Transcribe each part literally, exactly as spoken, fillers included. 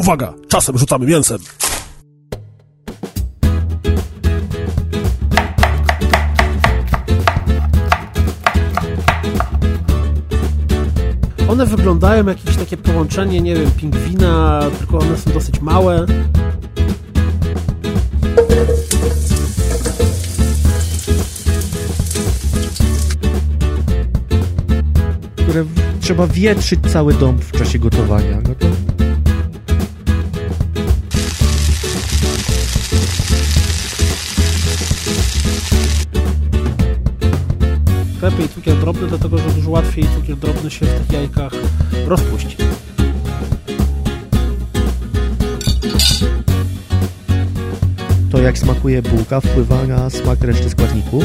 Uwaga, czasem rzucamy mięsem. One wyglądają jak jakieś takie połączenie, nie wiem, pingwina, tylko one są dosyć małe. Które trzeba wietrzyć cały dom w czasie gotowania. No to... Lepiej cukier drobny, dlatego że dużo łatwiej cukier drobny się w tych jajkach rozpuści. To jak smakuje bułka wpływa na smak reszty składników.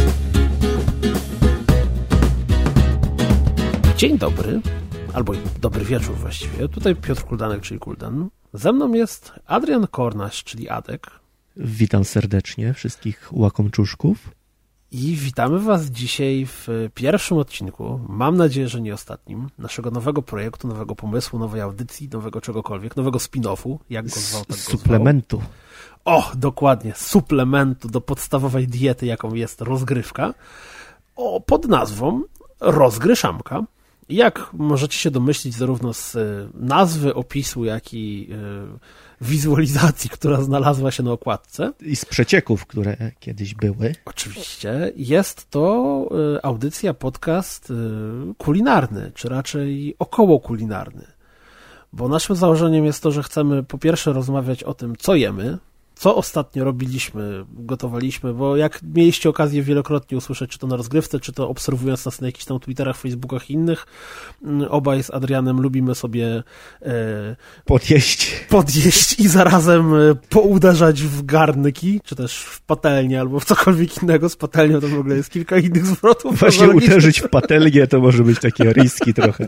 Dzień dobry, albo dobry wieczór właściwie. Tutaj Piotr Kuldanek, czyli Kuldan. Ze mną jest Adrian Kornaś, czyli Adek. Witam serdecznie wszystkich łakomczuszków. I witamy Was dzisiaj w pierwszym odcinku, mam nadzieję, że nie ostatnim, naszego nowego projektu, nowego pomysłu, nowej audycji, nowego czegokolwiek, nowego spin-offu, jak go zwał, tak go suplementu. Zwał. O, dokładnie, suplementu do podstawowej diety, jaką jest rozgrywka, o, pod nazwą Rozgryszamka. Jak możecie się domyślić zarówno z nazwy, opisu, jak i wizualizacji, która znalazła się na okładce. I z przecieków, które kiedyś były. Oczywiście. Jest to audycja, podcast kulinarny, czy raczej około kulinarny. Bo naszym założeniem jest to, że chcemy po pierwsze rozmawiać o tym, co jemy, co ostatnio robiliśmy, gotowaliśmy, bo jak mieliście okazję wielokrotnie usłyszeć, czy to na rozgrywce, czy to obserwując nas na jakichś tam Twitterach, Facebookach i innych, obaj z Adrianem lubimy sobie e, podjeść. podjeść i zarazem pouderzać w garnki, czy też w patelnię, albo w cokolwiek innego. Z patelnią to w ogóle jest kilka innych zwrotów. Właśnie uderzyć w patelnię to może być takie riski trochę.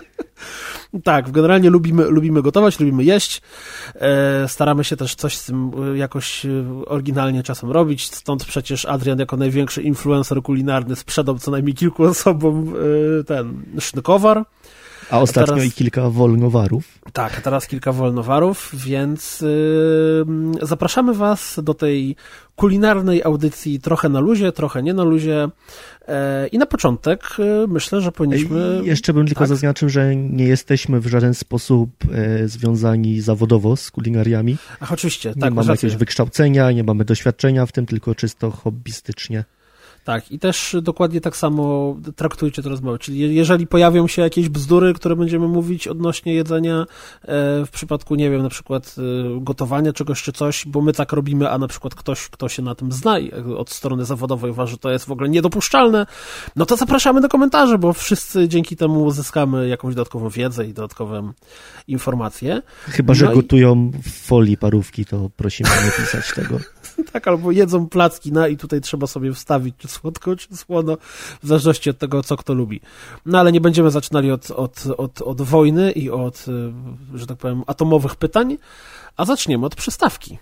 Tak, generalnie lubimy, lubimy gotować, lubimy jeść, e, staramy się też coś z tym jakoś oryginalnie czasem robić, stąd przecież Adrian jako największy influencer kulinarny sprzedał co najmniej kilku osobom e, ten sznykowar. A ostatnio a teraz, i kilka wolnowarów. Tak, a teraz kilka wolnowarów, więc yy, zapraszamy Was do tej kulinarnej audycji trochę na luzie, trochę nie na luzie. Yy, I na początek yy, myślę, że powinniśmy... I jeszcze bym tylko tak? zaznaczył, że nie jesteśmy w żaden sposób yy, związani zawodowo z kulinariami. Ach, oczywiście. Nie tak, mamy jakiegoś wykształcenia, nie mamy doświadczenia w tym, tylko czysto hobbystycznie. Tak, i też dokładnie tak samo traktujcie to rozmowę, czyli jeżeli pojawią się jakieś bzdury, które będziemy mówić odnośnie jedzenia, w przypadku, nie wiem, na przykład gotowania czegoś czy coś, bo my tak robimy, a na przykład ktoś, kto się na tym zna i od strony zawodowej uważa, że to jest w ogóle niedopuszczalne, no to zapraszamy do komentarzy, bo wszyscy dzięki temu uzyskamy jakąś dodatkową wiedzę i dodatkowe informacje. Chyba, że no gotują i... w folii parówki, to prosimy nie pisać tego. Tak, albo jedzą placki na i tutaj trzeba sobie wstawić czy słodko, czy słono, w zależności od tego, co kto lubi. No ale nie będziemy zaczynali od, od, od, od wojny i od, że tak powiem, atomowych pytań, a zaczniemy od przystawki.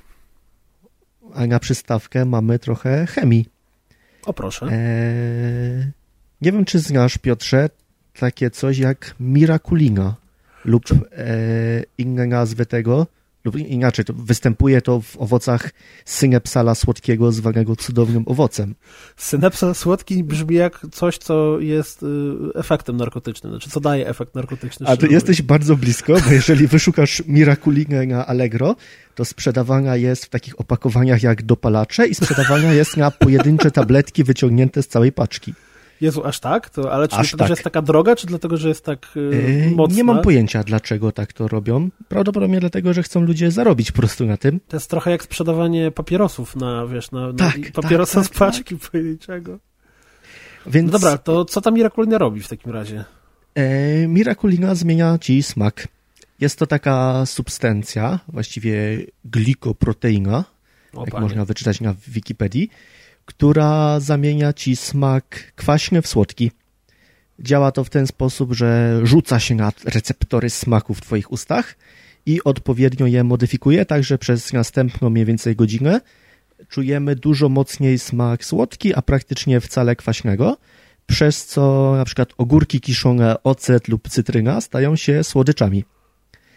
A na przystawkę mamy trochę chemii. O proszę. Eee, nie wiem, czy znasz, Piotrze, takie coś jak Miraculina lub e, inne nazwy tego, lub inaczej, to występuje to w owocach synepsala słodkiego, zwanego cudownym owocem. Synepsal słodki brzmi jak coś, co jest efektem narkotycznym, znaczy co daje efekt narkotyczny. A ty jesteś bardzo blisko, bo jeżeli wyszukasz Miraculinę na Allegro, to sprzedawana jest w takich opakowaniach jak dopalacze i sprzedawana jest na pojedyncze tabletki wyciągnięte z całej paczki. Jezu, aż tak? To, ale czy aż dlatego, tak. że jest taka droga, czy dlatego, że jest tak yy, mocna? Nie mam pojęcia, dlaczego tak to robią. Prawdopodobnie dlatego, że chcą ludzie zarobić po prostu na tym. To jest trochę jak sprzedawanie papierosów na, wiesz, na, tak, na papierosa tak, z paczki tak. pojedynczego. Więc... No dobra, to co ta Miraculina robi w takim razie? E, Miraculina zmienia ci smak. Jest to taka substancja, właściwie glikoproteina, o, jak panie. Można wyczytać na Wikipedii, która zamienia ci smak kwaśny w słodki. Działa to w ten sposób, że rzuca się na receptory smaku w twoich ustach i odpowiednio je modyfikuje, tak że przez następną mniej więcej godzinę czujemy dużo mocniej smak słodki, a praktycznie wcale kwaśnego, przez co na przykład ogórki kiszone, ocet lub cytryna stają się słodyczami.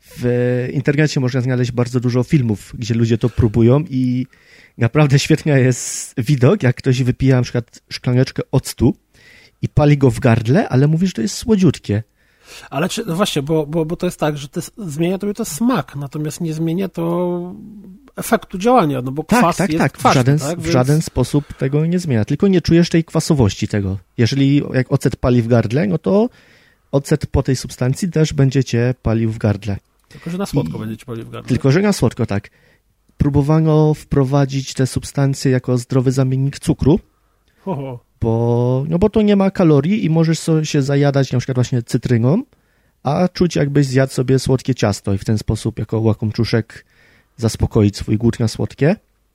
w internecie można znaleźć bardzo dużo filmów, gdzie ludzie to próbują i naprawdę świetny jest widok, jak ktoś wypija na przykład szklaneczkę octu i pali go w gardle, ale mówi, że to jest słodziutkie. Ale czy, no właśnie, bo, bo, bo to jest tak, że to zmienia tobie to smak, natomiast nie zmienia to efektu działania, no bo tak, kwas tak, jest tak. kwaśny, w żaden, tak? w Więc... żaden sposób tego nie zmienia, tylko nie czujesz tej kwasowości tego. Jeżeli jak ocet pali w gardle, no to ocet po tej substancji też będzie cię palił w gardle. Tylko, że na słodko I... będzie cię palił w gardle. Tylko, że na słodko, tak. Próbowano wprowadzić te substancje jako zdrowy zamiennik cukru, Oho. bo, no bo to nie ma kalorii i możesz sobie się zajadać na przykład właśnie cytryną, a czuć jakbyś zjadł sobie słodkie ciasto i w ten sposób jako łakomczuszek zaspokoić swój głód na słodkie.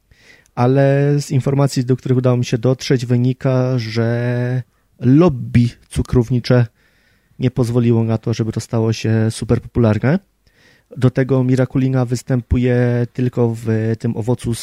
Ale z informacji, do których udało mi się dotrzeć, wynika, że lobby cukrownicze nie pozwoliło na to, żeby to stało się super popularne. Do tego Miraculina występuje tylko w tym owocu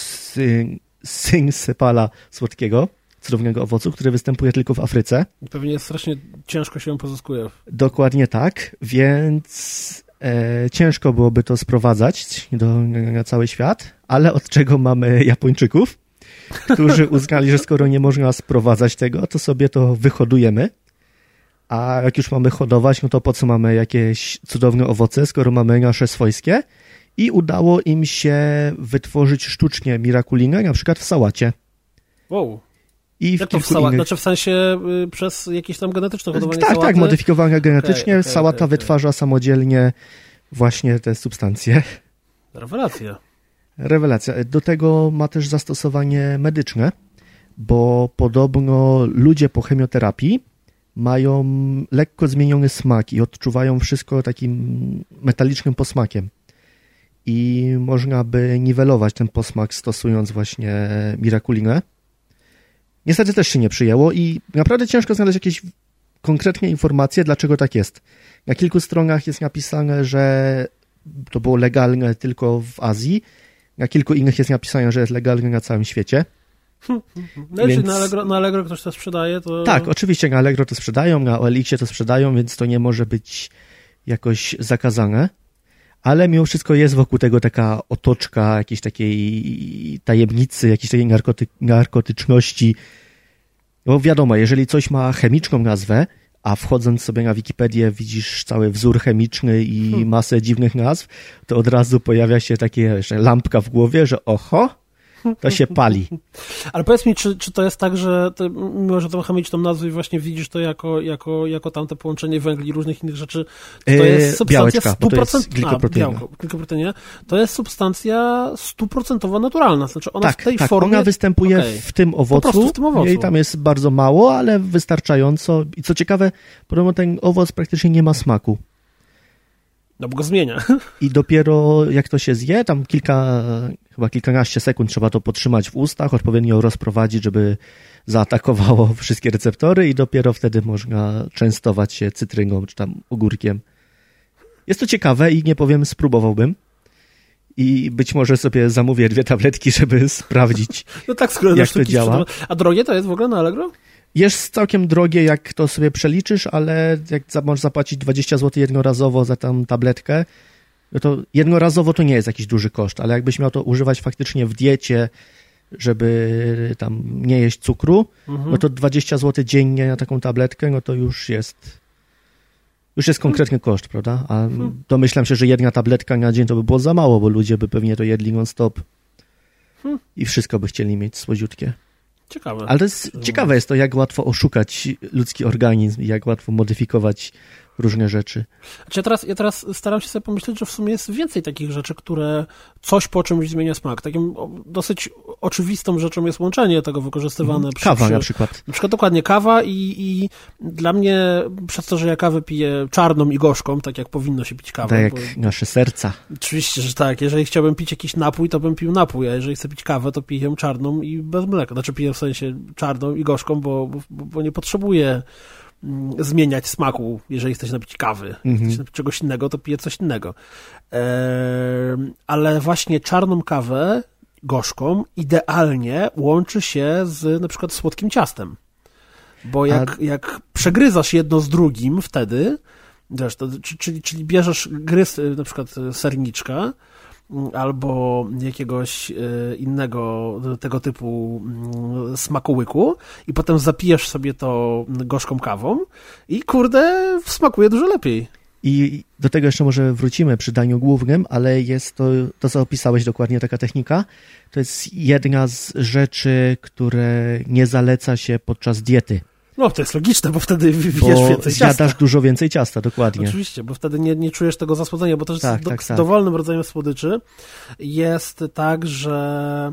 synsepala słodkiego, cudownego owocu, który występuje tylko w Afryce. Pewnie strasznie ciężko się ją pozyskuje. Dokładnie tak, więc e, ciężko byłoby to sprowadzać do, na cały świat, ale od czego mamy Japończyków, którzy uznali, że skoro nie można sprowadzać tego, to sobie to wyhodujemy. A jak już mamy hodować, no to po co mamy jakieś cudowne owoce, skoro mamy nasze swojskie? I udało im się wytworzyć sztucznie Miraculinę, na przykład w sałacie. Wow. I w Jak to w sałacie? Innych... Znaczy w sensie y, przez jakieś tam genetyczne hodowanie tak, sałaty? Tak, tak, modyfikowane genetycznie. Okay, okay, Sałata okay, okay. wytwarza samodzielnie właśnie te substancje. Rewelacja. Rewelacja. Do tego ma też zastosowanie medyczne, bo podobno ludzie po chemioterapii mają lekko zmieniony smak i odczuwają wszystko takim metalicznym posmakiem. I można by niwelować ten posmak stosując właśnie Miraculinę. Niestety też się nie przyjęło i naprawdę ciężko znaleźć jakieś konkretne informacje, dlaczego tak jest. Na kilku stronach jest napisane, że to było legalne tylko w Azji, na kilku innych jest napisane, że jest legalne na całym świecie. No więc... jeśli na Allegro, na Allegro ktoś to sprzedaje, to... Tak, oczywiście na Allegro to sprzedają, na O L X-ie to sprzedają, więc to nie może być jakoś zakazane. Ale mimo wszystko jest wokół tego taka otoczka jakiejś takiej tajemnicy, jakiejś takiej narkoty, narkotyczności. Bo wiadomo, jeżeli coś ma chemiczną nazwę, a wchodząc sobie na Wikipedię widzisz cały wzór chemiczny i hmm. masę dziwnych nazw, to od razu pojawia się takie jeszcze lampka w głowie, że oho, to się pali. Ale powiedz mi, czy, czy to jest tak, że ty, mimo, że tą chemiczną nazwę i właśnie widzisz to jako, jako, jako tamte połączenie węgli i różnych innych rzeczy, to jest substancja stu procent... glikoproteina. To jest substancja stuprocentowo naturalna. Znaczy ona tak, w tej tak, formie... ona występuje okay. w tym owocu. W tym owocu. Jej tam jest bardzo mało, ale wystarczająco. I co ciekawe, podobno ten owoc praktycznie nie ma smaku. No bo go zmienia. I dopiero jak to się zje, tam kilka, chyba kilkanaście sekund trzeba to podtrzymać w ustach, odpowiednio rozprowadzić, żeby zaatakowało wszystkie receptory i dopiero wtedy można częstować się cytryną czy tam ogórkiem. Jest to ciekawe i nie powiem, spróbowałbym. I być może sobie zamówię dwie tabletki, żeby sprawdzić, no tak, skoro jak to działa. A drogie to jest w ogóle na Allegro? Jest całkiem drogie, jak to sobie przeliczysz, ale jak możesz zapłacić dwadzieścia złotych jednorazowo za tam tabletkę, no to jednorazowo to nie jest jakiś duży koszt, ale jakbyś miał to używać faktycznie w diecie, żeby tam nie jeść cukru, mhm. no to dwadzieścia złotych dziennie na taką tabletkę, no to już jest już jest konkretny koszt, prawda? A hmm. domyślam się, że jedna tabletka na dzień to by było za mało, bo ludzie by pewnie to jedli non-stop hmm. i wszystko by chcieli mieć słodziutkie. Ciekawe. Ale to jest, ciekawe jest to, jak łatwo oszukać ludzki organizm i jak łatwo modyfikować różne rzeczy. Znaczy ja, teraz, ja teraz staram się sobie pomyśleć, że w sumie jest więcej takich rzeczy, które coś po czymś zmienia smak. Takim dosyć oczywistą rzeczą jest łączenie tego wykorzystywane. Mm, kawa przy, na przykład. Na przykład dokładnie kawa i, i dla mnie, przez to, że ja kawę piję czarną i gorzką, tak jak powinno się pić kawę. Tak jak bo, nasze serca. Oczywiście, że tak. Jeżeli chciałbym pić jakiś napój, to bym pił napój, a jeżeli chcę pić kawę, to piję czarną i bez mleka. Znaczy piję w sensie czarną i gorzką, bo, bo, bo nie potrzebuję zmieniać smaku, jeżeli chcesz napić kawy. Mm-hmm. Chcesz napić czegoś innego, to piję coś innego. Eee, ale właśnie czarną kawę, gorzką, idealnie łączy się z na przykład słodkim ciastem. Bo jak, A... jak przegryzasz jedno z drugim wtedy, Wiesz, to, czyli, czyli bierzesz gryz, na przykład serniczka, albo jakiegoś innego tego typu smakołyku i potem zapijesz sobie to gorzką kawą i kurde, smakuje dużo lepiej. I do tego jeszcze może wrócimy przy daniu głównym, ale jest to, to co opisałeś dokładnie, taka technika, to jest jedna z rzeczy, które nie zaleca się podczas diety. No, to jest logiczne, bo wtedy jesz więcej ciasta. Zjadasz dużo więcej ciasta, dokładnie. Oczywiście, bo wtedy nie, nie czujesz tego zasłodzenia, bo też tak, z, do, tak, z tak. dowolnym rodzajem słodyczy jest tak, że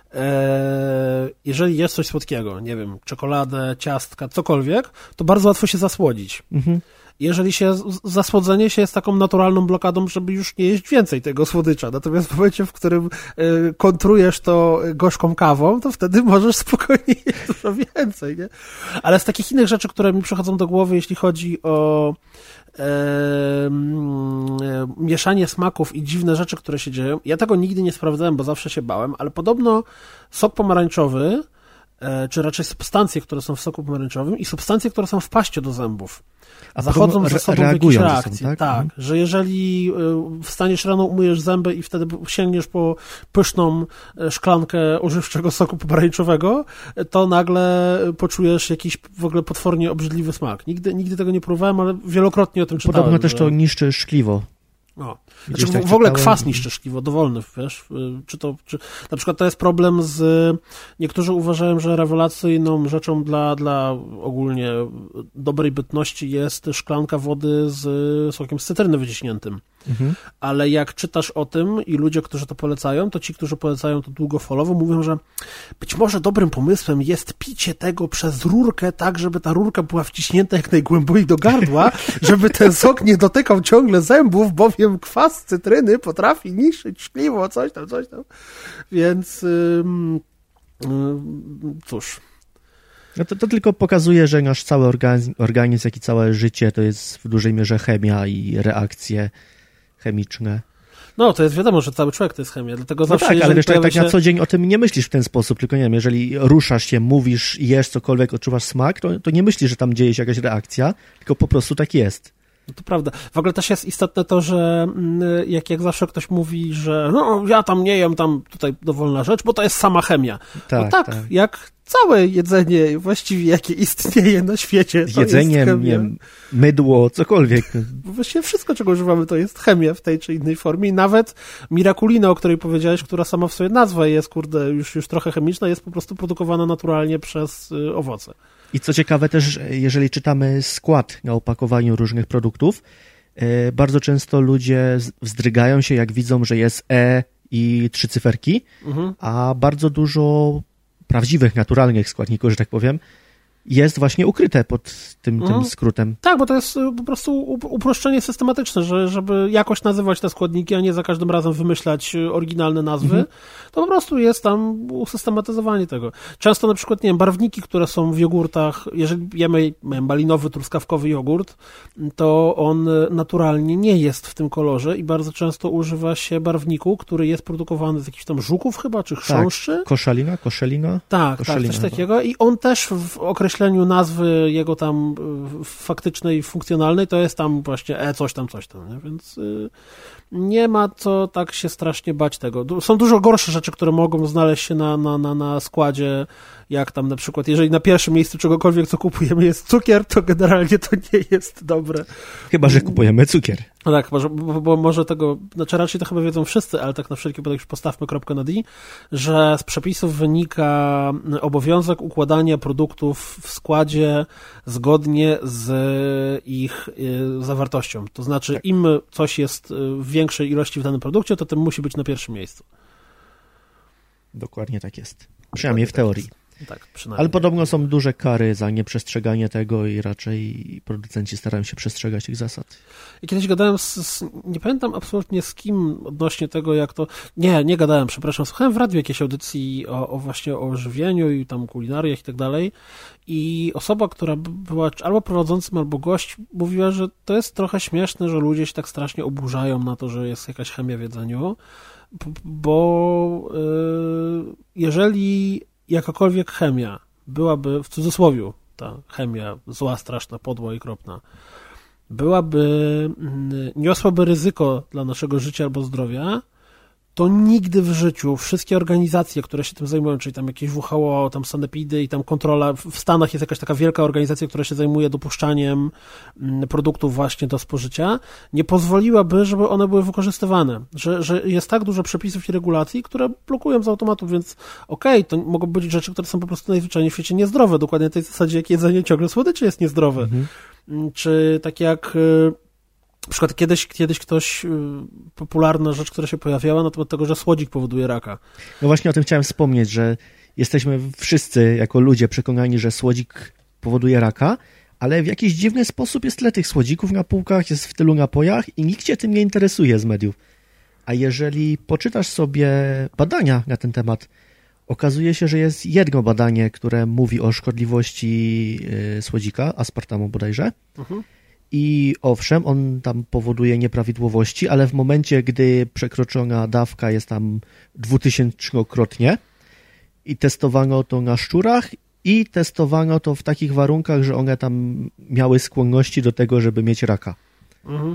e, jeżeli jesz coś słodkiego, nie wiem, czekoladę, ciastka, cokolwiek, to bardzo łatwo się zasłodzić. Mhm. Jeżeli się, zasłodzenie się jest taką naturalną blokadą, żeby już nie jeść więcej tego słodycza. Natomiast w momencie, w którym y, kontrujesz to gorzką kawą, to wtedy możesz spokojnie jeść dużo więcej, nie? Ale z takich innych rzeczy, które mi przychodzą do głowy, jeśli chodzi o e, e, mieszanie smaków i dziwne rzeczy, które się dzieją, ja tego nigdy nie sprawdzałem, bo zawsze się bałem, ale podobno sok pomarańczowy, e, czy raczej substancje, które są w soku pomarańczowym i substancje, które są w paście do zębów, a zachodzą ze sobą w jakieś reakcje. Tak, tak, że jeżeli wstaniesz rano, umyjesz zęby i wtedy sięgniesz po pyszną szklankę ożywczego soku pomarańczowego, to nagle poczujesz jakiś w ogóle potwornie obrzydliwy smak. Nigdy, nigdy tego nie próbowałem, ale wielokrotnie o tym czytałem. Podobno też że... to niszczy szkliwo. O. Znaczy, w, w ogóle kwas niszczy szkliwo, dowolny, wiesz, czy to, czy, na przykład to jest problem z, niektórzy uważają, że rewelacyjną rzeczą dla, dla ogólnie dobrej bytności jest szklanka wody z sokiem z cytryny wyciśniętym. Mhm. Ale jak czytasz o tym i ludzie, którzy to polecają, to ci, którzy polecają to długofalowo, mówią, że być może dobrym pomysłem jest picie tego przez rurkę, tak, żeby ta rurka była wciśnięta jak najgłębiej do gardła, żeby ten sok nie dotykał ciągle zębów, bowiem kwas cytryny potrafi niszczyć szkliwo, coś tam, coś tam. Więc ym, ym, cóż... No to, to tylko pokazuje, że nasz cały organizm, organizm, jak i całe życie to jest w dużej mierze chemia i reakcje chemiczne. No, to jest wiadomo, że cały człowiek to jest chemia, dlatego no zawsze... tak, ale wiesz, tak, tak się... na co dzień o tym nie myślisz w ten sposób, tylko nie wiem, jeżeli ruszasz się, mówisz, jesz cokolwiek, odczuwasz smak, to, to nie myślisz, że tam dzieje się jakaś reakcja, tylko po prostu tak jest. No to prawda. W ogóle też jest istotne to, że jak, jak zawsze ktoś mówi, że no ja tam nie jem, tam tutaj dowolna rzecz, bo to jest sama chemia. Tak, no tak, tak. Jak całe jedzenie właściwie, jakie istnieje na świecie, to jedzenie, jest chemia. Nie, mydło, cokolwiek. Właściwie wszystko, czego używamy, to jest chemia w tej czy innej formie i nawet Miraculina, o której powiedziałeś, która sama w sobie nazwa jest, kurde, już, już trochę chemiczna, jest po prostu produkowana naturalnie przez y, owoce. I co ciekawe też, jeżeli czytamy skład na opakowaniu różnych produktów, yy, bardzo często ludzie wzdrygają się, jak widzą, że jest E i trzy cyferki, mhm. a bardzo dużo prawdziwych, naturalnych składników, że tak powiem, jest właśnie ukryte pod tym, mhm. tym skrótem. Tak, bo to jest po prostu uproszczenie systematyczne, że żeby jakoś nazywać te składniki, a nie za każdym razem wymyślać oryginalne nazwy, mhm. to po prostu jest tam usystematyzowanie tego. Często na przykład, nie wiem, barwniki, które są w jogurtach, jeżeli jemy malinowy, truskawkowy jogurt, to on naturalnie nie jest w tym kolorze i bardzo często używa się barwniku, który jest produkowany z jakichś tam żuków chyba, czy chrząszczy. Tak, koszalina, koszelina. Tak, koszalina tak, coś chyba. takiego i on też w określeniu nazwy jego tam faktycznej, funkcjonalnej, to jest tam właśnie e coś tam, coś tam, nie? Więc y, nie ma co tak się strasznie bać tego. Są dużo gorsze rzeczy, które mogą znaleźć się na, na, na, na składzie, jak tam na przykład, jeżeli na pierwszym miejscu czegokolwiek, co kupujemy, jest cukier, to generalnie to nie jest dobre. Chyba że kupujemy cukier. No tak, bo, bo, bo może tego, znaczy raczej to chyba wiedzą wszyscy, ale tak na wszelki wypadek już postawmy kropkę na D, że z przepisów wynika obowiązek układania produktów w składzie zgodnie z ich y, zawartością. To znaczy tak. Im coś jest w większej ilości w danym produkcie, to tym musi być na pierwszym miejscu. Dokładnie tak jest. Przynajmniej w teorii. Tak, przynajmniej. Ale podobno są duże kary za nieprzestrzeganie tego i raczej producenci starają się przestrzegać tych zasad. I kiedyś gadałem z, z, nie pamiętam absolutnie z kim odnośnie tego, jak to... Nie, nie gadałem, przepraszam. Słuchałem w radiu jakiejś audycji o, o właśnie o żywieniu i tam kulinariach i tak dalej i osoba, która była albo prowadzącym, albo gość, mówiła, że to jest trochę śmieszne, że ludzie się tak strasznie oburzają na to, że jest jakaś chemia w jedzeniu, bo yy, jeżeli jakakolwiek chemia byłaby, w cudzysłowiu, ta chemia zła, straszna, podła i kropna, byłaby, niosłaby ryzyko dla naszego życia albo zdrowia, to nigdy w życiu wszystkie organizacje, które się tym zajmują, czyli tam jakieś W H O, tam sanepidy i tam kontrola, w Stanach jest jakaś taka wielka organizacja, która się zajmuje dopuszczaniem produktów właśnie do spożycia, nie pozwoliłaby, żeby one były wykorzystywane, że, że jest tak dużo przepisów i regulacji, które blokują z automatu, więc okej, okay, to mogą być rzeczy, które są po prostu najzwyczajniej w świecie niezdrowe, dokładnie na tej zasadzie, jak jedzenie ciągle słodyczy jest niezdrowe, mhm. czy tak jak na przykład kiedyś, kiedyś ktoś, popularna rzecz, która się pojawiała na temat tego, że słodzik powoduje raka. No właśnie o tym chciałem wspomnieć, że jesteśmy wszyscy jako ludzie przekonani, że słodzik powoduje raka, ale w jakiś dziwny sposób jest tyle tych słodzików na półkach, jest w tylu napojach i nikt się tym nie interesuje z mediów. A jeżeli poczytasz sobie badania na ten temat, okazuje się, że jest jedno badanie, które mówi o szkodliwości słodzika, aspartamu bodajże. Mhm. I owszem, on tam powoduje nieprawidłowości, ale w momencie, gdy przekroczona dawka jest tam dwutysięcznokrotnie i testowano to na szczurach i testowano to w takich warunkach, że one tam miały skłonności do tego, żeby mieć raka. Mhm.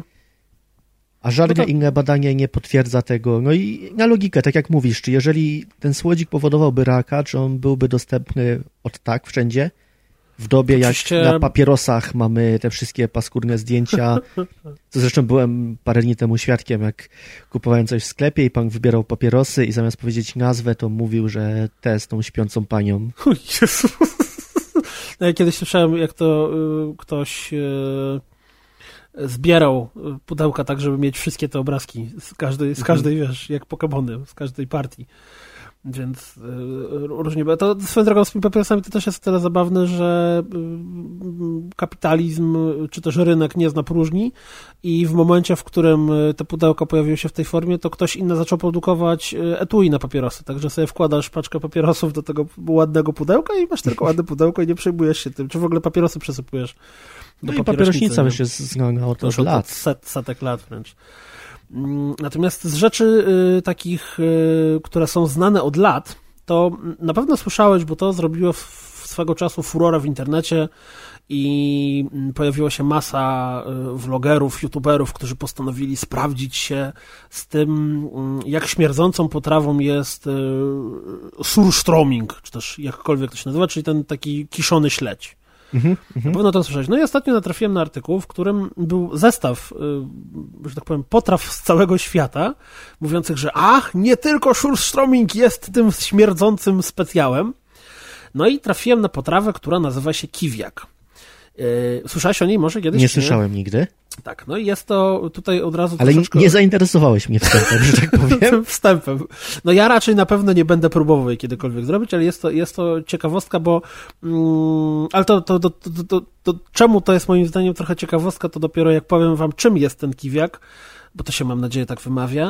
A żadne no to... inne badanie nie potwierdza tego. No i na logikę, tak jak mówisz, czy jeżeli ten słodzik powodowałby raka, czy on byłby dostępny od tak wszędzie? W dobie, Oczywiście... jak na papierosach mamy te wszystkie paskudne zdjęcia, co zresztą byłem parę dni temu świadkiem, jak kupowałem coś w sklepie i pan wybierał papierosy i zamiast powiedzieć nazwę, to mówił, że te z tą śpiącą panią. O Jezu. No ja kiedyś słyszałem, jak to y, ktoś y, zbierał pudełka tak, żeby mieć wszystkie te obrazki z każdej, z każdej mhm. wiesz, jak Pokemony, z każdej partii. Więc y, różnie. To swoją drogą z tymi papierosami to też jest tyle zabawne, że y, kapitalizm czy też rynek nie zna próżni i w momencie, w którym te pudełka pojawiły się w tej formie, to ktoś inny zaczął produkować etui na papierosy. Także sobie wkładasz paczkę papierosów do tego ładnego pudełka i masz tylko ładne pudełko i nie przejmujesz się tym. Czy w ogóle papierosy przesypujesz do no i papierośnica już jest znana od, od lat. Set, setek lat wręcz. Natomiast z rzeczy y, takich, y, które są znane od lat, to na pewno słyszałeś, bo to zrobiło w, w swego czasu furorę w internecie i pojawiła się masa y, vlogerów, youtuberów, którzy postanowili sprawdzić się z tym, y, jak śmierdzącą potrawą jest y, surströmming, czy też jakkolwiek to się nazywa, czyli ten taki kiszony śledź. Mm-hmm, na pewno to słyszałeś. No i ostatnio natrafiłem na artykuł, w którym był zestaw, że tak powiem, potraw z całego świata, mówiących, że ach, nie tylko surströmming jest tym śmierdzącym specjałem. No i trafiłem na potrawę, która nazywa się kiwiak. Słyszałeś o niej może kiedyś? Nie słyszałem nigdy. Tak, no i jest to tutaj od razu... Ale troszeczkę... nie zainteresowałeś mnie wstępem, że tak powiem. Wstępem. No ja raczej na pewno nie będę próbował jej kiedykolwiek zrobić, ale jest to, jest to ciekawostka, bo... Mm, ale to, to, to, to, to, to czemu to jest moim zdaniem trochę ciekawostka, to dopiero jak powiem wam, czym jest ten kiwiak, bo to się, mam nadzieję, tak wymawia,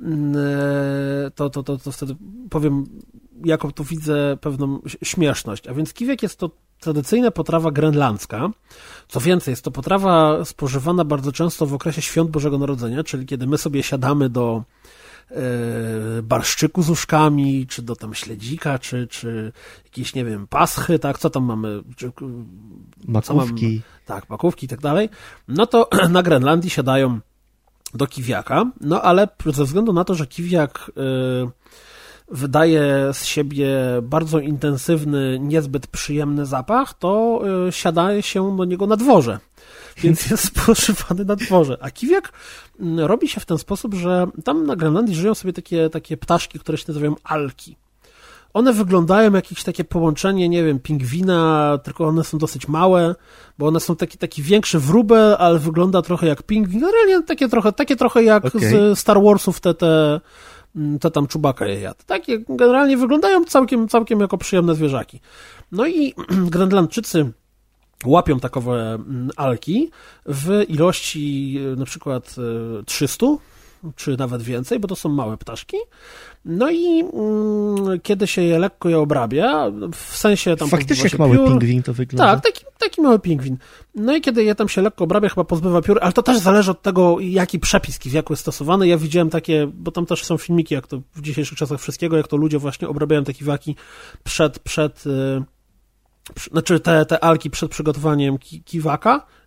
to, to, to, to wtedy powiem, jaką tu widzę pewną śmieszność. A więc kiwiak jest to tradycyjna potrawa grenlandzka. Co więcej, jest to potrawa spożywana bardzo często w okresie świąt Bożego Narodzenia, czyli kiedy my sobie siadamy do e, barszczyku z uszkami, czy do tam śledzika, czy, czy jakieś, nie wiem, paschy, tak, co tam mamy? Czy, makówki. Mam, tak, makówki i tak dalej. No to na Grenlandii siadają do kiwiaka, no ale ze względu na to, że kiwiak y, wydaje z siebie bardzo intensywny, niezbyt przyjemny zapach, to y, siada się do niego na dworze, więc jest spożywany na dworze. A kiwiak y, robi się w ten sposób, że tam na Grenlandii żyją sobie takie, takie ptaszki, które się nazywają alki. One wyglądają jakieś takie połączenie, nie wiem, pingwina, tylko one są dosyć małe, bo one są taki, taki większy wróbel, ale wygląda trochę jak pingwin. Generalnie takie trochę, takie trochę jak okay. z Star Warsów te, te, te tam Chewbacca je jadł. Takie generalnie wyglądają całkiem, całkiem jako przyjemne zwierzaki. No i Grenlandczycy łapią takowe alki w ilości na przykład trzysta, czy nawet więcej, bo to są małe ptaszki. No i mm, kiedy się je lekko je obrabia, w sensie tam... Faktycznie jak mały piór, pingwin to wygląda. Tak, taki, taki mały pingwin. No i kiedy je tam się lekko obrabia, chyba pozbywa piór, ale to też zależy od tego, jaki przepis kiwiaku jest stosowany. Ja widziałem takie, bo tam też są filmiki, jak to w dzisiejszych czasach wszystkiego, jak to ludzie właśnie obrabiają te kiwiaki przed, przed yy, przy, znaczy te, te alki przed przygotowaniem ki, kiwaka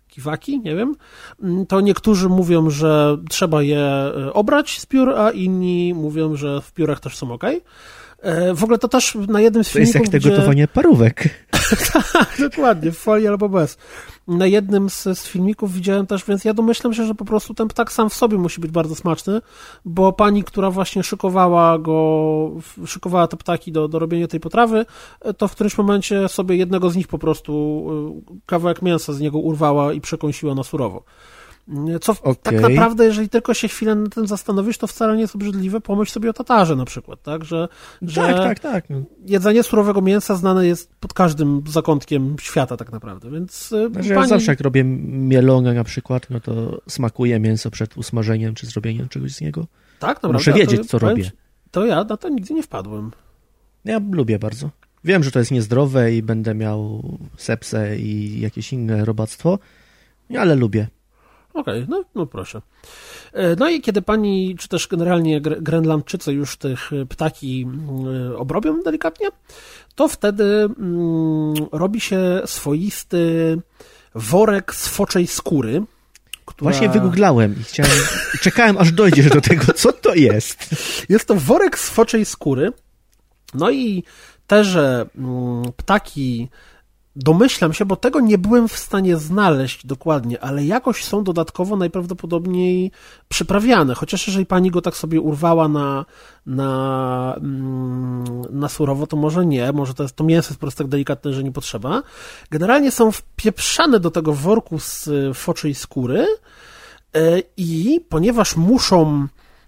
kiwaki, nie wiem, to niektórzy mówią, że trzeba je obrać z piór, a inni mówią, że w piórach też są okej. W ogóle to też na jednym z filmików, to jest jak te gdzie... gotowanie parówek. Tak, dokładnie, w folii albo bez. Na jednym z, z filmików widziałem też, więc ja domyślam się, że po prostu ten ptak sam w sobie musi być bardzo smaczny, bo pani, która właśnie szykowała go, szykowała te ptaki do, do robienia tej potrawy, to w którymś momencie sobie jednego z nich po prostu kawałek mięsa z niego urwała i przekąsiła na surowo. Co okay. tak naprawdę, jeżeli tylko się chwilę nad tym zastanowisz, to wcale nie jest obrzydliwe. Pomyśl sobie o tatarze na przykład, tak? Że, że tak, tak, tak. jedzenie surowego mięsa znane jest pod każdym zakątkiem świata tak naprawdę, więc... Znaczy, pani... Ja zawsze jak robię mielone na przykład, no to smakuję mięso przed usmażeniem czy zrobieniem czegoś z niego. Tak, naprawdę. Muszę wiedzieć, to, co powiem, robię. To ja na to nigdy nie wpadłem. Ja lubię bardzo. Wiem, że to jest niezdrowe i będę miał sepsę i jakieś inne robactwo, ale lubię. Okej, okay, no, no proszę. No i kiedy pani, czy też generalnie Grenlandczycy już tych ptaki obrobią delikatnie, to wtedy mm, robi się swoisty worek z foczej skóry. Która... Właśnie wygooglałem i chciałem, czekałem aż dojdziesz do tego, co to jest. Jest to worek z foczej skóry. No i te, że mm, ptaki... Domyślam się, bo tego nie byłem w stanie znaleźć dokładnie, ale jakoś są dodatkowo najprawdopodobniej przyprawiane, chociaż jeżeli pani go tak sobie urwała na, na, na surowo, to może nie, może to, jest, to mięso jest po prostu tak delikatne, że nie potrzeba. Generalnie są wpieprzane do tego worku z foczej skóry i ponieważ muszą,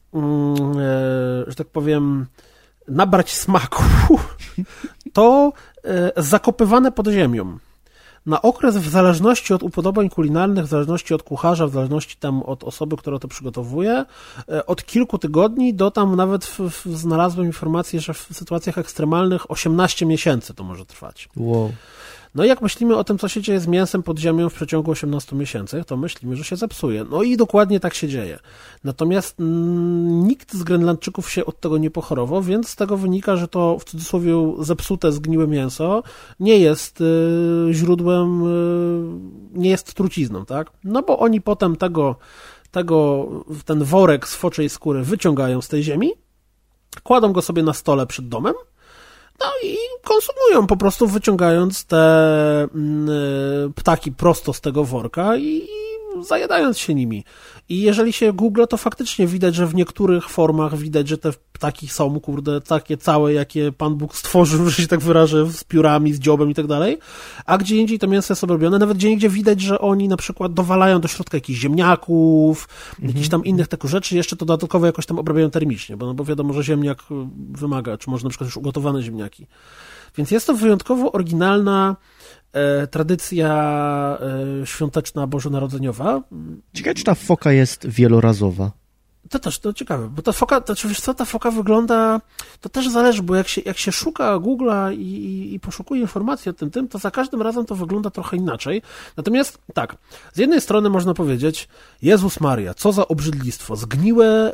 że tak powiem, nabrać smaku, to zakopywane pod ziemią. Na okres w zależności od upodobań kulinarnych, w zależności od kucharza, w zależności tam od osoby, która to przygotowuje, od kilku tygodni do tam nawet w, w, znalazłem informację, że w sytuacjach ekstremalnych osiemnaście miesięcy to może trwać. Wow. No i jak myślimy o tym, co się dzieje z mięsem pod ziemią w przeciągu osiemnastu miesięcy, to myślimy, że się zepsuje. No i dokładnie tak się dzieje. Natomiast mm, nikt z Grenlandczyków się od tego nie pochorował, więc z tego wynika, że to w cudzysłowie zepsute, zgniłe mięso nie jest y, źródłem, y, nie jest trucizną, tak? No bo oni potem tego, tego, ten worek z foczej skóry wyciągają z tej ziemi, kładą go sobie na stole przed domem, no i konsumują po prostu, wyciągając te ptaki prosto z tego worka i zajadając się nimi. I jeżeli się googla, to faktycznie widać, że w niektórych formach widać, że te ptaki są, kurde, takie całe, jakie Pan Bóg stworzył, że się tak wyrażę, z piórami, z dziobem i tak dalej, a gdzie indziej to mięso jest obrobione, nawet gdzie indziej widać, że oni na przykład dowalają do środka jakichś ziemniaków, mhm. jakichś tam innych takich rzeczy, jeszcze to dodatkowo jakoś tam obrabiają termicznie, bo, no bo wiadomo, że ziemniak wymaga, czy może na przykład już ugotowane ziemniaki. Więc jest to wyjątkowo oryginalna e, tradycja e, świąteczna bożonarodzeniowa. Ciekawe, czy ta foka jest wielorazowa? To też, to ciekawe, bo ta foka, to, wiesz co, ta foka wygląda, to też zależy, bo jak się, jak się szuka Google'a i, i, i poszukuje informacji o tym, tym, to za każdym razem to wygląda trochę inaczej. Natomiast tak, z jednej strony można powiedzieć, Jezus Maria, co za obrzydlistwo, zgniłe,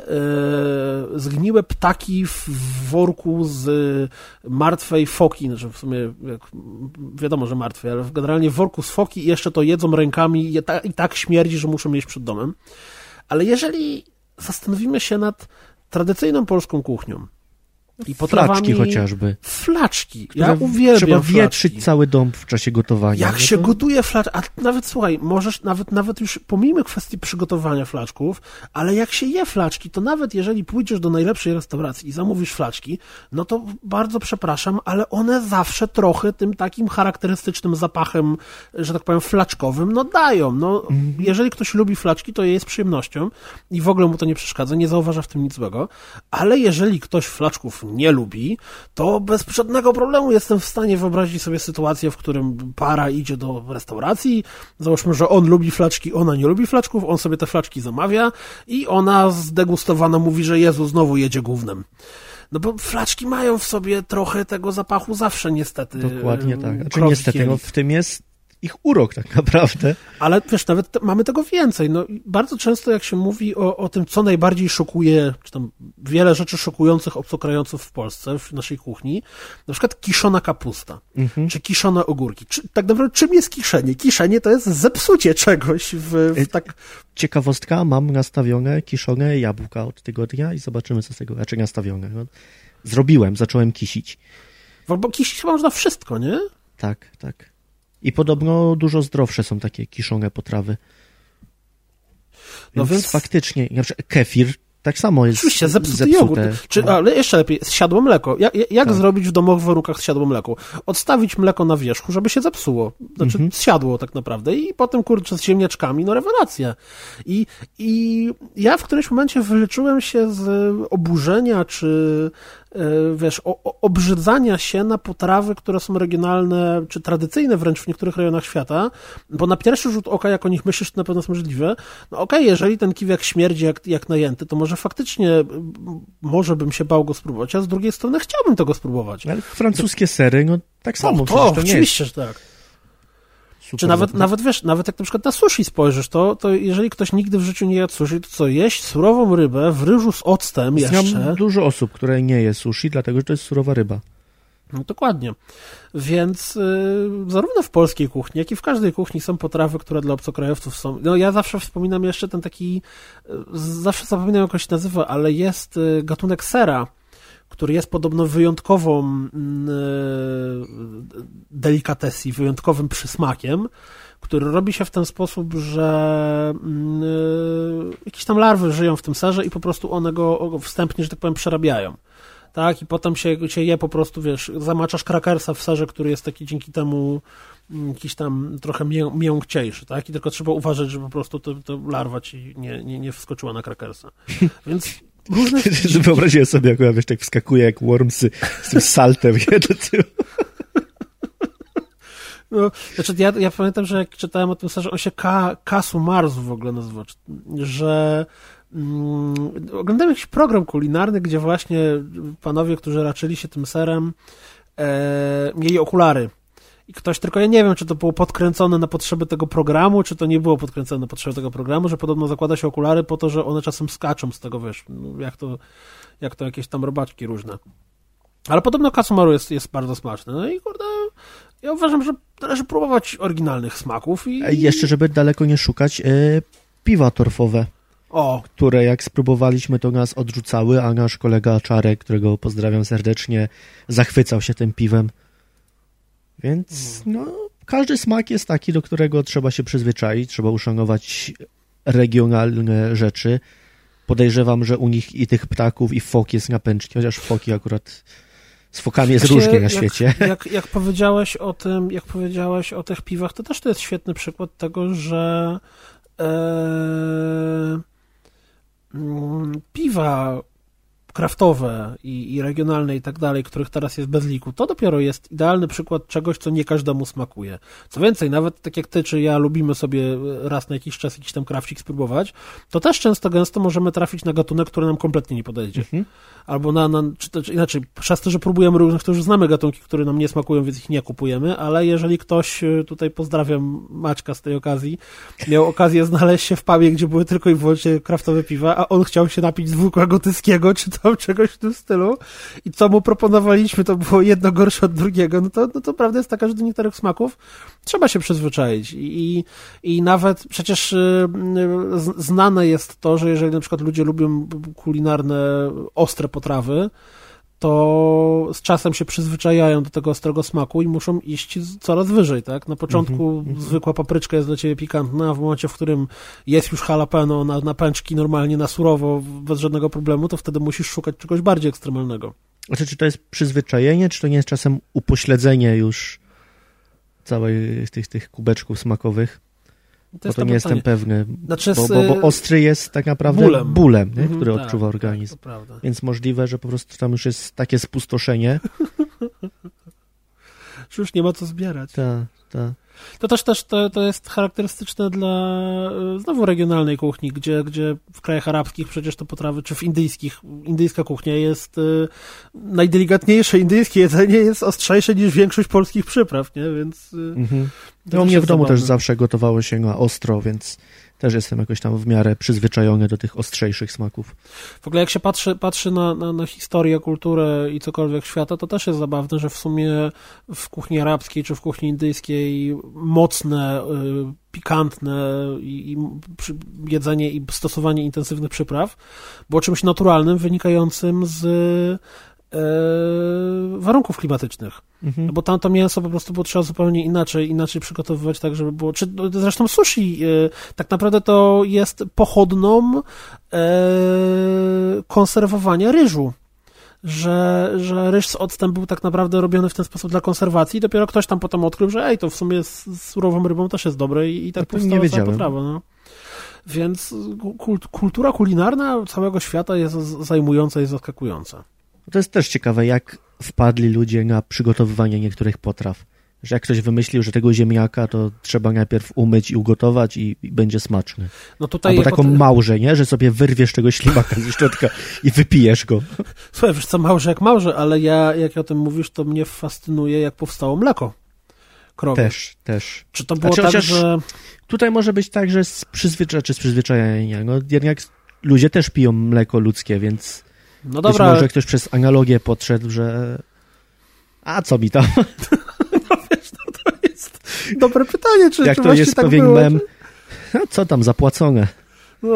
e, zgniłe ptaki w worku z martwej foki, znaczy w sumie jak, wiadomo, że martwej, ale generalnie w worku z foki i jeszcze to jedzą rękami i, ta, i tak śmierdzi, że muszą jeść przed domem. Ale jeżeli zastanowimy się nad tradycyjną polską kuchnią i potrawami... Flaczki chociażby. Flaczki. Ja uwielbiam Trzeba flaczki. wietrzyć cały dom w czasie gotowania. Jak no się to... gotuje flaczki, a nawet słuchaj, możesz, nawet, nawet już pomijmy kwestię przygotowania flaczków, ale jak się je flaczki, to nawet jeżeli pójdziesz do najlepszej restauracji i zamówisz flaczki, no to bardzo przepraszam, ale one zawsze trochę tym takim charakterystycznym zapachem, że tak powiem, flaczkowym, no dają. No, mm. Jeżeli ktoś lubi flaczki, to je jest przyjemnością i w ogóle mu to nie przeszkadza, nie zauważa w tym nic złego, ale jeżeli ktoś flaczków nie lubi, to bez żadnego problemu jestem w stanie wyobrazić sobie sytuację, w którym para idzie do restauracji, załóżmy, że on lubi flaczki, ona nie lubi flaczków, on sobie te flaczki zamawia i ona zdegustowana mówi, że Jezu, znowu jedzie gównem. No bo flaczki mają w sobie trochę tego zapachu zawsze niestety. Dokładnie tak. Znaczy niestety, no w tym jest ich urok tak naprawdę. Ale wiesz, nawet te, mamy tego więcej. No, bardzo często jak się mówi o, o tym, co najbardziej szokuje, czy tam wiele rzeczy szokujących obcokrajowców w Polsce, w naszej kuchni, na przykład kiszona kapusta, mhm. czy kiszone ogórki. Czy, tak naprawdę czym jest kiszenie? Kiszenie to jest zepsucie czegoś w, w tak... Ciekawostka, mam nastawione kiszone jabłka od tygodnia i zobaczymy, co z tego, znaczy nastawione. No, zrobiłem, zacząłem kisić. Bo kisić można wszystko, nie? Tak, tak. I podobno dużo zdrowsze są takie kiszone potrawy. Więc, no więc faktycznie, na przykład kefir tak samo jest oczywiście, zepsuty zepsute. jogurt. Czy, ale jeszcze lepiej, zsiadłe mleko. Jak, jak tak. zrobić w domowych warunkach zsiadłe mleko? Odstawić mleko na wierzchu, żeby się zepsuło. Znaczy mhm. zsiadło tak naprawdę. I potem, kurczę, z ziemniaczkami, no rewelacja. I, I ja w którymś momencie wyleczyłem się z oburzenia, czy wiesz, o, o, obrzydzania się na potrawy, które są regionalne, czy tradycyjne wręcz w niektórych rejonach świata, bo na pierwszy rzut oka, jak o nich myślisz, to na pewno jest możliwe. No okej, okay, jeżeli ten kiwiak śmierdzi jak, jak najęty, to może faktycznie może bym się bał go spróbować, a z drugiej strony chciałbym tego spróbować. Ale francuskie sery, no tak samo. No to, to oczywiście, że tak. Super, czy nawet, nawet, wiesz, nawet jak na przykład na sushi spojrzysz, to, to jeżeli ktoś nigdy w życiu nie jadł sushi, to co, jeść surową rybę w ryżu z octem jeszcze? Znam dużo osób, które nie je sushi, dlatego że to jest surowa ryba. No dokładnie. Więc y, zarówno w polskiej kuchni, jak i w każdej kuchni są potrawy, które dla obcokrajowców są. No ja zawsze wspominam jeszcze ten taki, y, zawsze zapominam jak on się nazywa, ale jest y, gatunek sera, który jest podobno wyjątkową y, delikatesji, wyjątkowym przysmakiem, który robi się w ten sposób, że y, jakieś tam larwy żyją w tym serze i po prostu one go wstępnie, że tak powiem, przerabiają. Tak, i potem się, się je po prostu, wiesz, zamaczasz krakersa w serze, który jest taki dzięki temu jakiś tam trochę mię, miękciejszy, tak, i tylko trzeba uważać, żeby po prostu ta larwa ci nie, nie, nie wskoczyła na krakersa. Więc różne... Wyobraziłem sobie, jak wiesz, tak wskakuje jak wormsy z tym saltem nie, do tyłu. No, znaczy ja, ja pamiętam, że jak czytałem o tym serze, on się Ka, Kasu Marzu w ogóle nazywa, że mm, oglądałem jakiś program kulinarny, gdzie właśnie panowie, którzy raczyli się tym serem, e, mieli okulary. I ktoś, tylko ja nie wiem, czy to było podkręcone na potrzeby tego programu, czy to nie było podkręcone na potrzeby tego programu, że podobno zakłada się okulary po to, że one czasem skaczą z tego, wiesz, jak to, jak to jakieś tam robaczki różne. Ale podobno kasumaru jest, jest bardzo smaczny. No i kurde, ja uważam, że należy próbować oryginalnych smaków. I jeszcze, żeby daleko nie szukać, yy, piwa torfowe. O. Które jak spróbowaliśmy, to nas odrzucały, a nasz kolega Czarek, którego pozdrawiam serdecznie, zachwycał się tym piwem. Więc no, każdy smak jest taki, do którego trzeba się przyzwyczaić, trzeba uszanować regionalne rzeczy. Podejrzewam, że u nich i tych ptaków, i fok jest na pęczki, chociaż foki akurat z fokami jest Właśnie, różnie na jak, świecie. Jak, jak powiedziałeś o tym, jak powiedziałeś o tych piwach, to też to jest świetny przykład tego, że e, piwa kraftowe i, i regionalne i tak dalej, których teraz jest bez liku, to dopiero jest idealny przykład czegoś, co nie każdemu smakuje. Co więcej, nawet tak jak ty czy ja lubimy sobie raz na jakiś czas jakiś tam krawcik spróbować, to też często gęsto możemy trafić na gatunek, który nam kompletnie nie podejdzie. Mhm. Albo na, na czy, czy inaczej, przez to, że próbujemy różnych, to już znamy gatunki, które nam nie smakują, więc ich nie kupujemy, ale jeżeli ktoś, tutaj pozdrawiam Maćka z tej okazji, miał okazję znaleźć się w pubie, gdzie były tylko i wyłącznie kraftowe piwa, a on chciał się napić zwykłego tyskiego, czy tam czegoś w tym stylu i co mu proponowaliśmy, to było jedno gorsze od drugiego, no to, no to prawda jest taka, że do niektórych smaków trzeba się przyzwyczaić i, i nawet przecież znane jest to, że jeżeli na przykład ludzie lubią kulinarne, ostre potrawy, to z czasem się przyzwyczajają do tego ostrego smaku i muszą iść coraz wyżej, tak? Na początku mm-hmm. zwykła papryczka jest dla ciebie pikantna, a w momencie, w którym jest już jalapeno na, na pęczki normalnie, na surowo, bez żadnego problemu, to wtedy musisz szukać czegoś bardziej ekstremalnego. Znaczy, czy to jest przyzwyczajenie, czy to nie jest czasem upośledzenie już całych tych, tych kubeczków smakowych? To bo to nie jestem pytanie. pewny, znaczy bo, bo, bo ostry jest tak naprawdę bólem, bólem nie? który mm, odczuwa tak, organizm. Tak, więc możliwe, że po prostu tam już jest takie spustoszenie. Że już nie ma co zbierać. Tak. To, to też, też to, to jest charakterystyczne dla znowu regionalnej kuchni, gdzie, gdzie w krajach arabskich przecież to potrawy, czy w indyjskich, indyjska kuchnia jest y, najdelikatniejsze indyjskie jedzenie jest ostrzejsze niż większość polskich przypraw, nie? Więc... Y, mhm. No, u mnie w domu zabawne. Też zawsze gotowało się na ostro, więc też jestem jakoś tam w miarę przyzwyczajony do tych ostrzejszych smaków. W ogóle jak się patrzy, patrzy na, na, na historię, kulturę i cokolwiek świata, to też jest zabawne, że w sumie w kuchni arabskiej czy w kuchni indyjskiej mocne, y, pikantne i, i przy, jedzenie i stosowanie intensywnych przypraw było czymś naturalnym, wynikającym z e, warunków klimatycznych. Mhm. Bo tam to mięso po prostu było trzeba zupełnie inaczej, inaczej przygotowywać tak, żeby było... Czy, zresztą sushi e, tak naprawdę to jest pochodną e, konserwowania ryżu. Że, że ryż z octem był tak naprawdę robiony w ten sposób dla konserwacji i dopiero ktoś tam potem odkrył, że ej, to w sumie z, z surową rybą też jest dobre i, i tak no powstała cała potrawa. No. Więc kult, kultura kulinarna całego świata jest zajmująca i zaskakująca. To jest też ciekawe, jak wpadli ludzie na przygotowywanie niektórych potraw. Że jak ktoś wymyślił, że tego ziemniaka to trzeba najpierw umyć i ugotować i, i będzie smaczny. No tutaj albo taką pod... małżę, nie? Że sobie wyrwiesz tego ślimaka ze środka i wypijesz go. Słuchaj, wiesz co, małże jak małże, ale ja, jak o tym mówisz, to mnie fascynuje, jak powstało mleko krowie. Też, też. Czy to było znaczy, tak, że... Tutaj może być tak, że z, przyzwycza... czy z przyzwyczajenia. No jednak ludzie też piją mleko ludzkie, więc no dobra. Być może ktoś przez analogię podszedł, że a co mi tam? No wiesz, no to jest dobre pytanie, czy jak czy to jest tak pewien było, mem, czy... no co tam, zapłacone. No.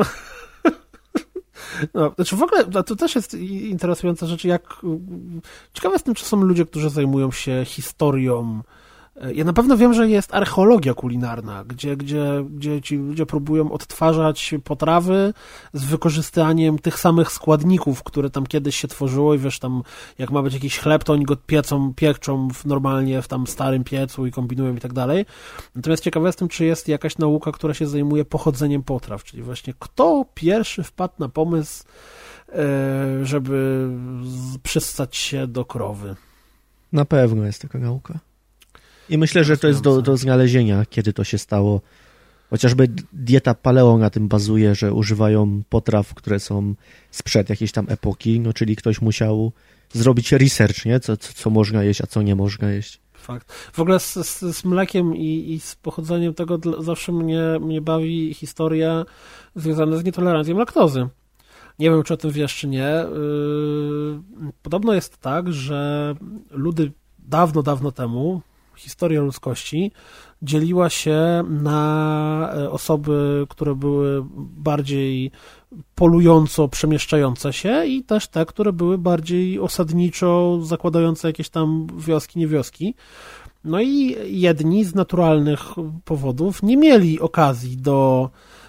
No, znaczy w ogóle to też jest interesująca rzecz, jak ciekawe jestem, czy są ludzie, którzy zajmują się historią. Ja na pewno wiem, że jest archeologia kulinarna, gdzie, gdzie, gdzie ci ludzie próbują odtwarzać potrawy z wykorzystaniem tych samych składników, które tam kiedyś się tworzyło i wiesz, tam jak ma być jakiś chleb, to oni go piecą, pieczą w normalnie w tam starym piecu i kombinują i tak dalej. Natomiast ciekawe jestem, czy jest jakaś nauka, która się zajmuje pochodzeniem potraw, czyli właśnie kto pierwszy wpadł na pomysł, żeby przystać się do krowy. Na pewno jest taka nauka. I myślę, że to jest do, do znalezienia, kiedy to się stało. Chociażby dieta paleo na tym bazuje, że używają potraw, które są sprzed jakiejś tam epoki, no czyli ktoś musiał zrobić research, nie? Co, co, co można jeść, a co nie można jeść. Fakt. W ogóle z, z, z mlekiem i, i z pochodzeniem tego zawsze mnie, mnie bawi historia związana z nietolerancją laktozy. Nie wiem, czy o tym wiesz, czy nie. Podobno jest tak, że ludy dawno, dawno temu, historia ludzkości dzieliła się na osoby, które były bardziej polująco przemieszczające się i też te, które były bardziej osadniczo zakładające jakieś tam wioski, nie wioski. No i jedni z naturalnych powodów nie mieli okazji do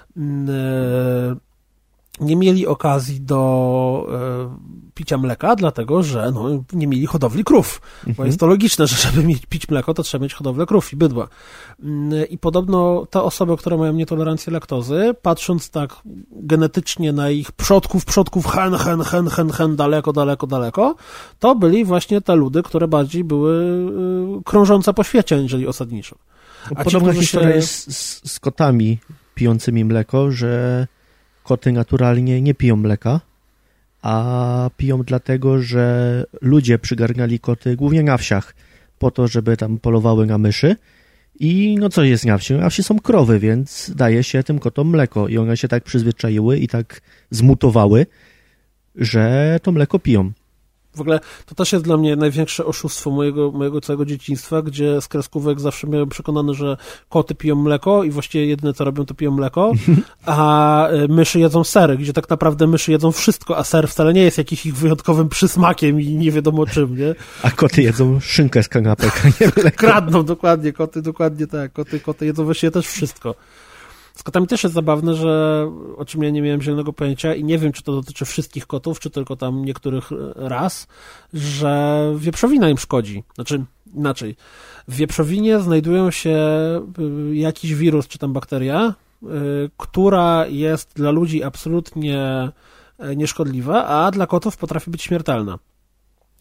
nie mieli okazji do e, picia mleka, dlatego że no, nie mieli hodowli krów. Mhm. Bo jest to logiczne, że żeby mieć, pić mleko, to trzeba mieć hodowlę krów i bydła. I podobno te osoby, które mają nietolerancję laktozy, patrząc tak genetycznie na ich przodków, przodków hen, hen, hen, hen, hen, daleko, daleko, daleko, to byli właśnie te ludy, które bardziej były y, krążące po świecie, aniżeli osadniczo. A podobna historia się... jest z, z kotami pijącymi mleko, że koty naturalnie nie piją mleka, a piją dlatego, że ludzie przygarniali koty głównie na wsiach po to, żeby tam polowały na myszy. I no co jest na wsi? Na wsi są krowy, więc daje się tym kotom mleko i one się tak przyzwyczaiły i tak zmutowały, że to mleko piją. W ogóle to też jest dla mnie największe oszustwo mojego, mojego całego dzieciństwa, gdzie z kreskówek zawsze byłem przekonany, że koty piją mleko i właściwie jedyne co robią to piją mleko, a myszy jedzą sery, gdzie tak naprawdę myszy jedzą wszystko, a ser wcale nie jest jakiś ich wyjątkowym przysmakiem i nie wiadomo czym, nie? A koty jedzą szynkę z kanapek, a nie mleko. Kradną, dokładnie, koty, dokładnie tak, koty, koty jedzą właściwie też wszystko. Z kotami też jest zabawne, że o czym ja nie miałem zielonego pojęcia i nie wiem, czy to dotyczy wszystkich kotów, czy tylko tam niektórych ras, że wieprzowina im szkodzi. Znaczy, inaczej. W wieprzowinie znajdują się jakiś wirus, czy tam bakteria, która jest dla ludzi absolutnie nieszkodliwa, a dla kotów potrafi być śmiertelna.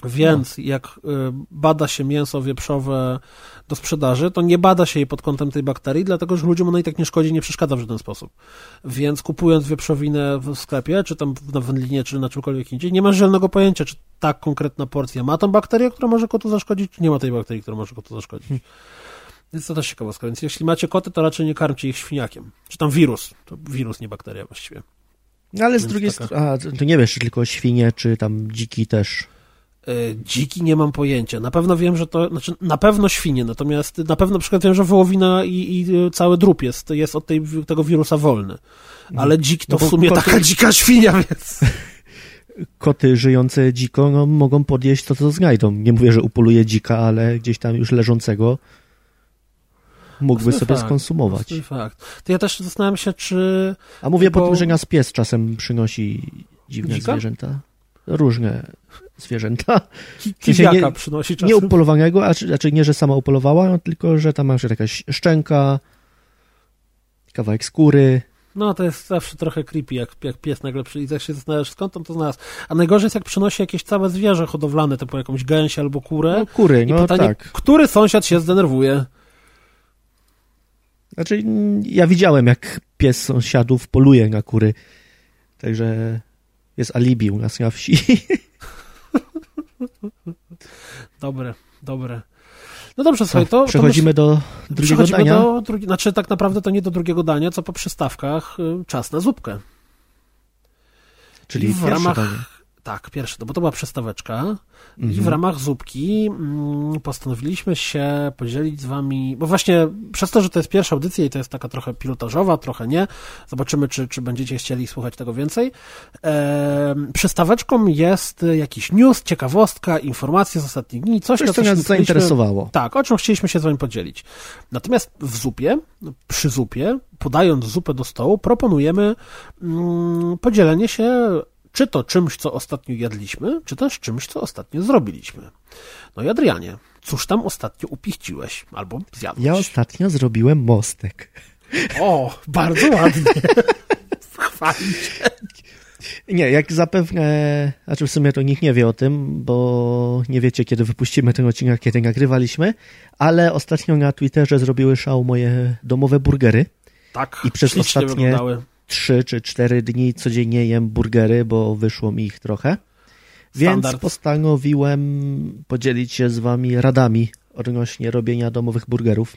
Więc no. jak bada się mięso wieprzowe do sprzedaży, to nie bada się je pod kątem tej bakterii, dlatego że ludziom ona i tak nie szkodzi, nie przeszkadza w żaden sposób. Więc kupując wieprzowinę w sklepie, czy tam na wędlinie, czy na czymkolwiek indziej, nie masz żadnego pojęcia, czy ta konkretna porcja ma tą bakterię, która może kotu zaszkodzić, czy nie ma tej bakterii, która może kotu zaszkodzić. Hmm. Więc to też ciekawostka. Więc jeśli macie koty, to raczej nie karmcie ich świniakiem. Czy tam wirus. To wirus, nie bakteria właściwie. No ale z Więc drugiej taka... strony, to nie wiesz, czy tylko świnie, czy tam dziki też. Dziki nie mam pojęcia. Na pewno wiem, że to, znaczy na pewno świnie, natomiast na pewno na przykład wiem, że wołowina i, i cały drób jest, jest od tej, tego wirusa wolny. Ale dzik to no w sumie koty... taka dzika świnia, więc... Koty żyjące dziko no, mogą podjeść to, co znajdą. Nie mówię, że upoluje dzika, ale gdzieś tam już leżącego mógłby Własny sobie fakt. skonsumować. Własny fakt. To ja też zastanawiam się, czy... A mówię bo... po tym, że nas pies czasem przynosi dziwne dzika? zwierzęta. Różne zwierzęta. Kiwiaka nie, przynosi czasem. Nie upolowanego, a znaczy nie, że sama upolowała, no, tylko, że tam masz jakaś szczęka, kawałek skóry. No, to jest zawsze trochę creepy, jak, jak pies nagle przyjdzie i tak się zastanawiasz, skąd on to znalazł. A najgorzej jest, jak przynosi jakieś całe zwierzę hodowlane, typu jakąś gęsię albo kurę. No, kury, no pytanie, tak. Który sąsiad się zdenerwuje? Znaczy, ja widziałem, jak pies sąsiadów poluje na kury. Także jest alibi u nas na wsi. Dobre, dobre. No dobrze, słuchaj, to... Przechodzimy to myśl, do drugiego dania. Do drugi, znaczy tak naprawdę to nie do drugiego dania, co po przystawkach y, czas na zupkę. Czyli w ramach... Danie. Tak, pierwsze, no bo to była przystaweczka mhm. i w ramach zupki mm, postanowiliśmy się podzielić z wami, bo właśnie przez to, że to jest pierwsza audycja i to jest taka trochę pilotażowa, trochę nie, zobaczymy, czy, czy będziecie chcieli słuchać tego więcej. E, przystaweczką jest jakiś news, ciekawostka, informacje z ostatnich dni, coś, coś co nas zainteresowało. Tak, o czym chcieliśmy się z wami podzielić. Natomiast w zupie, przy zupie, podając zupę do stołu, proponujemy mm, podzielenie się czy to czymś, co ostatnio jadliśmy, czy też czymś, co ostatnio zrobiliśmy. No i Adrianie, cóż tam ostatnio upichciłeś albo zjadłeś? Ja ostatnio zrobiłem mostek. O, bardzo ładnie. Chwalicie. Nie, jak zapewne, znaczy w sumie to nikt nie wie o tym, bo nie wiecie, kiedy wypuścimy ten odcinek, kiedy nagrywaliśmy, ale ostatnio na Twitterze zrobiły szał moje domowe burgery. Tak, i przez ostatnie wyglądały. trzy czy cztery dni codziennie jem burgery, bo wyszło mi ich trochę. Więc Standard. postanowiłem podzielić się z wami radami odnośnie robienia domowych burgerów.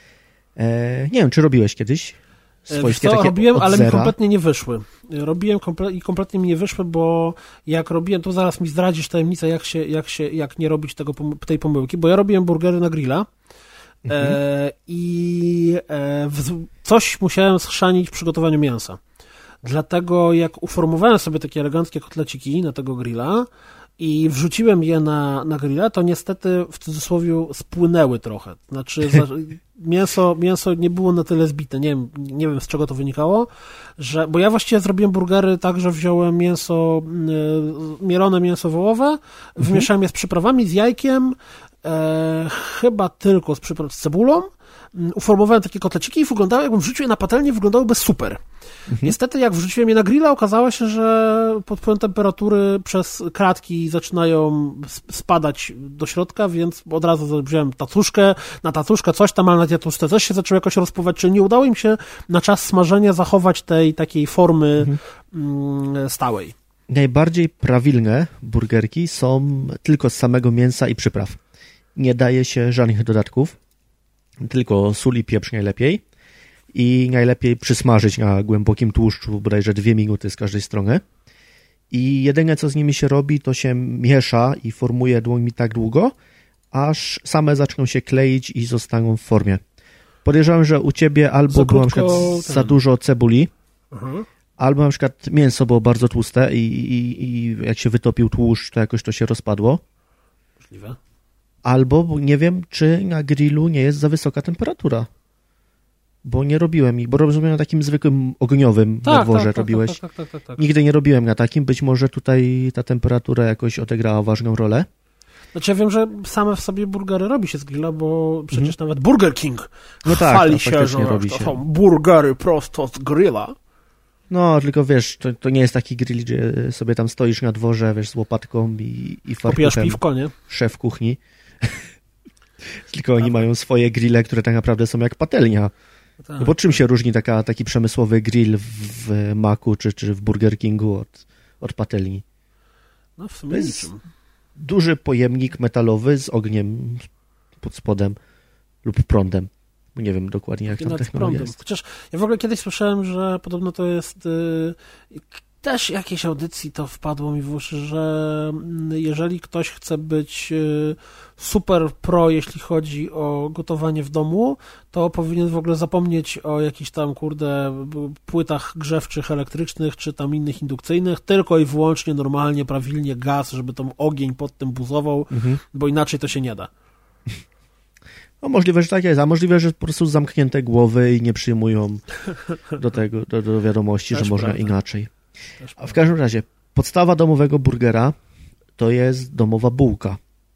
E, nie wiem, czy robiłeś kiedyś swojskie co, takie robiłem, od ale zera? mi kompletnie nie wyszły. Robiłem komple- i kompletnie mi nie wyszły, bo jak robiłem, to zaraz mi zdradzisz tajemnicę, jak się, jak się, jak nie robić tego, tej pomyłki, bo ja robiłem burgery na grilla. Mhm. E, i e, w, coś musiałem schrzanić w przygotowaniu mięsa. Dlatego jak uformowałem sobie takie eleganckie kotleciki na tego grilla i wrzuciłem je na, na grilla, to niestety w cudzysłowie spłynęły trochę. Znaczy za, mięso, mięso nie było na tyle zbite, nie wiem, nie wiem z czego to wynikało, że, bo ja właściwie zrobiłem burgery tak, że wziąłem mięso, y, mielone mięso wołowe, mhm. wymieszałem je z przyprawami, z jajkiem, E, chyba tylko z, z cebulą, uformowałem takie kotleciki i wyglądały, jakbym wrzucił je na patelnię, wyglądałyby super. Mhm. Niestety, jak wrzuciłem je na grilla, okazało się, że pod wpływem temperatury przez kratki zaczynają spadać do środka, więc od razu wziąłem tatuszkę, na tatuszkę coś tam, ale na tatuszce też się zaczęło jakoś rozpływać, czyli nie udało im się na czas smażenia zachować tej takiej formy mhm. stałej. Najbardziej prawilne burgerki są tylko z samego mięsa i przypraw. Nie daje się żadnych dodatków, tylko sól i pieprz najlepiej i najlepiej przysmażyć na głębokim tłuszczu bodajże dwie minuty z każdej strony i jedyne co z nimi się robi to się miesza i formuje dłońmi tak długo, aż same zaczną się kleić i zostaną w formie. Podejrzewam, że u ciebie albo za było na przykład za dużo cebuli, mhm. albo na przykład mięso było bardzo tłuste i, i, i jak się wytopił tłuszcz, to jakoś to się rozpadło. Możliwe. Albo nie wiem, czy na grillu nie jest za wysoka temperatura. Bo nie robiłem ich, bo robiłem na takim zwykłym ogniowym tak, na dworze tak, robiłeś. Tak, tak, tak, tak, tak. Nigdy nie robiłem na takim, być może tutaj ta temperatura jakoś odegrała ważną rolę. Znaczy ja wiem, że same w sobie burgery robi się z grilla, bo przecież mhm. nawet Burger King no chwali tak, się, że robi to się. są burgery prosto z grilla. No, tylko wiesz, to, to nie jest taki grill, gdzie sobie tam stoisz na dworze, wiesz, z łopatką i, i fartuchem. piwko, nie? Szef kuchni. Tylko oni mają swoje grille, które tak naprawdę są jak patelnia. Tak. No bo czym się różni taka, taki przemysłowy grill w Macu czy, czy w Burger Kingu od, od patelni? No w sumie to jest duży pojemnik metalowy z ogniem pod spodem lub prądem. Nie wiem dokładnie, jak tam technologia jest. Chociaż ja w ogóle kiedyś słyszałem, że podobno to jest yy, też jakiejś audycji to wpadło mi w uszy, że jeżeli ktoś chce być yy, super pro, jeśli chodzi o gotowanie w domu, to powinien w ogóle zapomnieć o jakichś tam, kurde, płytach grzewczych, elektrycznych, czy tam innych indukcyjnych, tylko i wyłącznie normalnie, prawilnie gaz, żeby tam ogień pod tym buzował, mhm. bo inaczej to się nie da. No możliwe, że tak jest, a możliwe, że po prostu zamknięte głowy i nie przyjmują do tego, do, do wiadomości, Też że można prawda. inaczej. Też a w każdym razie, podstawa domowego burgera to jest domowa bułka.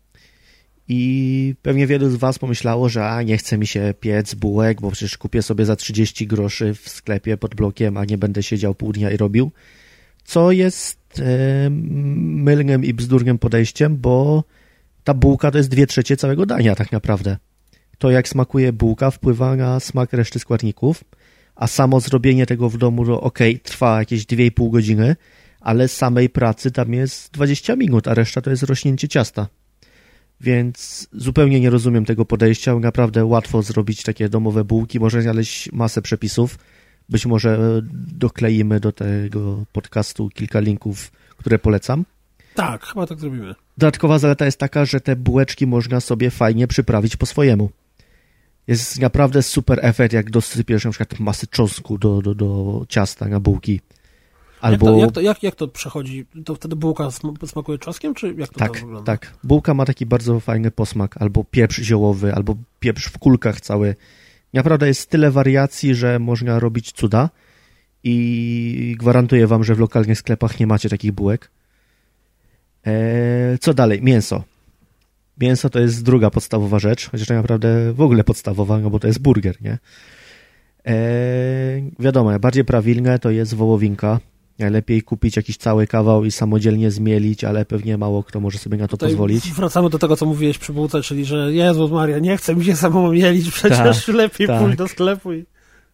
I pewnie wielu z was pomyślało, że a, nie chce mi się piec bułek, bo przecież kupię sobie za trzydzieści groszy w sklepie pod blokiem, a nie będę siedział pół dnia i robił. Co jest e, mylnym i bzdurnym podejściem, bo ta bułka to jest dwie trzecie całego dania tak naprawdę. To, jak smakuje bułka, wpływa na smak reszty składników, a samo zrobienie tego w domu, to okej, okay, trwa jakieś dwie i pół godziny, ale samej pracy tam jest dwadzieścia minut, a reszta to jest rośnięcie ciasta. Więc zupełnie nie rozumiem tego podejścia. Naprawdę łatwo zrobić takie domowe bułki, można znaleźć masę przepisów. Być może dokleimy do tego podcastu kilka linków, które polecam. Tak, chyba tak zrobimy. Dodatkowa zaleta jest taka, że te bułeczki można sobie fajnie przyprawić po swojemu. Jest naprawdę super efekt, jak dosypiesz na przykład masy czosnku do, do, do ciasta na bułki. Albo... Jak, to, jak, to, jak, jak to przechodzi? To wtedy bułka smakuje czosnkiem, czy jak to tak, tam wygląda? Tak, bułka ma taki bardzo fajny posmak, albo pieprz ziołowy, albo pieprz w kulkach cały. Naprawdę jest tyle wariacji, że można robić cuda i gwarantuję wam, że w lokalnych sklepach nie macie takich bułek. Eee, co dalej? Mięso. Mięso to jest druga podstawowa rzecz, chociaż tak naprawdę w ogóle podstawowa, no bo to jest burger, nie? Eee, wiadomo, bardziej prawilne to jest wołowinka. Najlepiej kupić jakiś cały kawał i samodzielnie zmielić, ale pewnie mało kto może sobie na to Tutaj pozwolić. Wracamy do tego, co mówiłeś przy bułce, czyli że Jezus Maria, nie chcę mi się samemu mielić, przecież tak, lepiej tak. pójść do sklepu. I...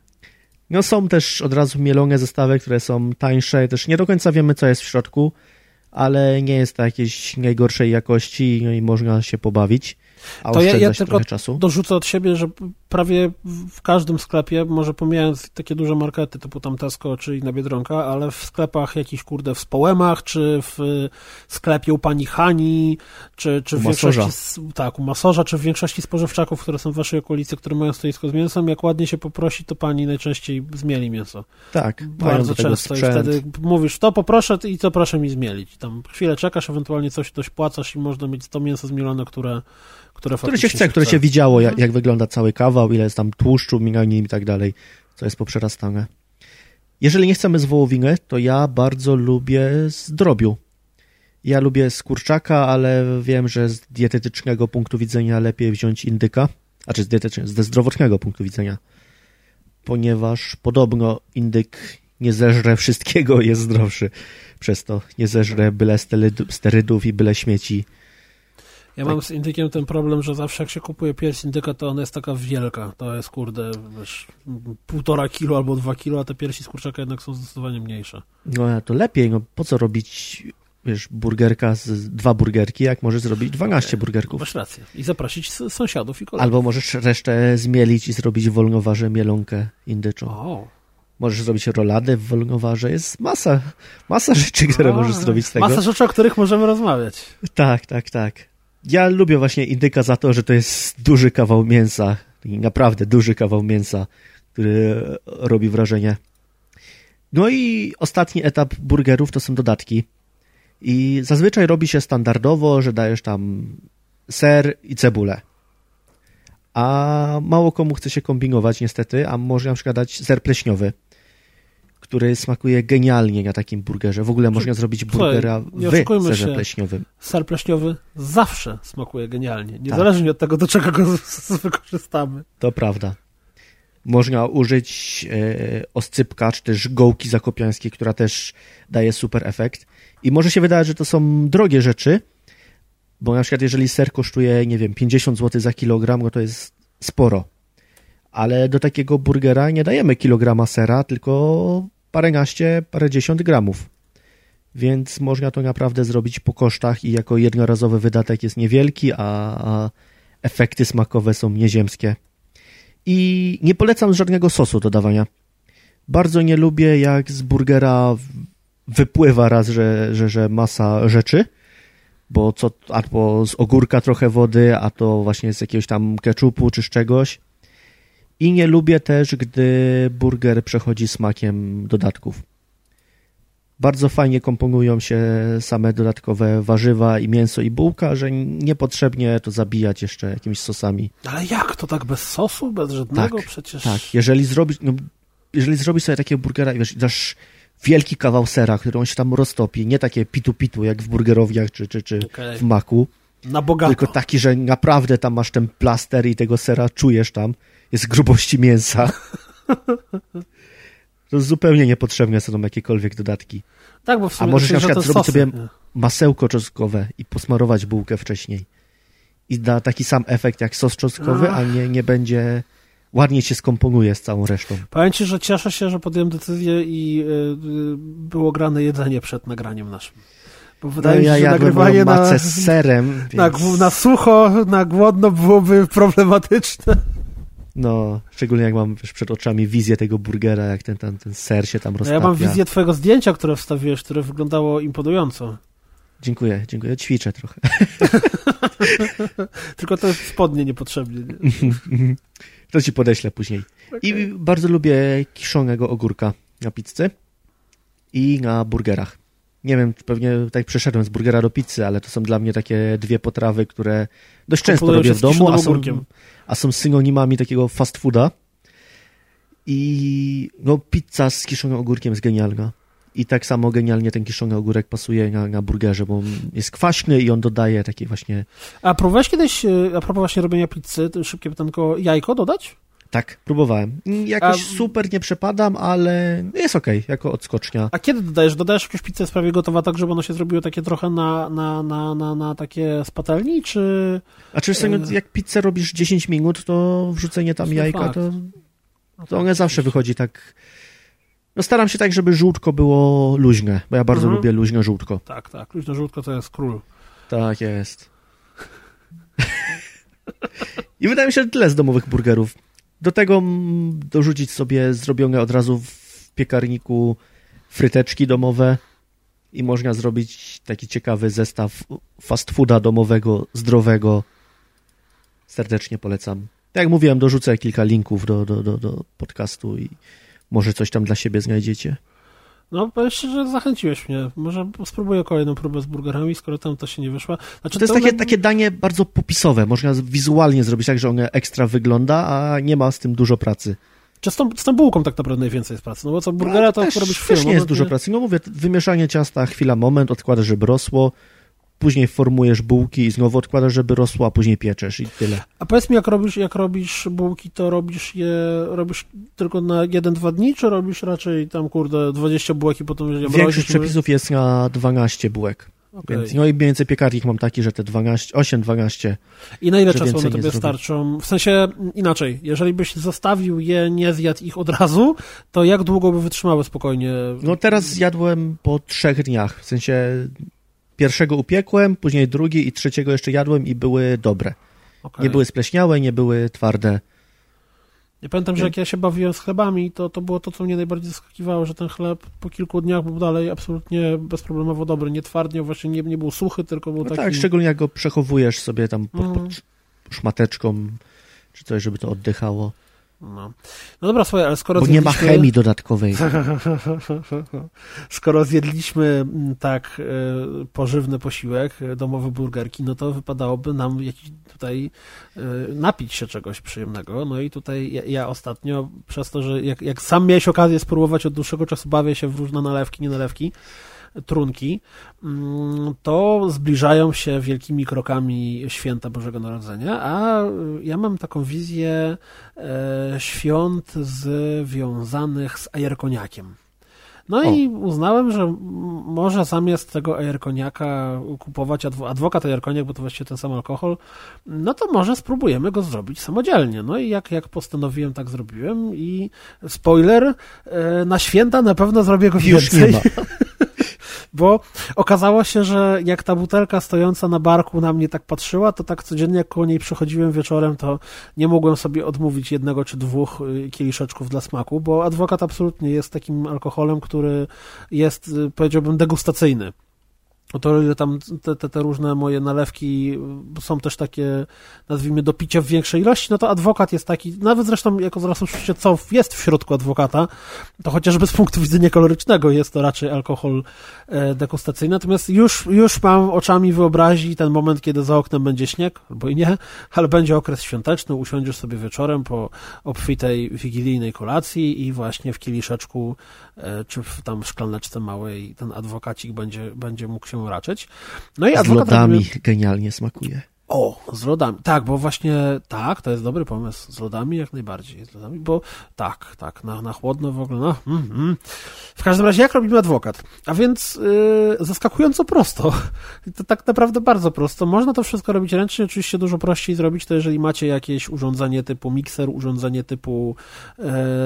No są też od razu mielone zestawy, które są tańsze, też nie do końca wiemy, co jest w środku, ale nie jest to jakiejś najgorszej jakości no i można się pobawić, a to ja, ja tylko czasu. dorzucę od siebie, że prawie w każdym sklepie, może pomijając takie duże markety typu tam Tesco czy inna Biedronka, ale w sklepach jakichś kurde w Społemach, czy w sklepie u pani Hani, czy, czy w większości tak, u Masorza, czy w większości spożywczaków, które są w waszej okolicy, które mają stoisko z mięsem, jak ładnie się poprosi, to pani najczęściej zmieli mięso. Tak, bardzo często i wtedy mówisz, to poproszę i to proszę mi zmielić. Tam chwilę czekasz, ewentualnie coś dość płacasz i można mieć to mięso zmielone, które Które, które się chce, które się widziało, jak, jak wygląda cały kawał, ile jest tam tłuszczu, mięgani i tak dalej, co jest poprzerastane. Jeżeli nie chcemy z wołowiny, to ja bardzo lubię z drobiu. Ja lubię z kurczaka, ale wiem, że z dietetycznego punktu widzenia lepiej wziąć indyka, a czy z dietetycznego, ze zdrowotnego punktu widzenia, ponieważ podobno indyk nie zeżre wszystkiego, jest zdrowszy. Przez to nie zeżre byle sterydów i byle śmieci. Ja tak. mam z indykiem ten problem, że zawsze jak się kupuje pierś indyka, to ona jest taka wielka. To jest, kurde, wiesz, półtora kilo albo dwa kilo, a te piersi z kurczaka jednak są zdecydowanie mniejsze. No to lepiej, no po co robić, wiesz, burgerka z dwa burgerki, jak możesz zrobić dwanaście burgerków. Masz rację. I zaprosić sąsiadów i kolegów. Albo możesz resztę zmielić i zrobić w wolnowarze mielonkę indyczą. O. Możesz zrobić roladę w wolnowarze. Jest masa, masa rzeczy, które o, możesz zrobić z tego. Masa rzeczy, o których możemy rozmawiać. Tak, tak, tak. Ja lubię właśnie indyka za to, że to jest duży kawał mięsa. Naprawdę duży kawał mięsa, który robi wrażenie. No i ostatni etap burgerów to są dodatki. I zazwyczaj robi się standardowo, że dajesz tam ser i cebulę. A mało komu chce się kombinować niestety, a może na przykład dać ser pleśniowy, który smakuje genialnie na takim burgerze. W ogóle Czy, można zrobić burgera w serze się. pleśniowym. Ser pleśniowy zawsze smakuje genialnie, niezależnie tak. od tego, do czego go wykorzystamy. To prawda. Można użyć e, oscypka, czy też gołki zakopiańskiej, która też daje super efekt. I może się wydawać, że to są drogie rzeczy, bo na przykład jeżeli ser kosztuje, nie wiem, pięćdziesiąt złotych za kilogram, no to jest sporo. Ale do takiego burgera nie dajemy kilograma sera, tylko paręnaście, parędziesiąt gramów. Więc można to naprawdę zrobić po kosztach i jako jednorazowy wydatek jest niewielki, a, a efekty smakowe są nieziemskie. I nie polecam żadnego sosu dodawania. Bardzo nie lubię, jak z burgera wypływa raz, że, że, że masa rzeczy, bo co, albo z ogórka trochę wody, a to właśnie z jakiegoś tam keczupu czy z czegoś. I nie lubię też, gdy burger przechodzi smakiem dodatków. Bardzo fajnie komponują się same dodatkowe warzywa i mięso i bułka, że niepotrzebnie to zabijać jeszcze jakimiś sosami. Ale jak to tak bez sosu, bez żadnego tak, przecież? Tak, jeżeli zrobić, no, jeżeli zrobisz sobie takiego burgera i wiesz, dasz wielki kawał sera, który on się tam roztopi, nie takie pitu-pitu jak w burgerowiach czy, czy, czy okay. w maku, na bogato. Tylko taki, że naprawdę tam masz ten plaster i tego sera czujesz tam, jest grubości mięsa. To zupełnie niepotrzebne są tam jakiekolwiek dodatki. Tak, bo w sumie A możesz na przykład zrobić sosy, sobie nie? masełko czosnkowe i posmarować bułkę wcześniej. I da taki sam efekt jak sos czosnkowy, a nie, nie będzie... Ładnie się skomponuje z całą resztą. Powiem ci, że cieszę się, że podjąłem decyzję i yy, było grane jedzenie przed nagraniem naszym. Bo wydaje mi no, się, ja że nagrywanie macę na, z serem, na, więc... na sucho, na głodno byłoby problematyczne. No, szczególnie jak mam wiesz, przed oczami wizję tego burgera, jak ten, ten, ten ser się tam roztapia. No ja mam wizję twojego zdjęcia, które wstawiłeś, które wyglądało imponująco. Dziękuję, dziękuję. Ćwiczę trochę. Tylko to jest spodnie niepotrzebnie. Nie? To ci podeślę później. Okay. I bardzo lubię kiszonego ogórka na pizzy i na burgerach. Nie wiem, pewnie tak przeszedłem z burgera do pizzy, ale to są dla mnie takie dwie potrawy, które dość często robię w domu, a są, a są synonimami takiego fast fooda. I no, pizza z kiszonym ogórkiem jest genialna. I tak samo genialnie ten kiszony ogórek pasuje na, na burgerze, bo jest kwaśny i on dodaje takie właśnie... A próbowałeś kiedyś, a propos właśnie robienia pizzy, to szybkie pytanko, jajko dodać? Tak, próbowałem. Jakoś a... super nie przepadam, ale jest okej, okay, jako odskocznia. A kiedy dodajesz? Dodajesz jakąś pizzę jest prawie gotowa, tak żeby ono się zrobiło takie trochę na, na, na, na, na takie z patelni, czy... A czy e... jak pizzę robisz dziesięć minut, to wrzucenie tam jajka, to, to one zawsze wychodzi tak... No staram się tak, żeby żółtko było luźne, bo ja bardzo mhm. lubię luźne żółtko. Tak, tak, luźne żółtko to jest król. Tak jest. I wydaje mi się, że tyle z domowych burgerów. Do tego dorzucić sobie zrobione od razu w piekarniku fryteczki domowe i można zrobić taki ciekawy zestaw fast fooda domowego, zdrowego. Serdecznie polecam. Tak jak mówiłem, dorzucę kilka linków do, do, do, do podcastu i może coś tam dla siebie znajdziecie. No, powiem szczerze, zachęciłeś mnie. Może spróbuję kolejną próbę z burgerami, skoro tam to się nie wyszła. Znaczy, to jest to takie, one... takie danie bardzo popisowe. Można wizualnie zrobić tak, że ono ekstra wygląda, a nie ma z tym dużo pracy. Czy z tą, z tą bułką tak naprawdę najwięcej jest pracy? No bo co, burgera no, to, to robisz chwilę. Też nie jest dużo pracy. No mówię, wymieszanie ciasta, chwila, moment, odkładasz, żeby rosło, później formujesz bułki i znowu odkładasz, żeby rosło, a później pieczesz i tyle. A powiedz mi, jak robisz, jak robisz bułki, to robisz je robisz tylko na jeden, dwa dni, czy robisz raczej tam, kurde, dwadzieścia bułek i potem... Większość mrozisz, przepisów jest na dwanaście bułek. Okay. Więc, no i mniej więcej piekarnik mam taki, że te dwanaście, osiem dwanaście. I na ile czasu one tobie starczą? W sensie inaczej, jeżeli byś zostawił je, nie zjadł ich od razu, to jak długo by wytrzymały spokojnie? No teraz zjadłem po trzech dniach, w sensie... Pierwszego upiekłem, później drugi i trzeciego jeszcze jadłem i były dobre. Okay. Nie były spleśniałe, nie były twarde. Ja pamiętam, że jak ja się bawiłem z chlebami, to, to było to, co mnie najbardziej zaskakiwało, że ten chleb po kilku dniach był dalej absolutnie bezproblemowo dobry. Nie twardniał, właśnie nie, nie był suchy, tylko był no taki... Tak, szczególnie jak go przechowujesz sobie tam pod, mm. pod szmateczką, czy coś, żeby to oddychało. No, no dobra, słuchaj, ale skoro Bo zjedliśmy... nie ma chemii dodatkowej. Skoro zjedliśmy tak y, pożywny posiłek, domowe burgerki, no to wypadałoby nam jakiś tutaj y, napić się czegoś przyjemnego. No i tutaj ja, ja ostatnio, przez to, że jak, jak sam miałeś okazję spróbować od dłuższego czasu, bawię się w różne nalewki, nie nalewki, trunki, to zbliżają się wielkimi krokami święta Bożego Narodzenia, a ja mam taką wizję świąt związanych z ajerkoniakiem. No o. I uznałem, że może zamiast tego ajerkoniaka kupować adw- adwokat ajerkoniak, bo to właściwie ten sam alkohol, no to może spróbujemy go zrobić samodzielnie. No i jak, jak postanowiłem, tak zrobiłem i spoiler, na święta na pewno zrobię go więcej. Już nie ma. Bo okazało się, że jak ta butelka stojąca na barku na mnie tak patrzyła, to tak codziennie jak koło niej przychodziłem wieczorem, to nie mogłem sobie odmówić jednego czy dwóch kieliszeczków dla smaku, bo adwokat absolutnie jest takim alkoholem, który jest, powiedziałbym, degustacyjny. To ile tam te, te, te różne moje nalewki są też takie, nazwijmy, do picia w większej ilości, no to adwokat jest taki, nawet zresztą jako zaraz usłyszycie, co jest w środku adwokata, to chociażby z punktu widzenia kolorycznego jest to raczej alkohol degustacyjny, natomiast już, już mam oczami wyobrazi ten moment, kiedy za oknem będzie śnieg, albo i nie, ale będzie okres świąteczny, usiądziesz sobie wieczorem po obfitej wigilijnej kolacji i właśnie w kieliszeczku, czy w tam szklaneczce małej ten adwokacik będzie, będzie mógł się raczyć. No i z lodami robi... genialnie smakuje. O, z lodami. Tak, bo właśnie tak, to jest dobry pomysł. Z lodami jak najbardziej. Z lodami, bo tak, tak, na, na chłodno w ogóle. No, mm, mm. W każdym razie, jak robimy adwokat? A więc yy, zaskakująco prosto. To tak naprawdę bardzo prosto. Można to wszystko robić ręcznie. Oczywiście dużo prościej zrobić to, jeżeli macie jakieś urządzenie typu mikser, urządzenie typu yy,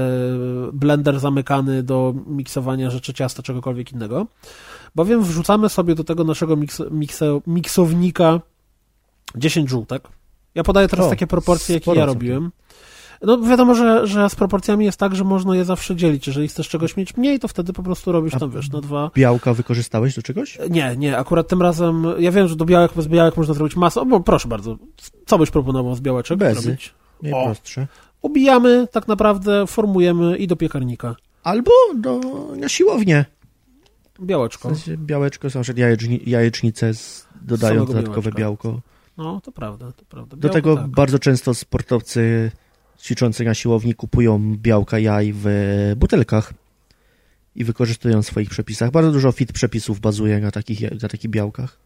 blender zamykany do miksowania rzeczy, ciasta, czegokolwiek innego. Bowiem wrzucamy sobie do tego naszego miks, mikse, miksownika dziesięć żółtek. Ja podaję teraz o, takie proporcje, jakie ja robiłem. No wiadomo, że, że z proporcjami jest tak, że można je zawsze dzielić. Jeżeli chcesz czegoś mieć mniej, to wtedy po prostu robisz tam, wiesz, na dwa... Białka wykorzystałeś do czegoś? Nie, nie, akurat tym razem, ja wiem, że do białek, z białek można zrobić masę. O, bo proszę bardzo, co byś proponował z białeczek Bezy. zrobić? Najprostsze. Ubijamy, tak naprawdę, formujemy i do piekarnika. Albo do, na siłownię. Białeczko. W sensie białeczko, są jajeczni, jajecznice z, dodają Samego dodatkowe białeczka. białko. No, to prawda, to prawda. Białko, do tego tak. Bardzo często sportowcy ćwiczący na siłowni kupują białka jaj w butelkach i wykorzystują w swoich przepisach. Bardzo dużo fit przepisów bazuje na takich, na takich białkach.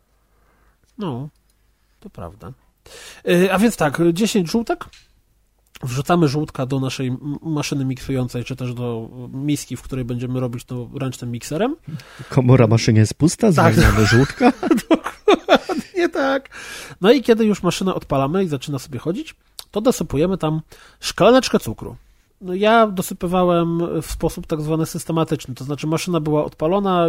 No, to prawda. Yy, a więc tak, dziesięć żółtek. Wrzucamy żółtka do naszej maszyny miksującej, czy też do miski, w której będziemy robić to ręcznym mikserem. Komora maszyny jest pusta, zwalniamy tak. żółtka. Dokładnie tak. No i kiedy już maszynę odpalamy i zaczyna sobie chodzić, to dosypujemy tam szklaneczkę cukru. No ja dosypywałem w sposób tak zwany systematyczny, to znaczy maszyna była odpalona,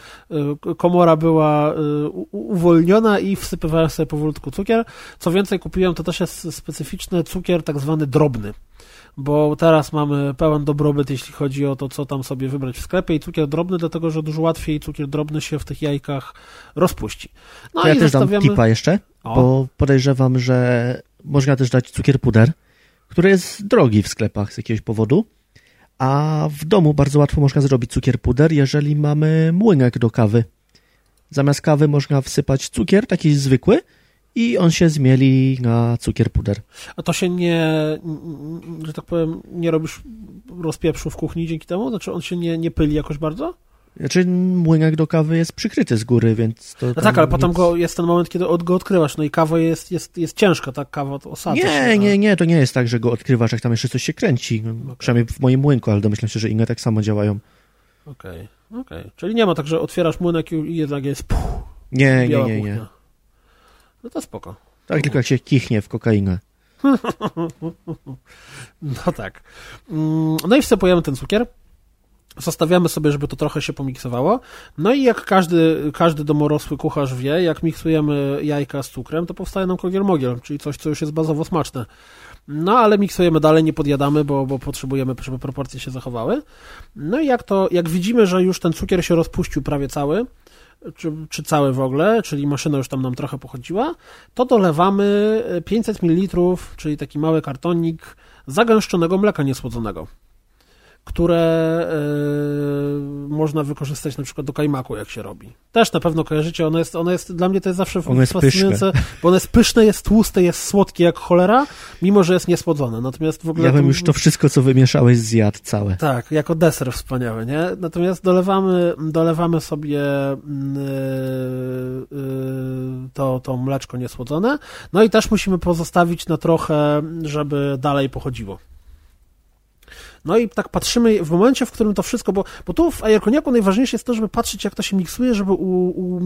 komora była uwolniona i wsypywałem sobie powolutku cukier. Co więcej, kupiłem, to też jest specyficzny cukier tak zwany drobny, bo teraz mamy pełen dobrobyt, jeśli chodzi o to, co tam sobie wybrać w sklepie i cukier drobny, dlatego, że dużo łatwiej cukier drobny się w tych jajkach rozpuści. No to i ja też zostawiamy... dam tipa jeszcze, o. bo podejrzewam, że można też dać cukier puder, który jest drogi w sklepach z jakiegoś powodu, a w domu bardzo łatwo można zrobić cukier puder, jeżeli mamy młynek do kawy. Zamiast kawy można wsypać cukier, taki zwykły, i on się zmieli na cukier puder. A to się nie, że tak powiem, nie robisz rozpieprzu w kuchni dzięki temu? Znaczy on się nie, nie pyli jakoś bardzo? Znaczy młynek do kawy jest przykryty z góry, więc to... No tak, ale nic... potem go, jest ten moment, kiedy go odkrywasz, no i kawa jest, jest, jest ciężka, tak? Kawa to osadza Nie, się, nie, nie, to nie jest tak, że go odkrywasz, jak tam jeszcze coś się kręci. No, okay. Przynajmniej w moim młynku, ale domyślam się, że inne tak samo działają. Okej, okay, okej. Okay. Czyli nie ma tak, że otwierasz młynek i jednak jest puh, nie, nie, nie, nie. No to spoko. Tak, tylko jak się kichnie w kokainę. No tak. No i wsypujemy ten cukier. Zostawiamy sobie, żeby to trochę się pomiksowało. No i jak każdy, każdy domorosły kucharz wie, jak miksujemy jajka z cukrem, to powstaje nam kogiel-mogiel, czyli coś, co już jest bazowo smaczne. No ale miksujemy dalej, nie podjadamy, bo, bo potrzebujemy, żeby proporcje się zachowały. No i jak to, jak widzimy, że już ten cukier się rozpuścił prawie cały, czy, czy cały w ogóle, czyli maszyna już tam nam trochę pochodziła, to dolewamy pięćset mililitrów, czyli taki mały kartonik zagęszczonego mleka niesłodzonego. które yy, można wykorzystać na przykład do kajmaku, jak się robi. Też na pewno kojarzycie, ono jest, ono jest dla mnie to jest zawsze ono jest fascynujące, pyszne. Bo ono jest pyszne, jest tłuste, jest słodkie jak cholera, mimo że jest niesłodzone. Natomiast w ogóle ja bym to, już to wszystko, co wymieszałeś, zjadł całe. Tak, jako deser wspaniały, nie? Natomiast dolewamy, dolewamy sobie yy, yy, to, to mleczko niesłodzone, no i też musimy pozostawić na trochę, żeby dalej pochodziło. No i tak patrzymy w momencie, w którym to wszystko, bo, bo tu w ajerkoniaku najważniejsze jest to, żeby patrzeć, jak to się miksuje, żeby u, u,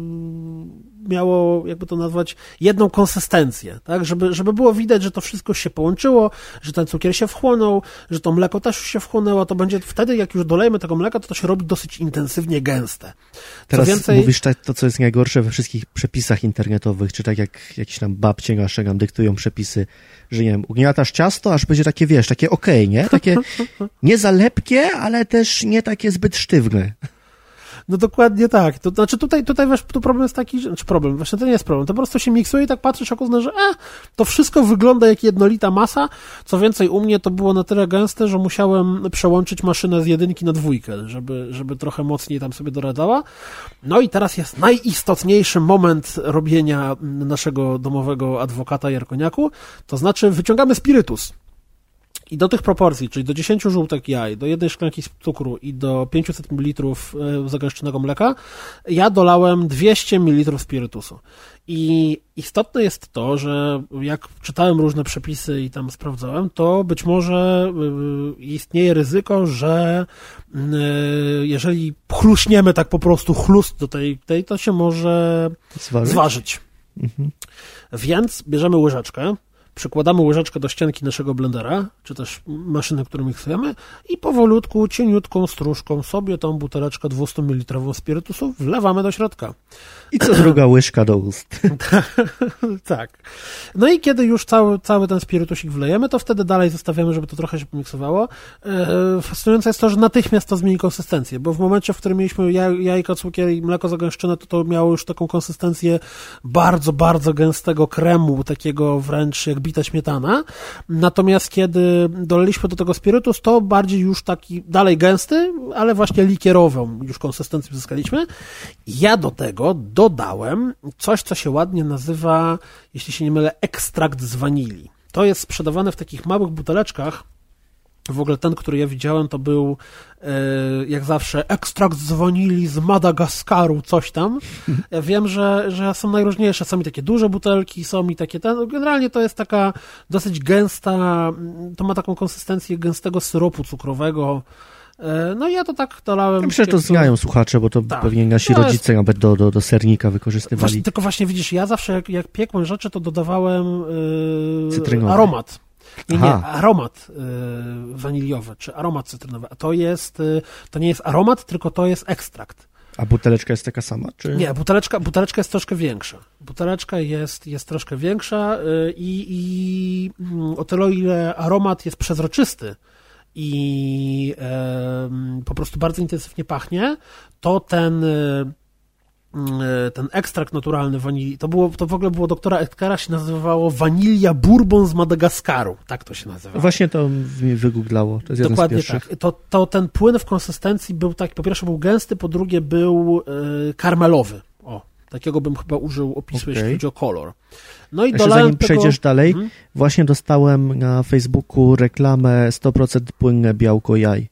miało, jakby to nazwać, jedną konsystencję, tak? Żeby, żeby było widać, że to wszystko się połączyło, że ten cukier się wchłonął, że to mleko też się wchłonęło, to będzie wtedy, jak już dolejemy tego mleka, to to się robi dosyć intensywnie gęste. Co Teraz więcej... mówisz tak, to, co jest najgorsze we wszystkich przepisach internetowych, czy tak jak jakieś tam babcie nasze nam dyktują przepisy, że nie wiem, ugniatasz ciasto, aż będzie takie, wiesz, takie okej, okay, nie? Takie nie za lepkie, ale też nie takie zbyt sztywne. No dokładnie tak. To znaczy tutaj, tutaj wiesz, tu problem jest taki, że, znaczy problem, właśnie to nie jest problem, to po prostu się miksuje i tak patrzysz, jak uzna, że e, to wszystko wygląda jak jednolita masa. Co więcej, u mnie to było na tyle gęste, że musiałem przełączyć maszynę z jedynki na dwójkę, żeby, żeby trochę mocniej tam sobie doradzała. No i teraz jest najistotniejszy moment robienia naszego domowego adwokata jarkoniaku, to znaczy wyciągamy spirytus. I do tych proporcji, czyli do dziesięciu żółtek jaj, do jednej szklanki cukru i do pięćset mililitrów zagęszczonego mleka, ja dolałem dwieście mililitrów spirytusu. I istotne jest to, że jak czytałem różne przepisy i tam sprawdzałem, to być może istnieje ryzyko, że jeżeli chluśniemy tak po prostu chlust do tej, tej to się może zważyć. zważyć. Mhm. Więc bierzemy łyżeczkę, przykładamy łyżeczkę do ścianki naszego blendera, czy też maszyny, którą miksujemy i powolutku, cieniutką stróżką sobie tą buteleczkę dwieście mililitrów spirytusu wlewamy do środka. I co druga łyżka do ust. Tak. No i kiedy już cały, cały ten spirytusik wlejemy, to wtedy dalej zostawiamy, żeby to trochę się pomiksowało. E, fascynujące jest to, że natychmiast to zmieni konsystencję, bo w momencie, w którym mieliśmy jaj, jajka, cukier i mleko zagęszczone, to to miało już taką konsystencję bardzo, bardzo gęstego kremu, takiego wręcz jak bita śmietana. Natomiast kiedy dolaliśmy do tego spirytus, to bardziej już taki dalej gęsty, ale właśnie likierową już konsystencję zyskaliśmy. Ja do tego dodałem coś, co się ładnie nazywa, jeśli się nie mylę, ekstrakt z wanilii. To jest sprzedawane w takich małych buteleczkach. W ogóle ten, który ja widziałem, to był jak zawsze ekstrakt z wanilii z Madagaskaru, coś tam. Ja wiem, że, że są najróżniejsze. Są i takie duże butelki, są i takie ten. Generalnie to jest taka dosyć gęsta, to ma taką konsystencję gęstego syropu cukrowego. No i ja to tak dolałem. Ja myślę, że to znają słuchacze, bo to tak, pewnie nasi to rodzice jest... nawet do, do, do sernika wykorzystywali. Właśnie, tylko właśnie widzisz, ja zawsze jak, jak piekłem rzeczy, to dodawałem yy, aromat. Nie, nie, aromat y, waniliowy, czy aromat cytrynowy. A to jest, y, to nie jest aromat, tylko to jest ekstrakt. A buteleczka jest taka sama? Czy... Nie, buteleczka, buteleczka jest troszkę większa. Buteleczka jest, jest troszkę większa y, i o tyle, o ile aromat jest przezroczysty i y, po prostu bardzo intensywnie pachnie, to ten... Y, ten ekstrakt naturalny wanilii, to było, to w ogóle było doktora Edgara, się nazywało wanilia bourbon z Madagaskaru, tak to się nazywa. Właśnie to mi wygooglało, to jest Dokładnie jeden z pierwszych. Tak. To, to ten płyn w konsystencji był tak, po pierwsze był gęsty, po drugie był y, karmelowy. O, takiego bym chyba użył opisu, okay. jeśli chodzi o kolor. No i Jeszcze zanim tego... przejdziesz dalej, mhm. właśnie dostałem na Facebooku reklamę sto procent płynne białko jaj.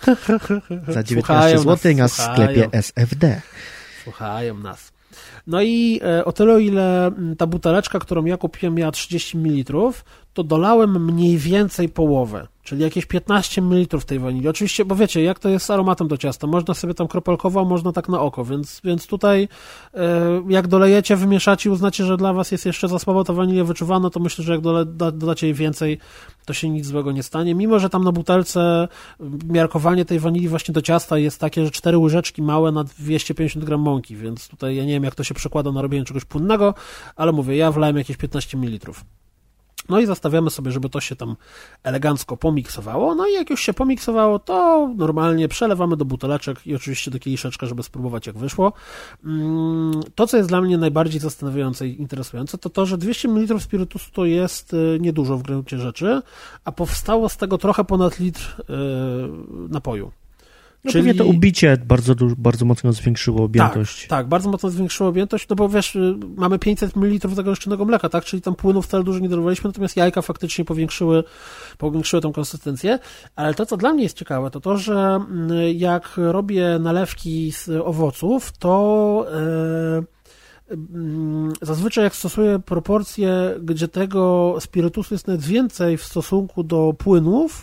Za dziewiętnaście złotych na sklepie S F D. Słuchają nas. No i e, o tyle, o ile ta buteleczka, którą ja kupiłem, miała trzydzieści mililitrów, to dolałem mniej więcej połowę, czyli jakieś piętnaście mililitrów tej wanilii. Oczywiście, bo wiecie, jak to jest z aromatem do ciasta, można sobie tam kropelkowo, można tak na oko, więc, więc tutaj e, jak dolejecie, wymieszacie i uznacie, że dla was jest jeszcze za słabo ta wanilia wyczuwana, to myślę, że jak dole, da, dodacie jej więcej, to się nic złego nie stanie. Mimo że tam na butelce miarkowanie tej wanilii właśnie do ciasta jest takie, że cztery łyżeczki małe na dwieście pięćdziesiąt gram mąki, więc tutaj ja nie wiem, jak to się przekłada na robienie czegoś płynnego, ale mówię, ja wlałem jakieś piętnaście mililitrów. No i zostawiamy sobie, żeby to się tam elegancko pomiksowało. No i jak już się pomiksowało, to normalnie przelewamy do buteleczek i oczywiście do kieliszeczka, żeby spróbować, jak wyszło. To, co jest dla mnie najbardziej zastanawiające i interesujące, to to, że dwieście mililitrów spirytusu to jest niedużo w gruncie rzeczy, a powstało z tego trochę ponad litr napoju. No Czyli... pewnie to ubicie bardzo, bardzo mocno zwiększyło objętość. Tak, tak, bardzo mocno zwiększyło objętość, no bo wiesz, mamy pięćset mililitrów tego roślinnego mleka, tak, czyli tam płynów wcale dużo nie dodawaliśmy, natomiast jajka faktycznie powiększyły, powiększyły tą konsystencję, ale to, co dla mnie jest ciekawe, to to, że jak robię nalewki z owoców, to yy, zazwyczaj jak stosuję proporcje, gdzie tego spirytusu jest nawet więcej w stosunku do płynów,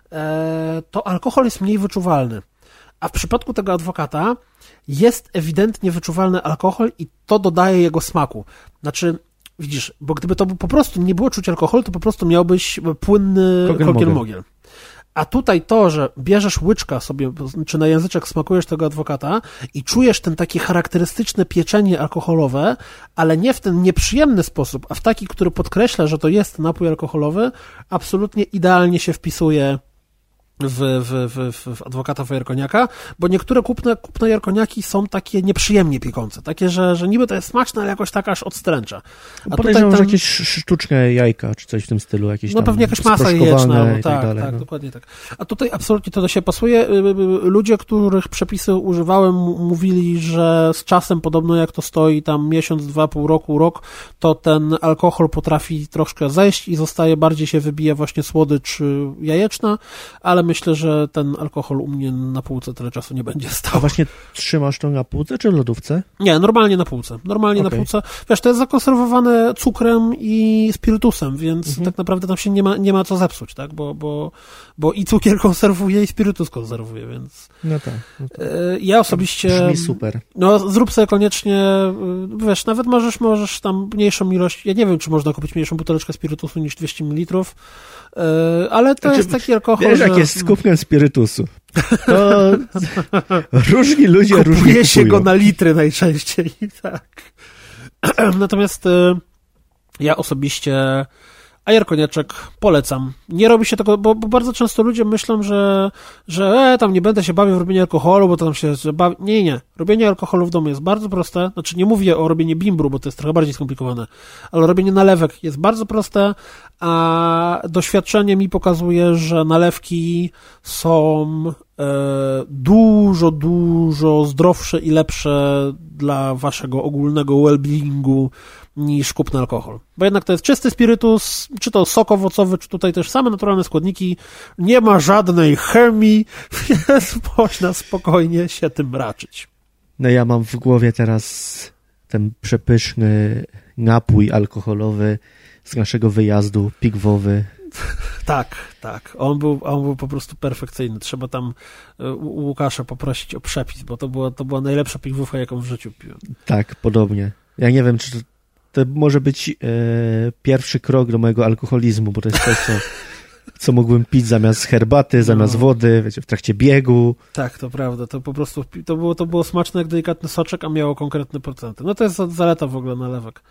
to alkohol jest mniej wyczuwalny. A w przypadku tego adwokata jest ewidentnie wyczuwalny alkohol i to dodaje jego smaku. Znaczy, widzisz, bo gdyby to po prostu nie było czuć alkoholu, to po prostu miałbyś płynny kokiel-mogiel. A tutaj to, że bierzesz łyczka sobie, czy na języczek smakujesz tego adwokata i czujesz ten takie charakterystyczne pieczenie alkoholowe, ale nie w ten nieprzyjemny sposób, a w taki, który podkreśla, że to jest napój alkoholowy, absolutnie idealnie się wpisuje w, w, w, w adwokata Fajerkoniaka, bo niektóre kupne, kupne jarkoniaki są takie nieprzyjemnie piekące, takie, że, że niby to jest smaczne, ale jakoś tak aż odstręcza. A podejrzewam, że jakieś sztuczne jajka, czy coś w tym stylu, jakieś no tam pewnie jakaś masa jajeczna, tak, tak, dalej, tak no. dokładnie tak. A tutaj absolutnie to do siebie pasuje. Ludzie, których przepisy używałem, mówili, że z czasem, podobno jak to stoi tam miesiąc, dwa, pół roku, rok, to ten alkohol potrafi troszkę zejść i zostaje, bardziej się wybija właśnie słodycz jajeczna, ale myślę, że ten alkohol u mnie na półce tyle czasu nie będzie stał. A właśnie trzymasz to na półce czy w lodówce? Nie, normalnie na półce. Normalnie okay. na półce. Wiesz, to jest zakonserwowane cukrem i spirytusem, więc mhm. tak naprawdę tam się nie ma, nie ma co zepsuć, tak? Bo, bo, bo i cukier konserwuje, i spirytus konserwuje, więc... No tak. No tak. Ja osobiście... Brzmi super. No, zrób sobie koniecznie, wiesz, nawet możesz, możesz tam mniejszą ilość, ja nie wiem, czy można kupić mniejszą buteleczkę spirytusu niż dwieście mililitrów, ale to znaczy, jest taki alkohol, wiesz, że... jak jest z kubkiem spirytusu. To różni ludzie Kupuje różnie kupują. się go na litry najczęściej, tak. Natomiast ja osobiście ajerkoniaczek polecam. Nie robi się tego, bo, bo bardzo często ludzie myślą, że, że e, tam nie będę się bawił w robienie alkoholu, bo to tam się bawi... Nie, nie. Robienie alkoholu w domu jest bardzo proste. Znaczy nie mówię o robieniu bimbru, bo to jest trochę bardziej skomplikowane, ale robienie nalewek jest bardzo proste, a doświadczenie mi pokazuje, że nalewki są e, dużo, dużo zdrowsze i lepsze dla waszego ogólnego well-beingu niż kupny alkohol. Bo jednak to jest czysty spirytus, czy to sok owocowy, czy tutaj też same naturalne składniki, nie ma żadnej chemii, więc można spokojnie się tym raczyć. No ja mam w głowie teraz ten przepyszny napój alkoholowy z naszego wyjazdu, pigwowy. Tak, tak. On był, on był po prostu perfekcyjny. Trzeba tam u Łukasza poprosić o przepis, bo to była, to była najlepsza pigwówka, jaką w życiu piłem. Tak, podobnie. Ja nie wiem, czy to, to może być e, pierwszy krok do mojego alkoholizmu, bo to jest coś, co, co mógłbym pić zamiast herbaty, zamiast no. wody, wiecie, w trakcie biegu. Tak, to prawda. To po prostu to było, to było smaczne jak delikatny soczek, a miało konkretne procenty. No to jest zaleta w ogóle nalewek.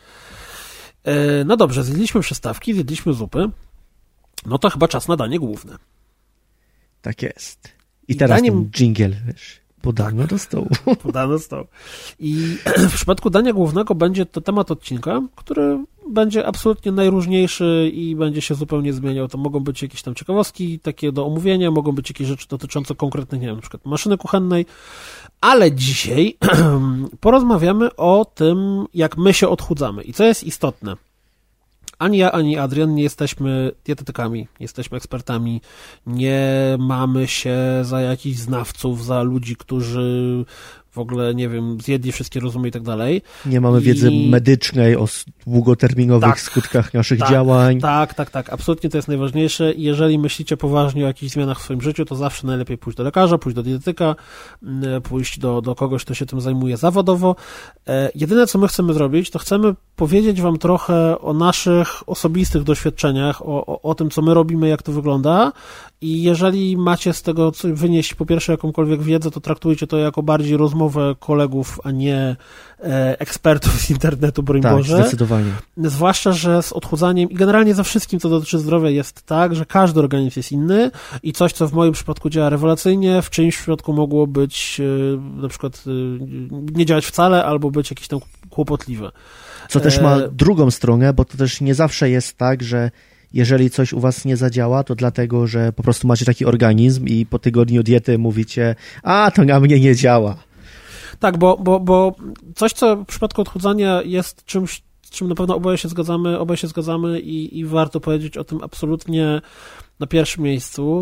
E, no dobrze, zjedliśmy przystawki, zjedliśmy zupy. No to chyba czas na danie główne. Tak jest. I, I teraz daniem... ten dżingiel, wiesz, podano tak. do stołu. Podano do stołu. I w przypadku dania głównego będzie to temat odcinka, który będzie absolutnie najróżniejszy i będzie się zupełnie zmieniał. To mogą być jakieś tam ciekawostki takie do omówienia, mogą być jakieś rzeczy dotyczące konkretnych, nie wiem, na przykład maszyny kuchennej, ale dzisiaj porozmawiamy o tym, jak my się odchudzamy i co jest istotne. Ani ja, ani Adrian nie jesteśmy dietetykami, nie jesteśmy ekspertami, nie mamy się za jakichś znawców, za ludzi, którzy w ogóle, nie wiem, zjedli wszystkie rozumy i tak dalej. Nie mamy I... wiedzy medycznej o długoterminowych tak, skutkach naszych tak, działań. Tak, tak, tak. Absolutnie to jest najważniejsze. Jeżeli myślicie poważnie o jakichś zmianach w swoim życiu, to zawsze najlepiej pójść do lekarza, pójść do dietetyka, pójść do, do kogoś, kto się tym zajmuje zawodowo. E, jedyne, co my chcemy zrobić, to chcemy powiedzieć wam trochę o naszych osobistych doświadczeniach, o, o, o tym, co my robimy, jak to wygląda. I jeżeli macie z tego co wynieść po pierwsze jakąkolwiek wiedzę, to traktujcie to jako bardziej rozmowę rozmowę kolegów, a nie e, ekspertów z internetu, broń tak, Boże. Tak, zdecydowanie. Zwłaszcza, że z odchudzaniem i generalnie ze wszystkim, co dotyczy zdrowia, jest tak, że każdy organizm jest inny i coś, co w moim przypadku działa rewelacyjnie, w czyimś przypadku mogło być e, na przykład e, nie działać wcale, albo być jakieś tam kłopotliwe. Co też ma drugą stronę, bo to też nie zawsze jest tak, że jeżeli coś u was nie zadziała, to dlatego, że po prostu macie taki organizm i po tygodniu diety mówicie, a to na mnie nie działa. Tak, bo, bo, bo coś, co w przypadku odchudzania jest czymś, z czym na pewno oboje się zgadzamy, oboje się zgadzamy i, i warto powiedzieć o tym absolutnie na pierwszym miejscu,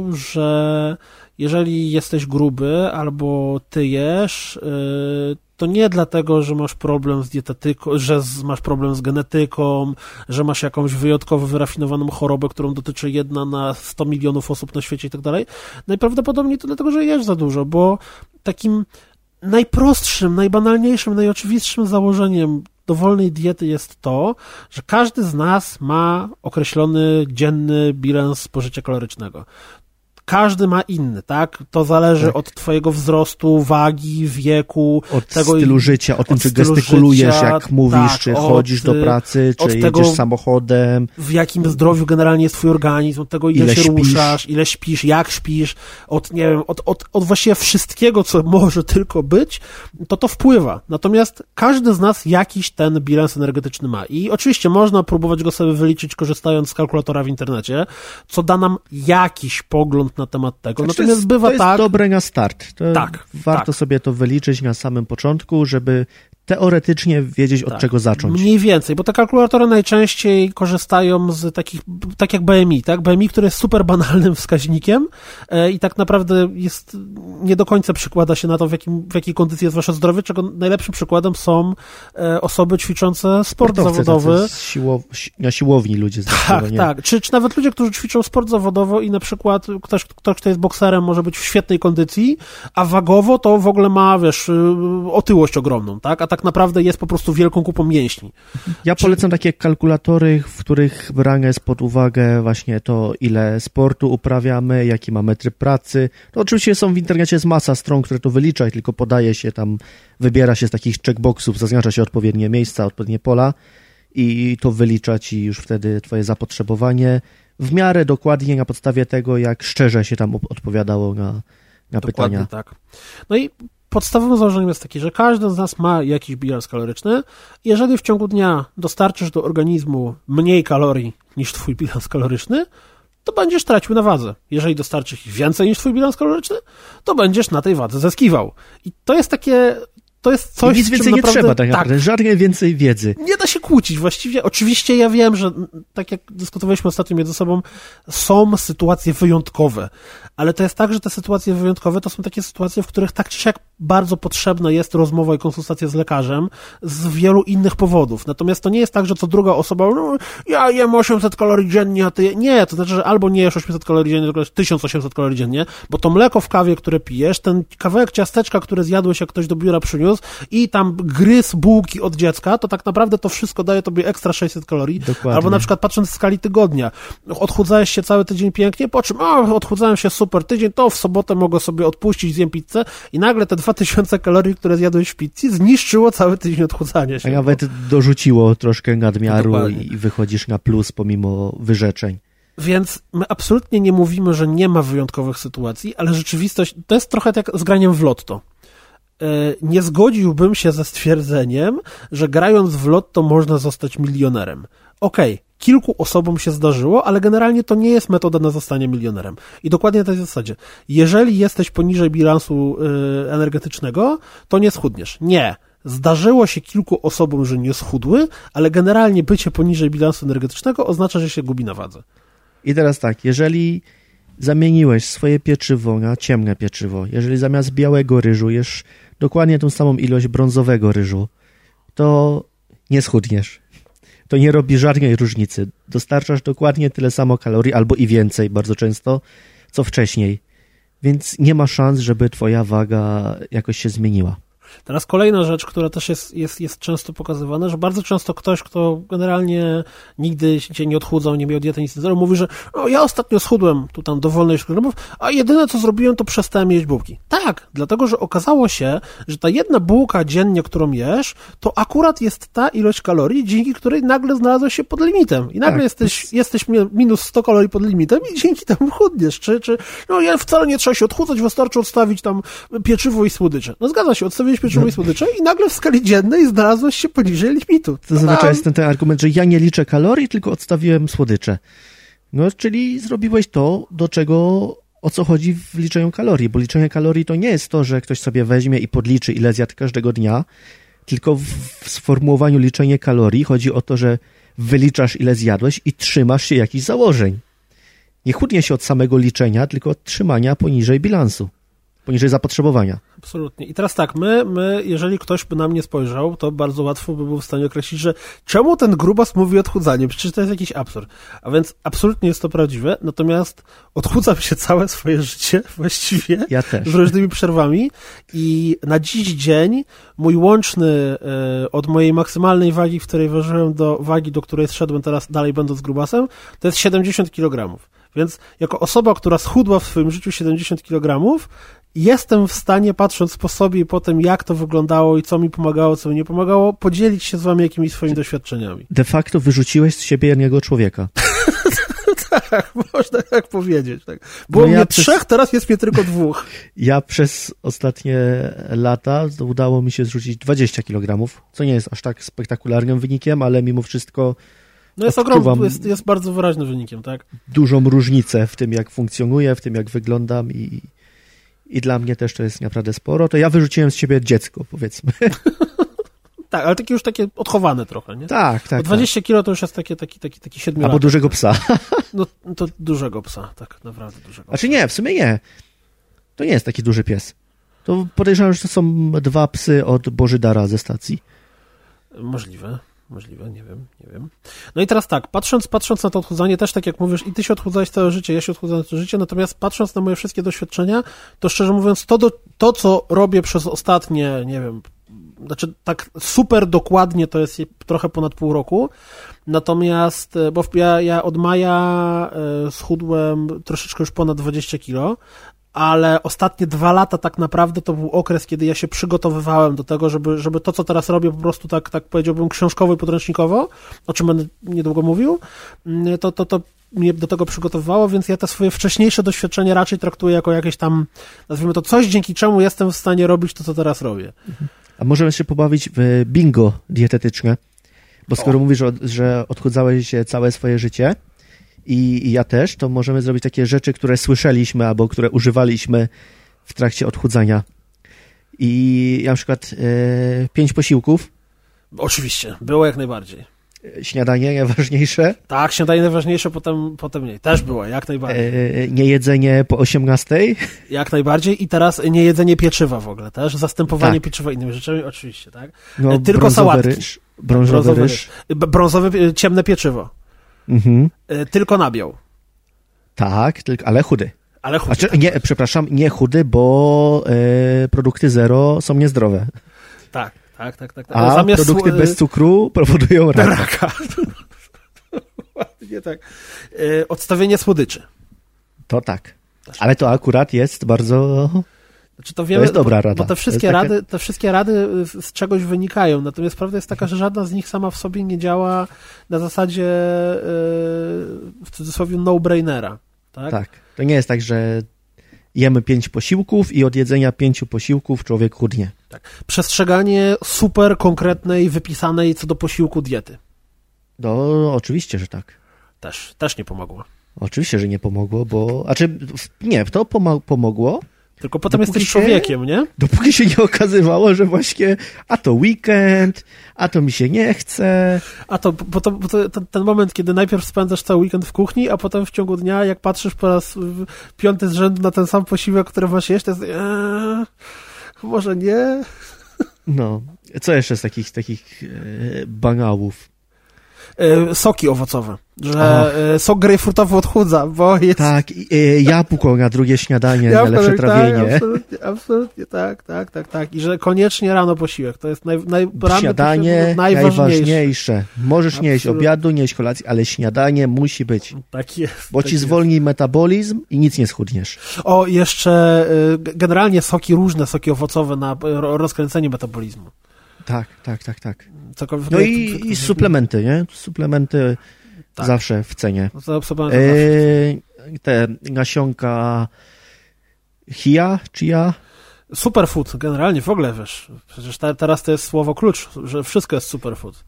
że jeżeli jesteś gruby albo tyjesz, yy, to nie dlatego, że masz problem z dietetyką, że z, masz problem z genetyką, że masz jakąś wyjątkowo wyrafinowaną chorobę, którą dotyczy jedna na sto milionów osób na świecie i tak dalej. Najprawdopodobniej to dlatego, że jesz za dużo, bo takim najprostszym, najbanalniejszym, najoczywistszym założeniem dowolnej diety jest to, że każdy z nas ma określony dzienny bilans spożycia kalorycznego. Każdy ma inny, tak? To zależy tak. od twojego wzrostu, wagi, wieku. Od tego, stylu życia, o tym, czy gestykulujesz, życia, jak mówisz, tak, czy chodzisz do pracy, czy jedziesz tego, samochodem. W jakim zdrowiu generalnie jest twój organizm, od tego, ile, ile się śpisz. ruszasz, ile śpisz, jak śpisz, od, nie wiem, od, od, od właściwie wszystkiego, co może tylko być, to to wpływa. Natomiast każdy z nas jakiś ten bilans energetyczny ma. I oczywiście można próbować go sobie wyliczyć, korzystając z kalkulatora w internecie, co da nam jakiś pogląd na temat tego. Znaczy, Natomiast to jest, bywa to jest tak... dobre na start. To tak. Warto tak. sobie to wyliczyć na samym początku, żeby teoretycznie wiedzieć, od tak. czego zacząć. Mniej więcej, bo te kalkulatory najczęściej korzystają z takich, tak jak B M I, tak? B M I, który jest super banalnym wskaźnikiem e, i tak naprawdę jest, nie do końca przykłada się na to, w, jakim, w jakiej kondycji jest wasze zdrowie, czego najlepszym przykładem są e, osoby ćwiczące sport Sportowcy, zawodowy. Siłow, na siłowni ludzie Tak, tak. Czy, czy nawet ludzie, którzy ćwiczą sport zawodowo i na przykład ktoś, ktoś, kto jest bokserem, może być w świetnej kondycji, a wagowo to w ogóle ma, wiesz, otyłość ogromną, tak? A tak naprawdę jest po prostu wielką kupą mięśni. Ja polecam takie kalkulatory, w których brane jest pod uwagę właśnie to, ile sportu uprawiamy, jaki mamy tryb pracy. To oczywiście są w internecie, jest masa stron, które to wylicza i tylko podaje się tam, wybiera się z takich checkboxów, zaznacza się odpowiednie miejsca, odpowiednie pola i to wylicza ci już wtedy twoje zapotrzebowanie w miarę dokładnie na podstawie tego, jak szczerze się tam odpowiadało na, na Dokładnie pytania. tak. No i podstawowym założeniem jest takie, że każdy z nas ma jakiś bilans kaloryczny. Jeżeli w ciągu dnia dostarczysz do organizmu mniej kalorii niż twój bilans kaloryczny, to będziesz tracił na wadze. Jeżeli dostarczysz ich więcej niż twój bilans kaloryczny, to będziesz na tej wadze zyskiwał. I to jest takie... To jest coś, I nic więcej nie naprawdę, trzeba, tak naprawdę. Tak, żadnej więcej wiedzy. Nie da się kłócić właściwie. Oczywiście ja wiem, że tak jak dyskutowaliśmy ostatnio między sobą, są sytuacje wyjątkowe, ale to jest tak, że te sytuacje wyjątkowe to są takie sytuacje, w których tak czy siak bardzo potrzebna jest rozmowa i konsultacja z lekarzem z wielu innych powodów. Natomiast to nie jest tak, że co druga osoba, no ja jem osiemset kalorii dziennie, a ty... Nie, to znaczy, że albo nie jesz osiemset kalorii dziennie, tylko tysiąc osiemset kalorii dziennie, bo to mleko w kawie, które pijesz, ten kawałek ciasteczka, który zjadłeś, jak ktoś do biura przyniósł i tam gryz bułki od dziecka, to tak naprawdę to wszystko daje tobie ekstra sześćset kalorii. Dokładnie. Albo na przykład patrząc w skali tygodnia, odchudzałeś się cały tydzień pięknie, po czym o, odchudzałem się super tydzień, to w sobotę mogę sobie odpuścić, zjem pizzę i nagle te dwa tysiące kalorii, które zjadłeś w pizzy, zniszczyło cały tydzień odchudzania się. A nawet dorzuciło troszkę nadmiaru Dokładnie. I wychodzisz na plus pomimo wyrzeczeń. Więc my absolutnie nie mówimy, że nie ma wyjątkowych sytuacji, ale rzeczywistość to jest trochę jak z graniem w lotto. Nie zgodziłbym się ze stwierdzeniem, że grając w lotto można zostać milionerem. Okej, okay, kilku osobom się zdarzyło, ale generalnie to nie jest metoda na zostanie milionerem. I dokładnie na tej zasadzie. Jeżeli jesteś poniżej bilansu yy, energetycznego, to nie schudniesz. Nie. Zdarzyło się kilku osobom, że nie schudły, ale generalnie bycie poniżej bilansu energetycznego oznacza, że się gubi na wadze. I teraz tak, jeżeli zamieniłeś swoje pieczywo na ciemne pieczywo, jeżeli zamiast białego ryżu jesz dokładnie tą samą ilość brązowego ryżu, to nie schudniesz. To nie robi żadnej różnicy. Dostarczasz dokładnie tyle samo kalorii, albo i więcej bardzo często, co wcześniej. Więc nie ma szans, żeby twoja waga jakoś się zmieniła. Teraz kolejna rzecz, która też jest, jest, jest często pokazywana, że bardzo często ktoś, kto generalnie nigdy się nie odchudzał, nie miał diety, nic nie zrobił, mówi, że o, ja ostatnio schudłem tu tam dowolne ilość kilogramów, a jedyne co zrobiłem, to przestałem jeść bułki. Tak, dlatego, że okazało się, że ta jedna bułka dziennie, którą jesz, to akurat jest ta ilość kalorii, dzięki której nagle znalazłeś się pod limitem. I nagle tak, jesteś, jest... jesteś minus sto kalorii pod limitem i dzięki temu chudniesz. Czy, czy, no ja wcale nie trzeba się odchudzać, wystarczy odstawić tam pieczywo i słodycze. No zgadza się, odstawiłeś pieczywo no. i słodycze i nagle w skali dziennej znalazłeś się poniżej limitu. To zazwyczaj jest ten, ten argument, że ja nie liczę kalorii, tylko odstawiłem słodycze. No, czyli zrobiłeś to, do czego, o co chodzi w liczeniu kalorii, bo liczenie kalorii to nie jest to, że ktoś sobie weźmie i podliczy, ile zjadł każdego dnia, tylko w, w sformułowaniu liczenie kalorii chodzi o to, że wyliczasz, ile zjadłeś i trzymasz się jakichś założeń. Nie chudnie się od samego liczenia, tylko od trzymania poniżej bilansu, poniżej zapotrzebowania. Absolutnie. I teraz tak, my, my, jeżeli ktoś by na mnie spojrzał, to bardzo łatwo by był w stanie określić, że czemu ten grubas mówi o odchudzaniu? Przecież to jest jakiś absurd. A więc absolutnie jest to prawdziwe, natomiast odchudzam się całe swoje życie właściwie. Ja też. Z różnymi przerwami i na dziś dzień mój łączny y, od mojej maksymalnej wagi, w której ważyłem, do wagi, do której zszedłem teraz dalej będąc grubasem, to jest siedemdziesiąt kilogramów. Więc jako osoba, która schudła w swoim życiu siedemdziesiąt kilogramów, jestem w stanie, patrząc po sobie i po tym, jak to wyglądało i co mi pomagało, co mi nie pomagało, podzielić się z wami jakimiś swoimi doświadczeniami. De facto wyrzuciłeś z siebie jednego człowieka. Tak, można tak powiedzieć. Tak. Było no ja mnie przez... trzech, teraz jest mnie tylko dwóch. Ja przez ostatnie lata udało mi się zrzucić dwadzieścia kilogramów, co nie jest aż tak spektakularnym wynikiem, ale mimo wszystko no jest ogromny, jest, jest bardzo wyraźnym wynikiem, tak? Dużą różnicę w tym, jak funkcjonuję, w tym, jak wyglądam i, i dla mnie też to jest naprawdę sporo. To ja wyrzuciłem z siebie dziecko, powiedzmy. Tak, ale takie już takie odchowane trochę, nie? Tak, tak. Bo dwadzieścia tak. kilo to już jest takie, taki, taki, taki siedmiolatek. Albo dużego psa. No to dużego psa, tak, naprawdę dużego. Znaczy nie, w sumie nie. To nie jest taki duży pies. To podejrzewam, że to są dwa psy od Bożydara ze stacji. Możliwe. Możliwe, nie wiem, nie wiem. No i teraz tak, patrząc, patrząc na to odchudzanie, też tak jak mówisz, i ty się odchudzałeś całe życie, ja się odchudzałem całe życie, natomiast patrząc na moje wszystkie doświadczenia, to szczerze mówiąc, to, do, to co robię przez ostatnie, nie wiem, znaczy tak super dokładnie to jest trochę ponad pół roku, natomiast, bo ja, ja od maja schudłem troszeczkę już ponad dwadzieścia kilo, ale ostatnie dwa lata tak naprawdę to był okres, kiedy ja się przygotowywałem do tego, żeby, żeby to, co teraz robię, po prostu tak, tak powiedziałbym książkowo i podręcznikowo, o czym będę niedługo mówił, to, to, to mnie do tego przygotowywało, więc ja te swoje wcześniejsze doświadczenia raczej traktuję jako jakieś tam, nazwijmy to, coś, dzięki czemu jestem w stanie robić to, co teraz robię. A możemy się pobawić w bingo dietetyczne, bo skoro o. mówisz, że odchudzałeś się całe swoje życie, I, I ja też, to możemy zrobić takie rzeczy, które słyszeliśmy albo które używaliśmy w trakcie odchudzania. I na przykład e, pięć posiłków. Oczywiście, było jak najbardziej. Śniadanie najważniejsze. Tak, śniadanie najważniejsze, potem, potem nie. Też było, jak najbardziej. E, niejedzenie po osiemnastej. Jak najbardziej. I teraz niejedzenie pieczywa w ogóle też. Zastępowanie tak. pieczywa innymi rzeczami, oczywiście, tak. No, tylko sałatki. Ryż, brązowy, brązowy ryż. ryż. Brązowe, ciemne pieczywo. Mhm. Tylko nabiał. Tak, tylko, ale chudy. Ale chudy. Znaczy, nie, przepraszam, nie chudy, bo e, produkty zero są niezdrowe. Tak, tak, tak. tak. A Zamiast produkty sł... bez cukru powodują raka. raka. Nie tak. E, odstawienie słodyczy. To tak. Ale to akurat jest bardzo... Znaczy to, wiemy, to jest dobra rada. Bo te wszystkie, rady, te wszystkie rady z czegoś wynikają, natomiast prawda jest taka, że żadna z nich sama w sobie nie działa na zasadzie w cudzysłowie no-brainera. Tak? Tak. To nie jest tak, że jemy pięć posiłków i od jedzenia pięciu posiłków człowiek chudnie. Tak. Przestrzeganie super konkretnej, wypisanej co do posiłku diety. No, oczywiście, że tak. Też, też nie pomogło. Oczywiście, że nie pomogło, bo... Znaczy, nie, to pomogło. Tylko potem dopóki jesteś człowiekiem, się, nie? Dopóki się nie okazywało, że właśnie a to weekend, a to mi się nie chce. A to, bo to, bo to ten, ten moment, kiedy najpierw spędzasz cały weekend w kuchni, a potem w ciągu dnia, jak patrzysz po raz piąty z rzędu na ten sam posiłek, który masz jeść, to jest ee, może nie. No, co jeszcze z takich, takich e, banałów? E, soki owocowe. że o. sok grejpfrutowy odchudza, bo jest... Tak, y, jabłko na drugie śniadanie, na lepsze tak, trawienie. Tak, absolutnie, absolutnie, tak, tak, tak, tak. I że koniecznie rano posiłek, to jest naj, naj, śniadanie posiłek najważniejsze. najważniejsze. Możesz absolutnie. nie jeść obiadu, nie jeść kolacji, ale śniadanie musi być. Tak jest. Bo tak ci jest. zwolni metabolizm i nic nie schudniesz. O, jeszcze generalnie soki różne, soki owocowe na rozkręcenie metabolizmu. Tak, tak, tak, tak. Cokolwiek no i, i suplementy, nie? Suplementy tak. zawsze w cenie. No e, te nasionka chia, chia. Superfood, generalnie w ogóle, wiesz, przecież ta, teraz to jest słowo klucz, że wszystko jest superfood.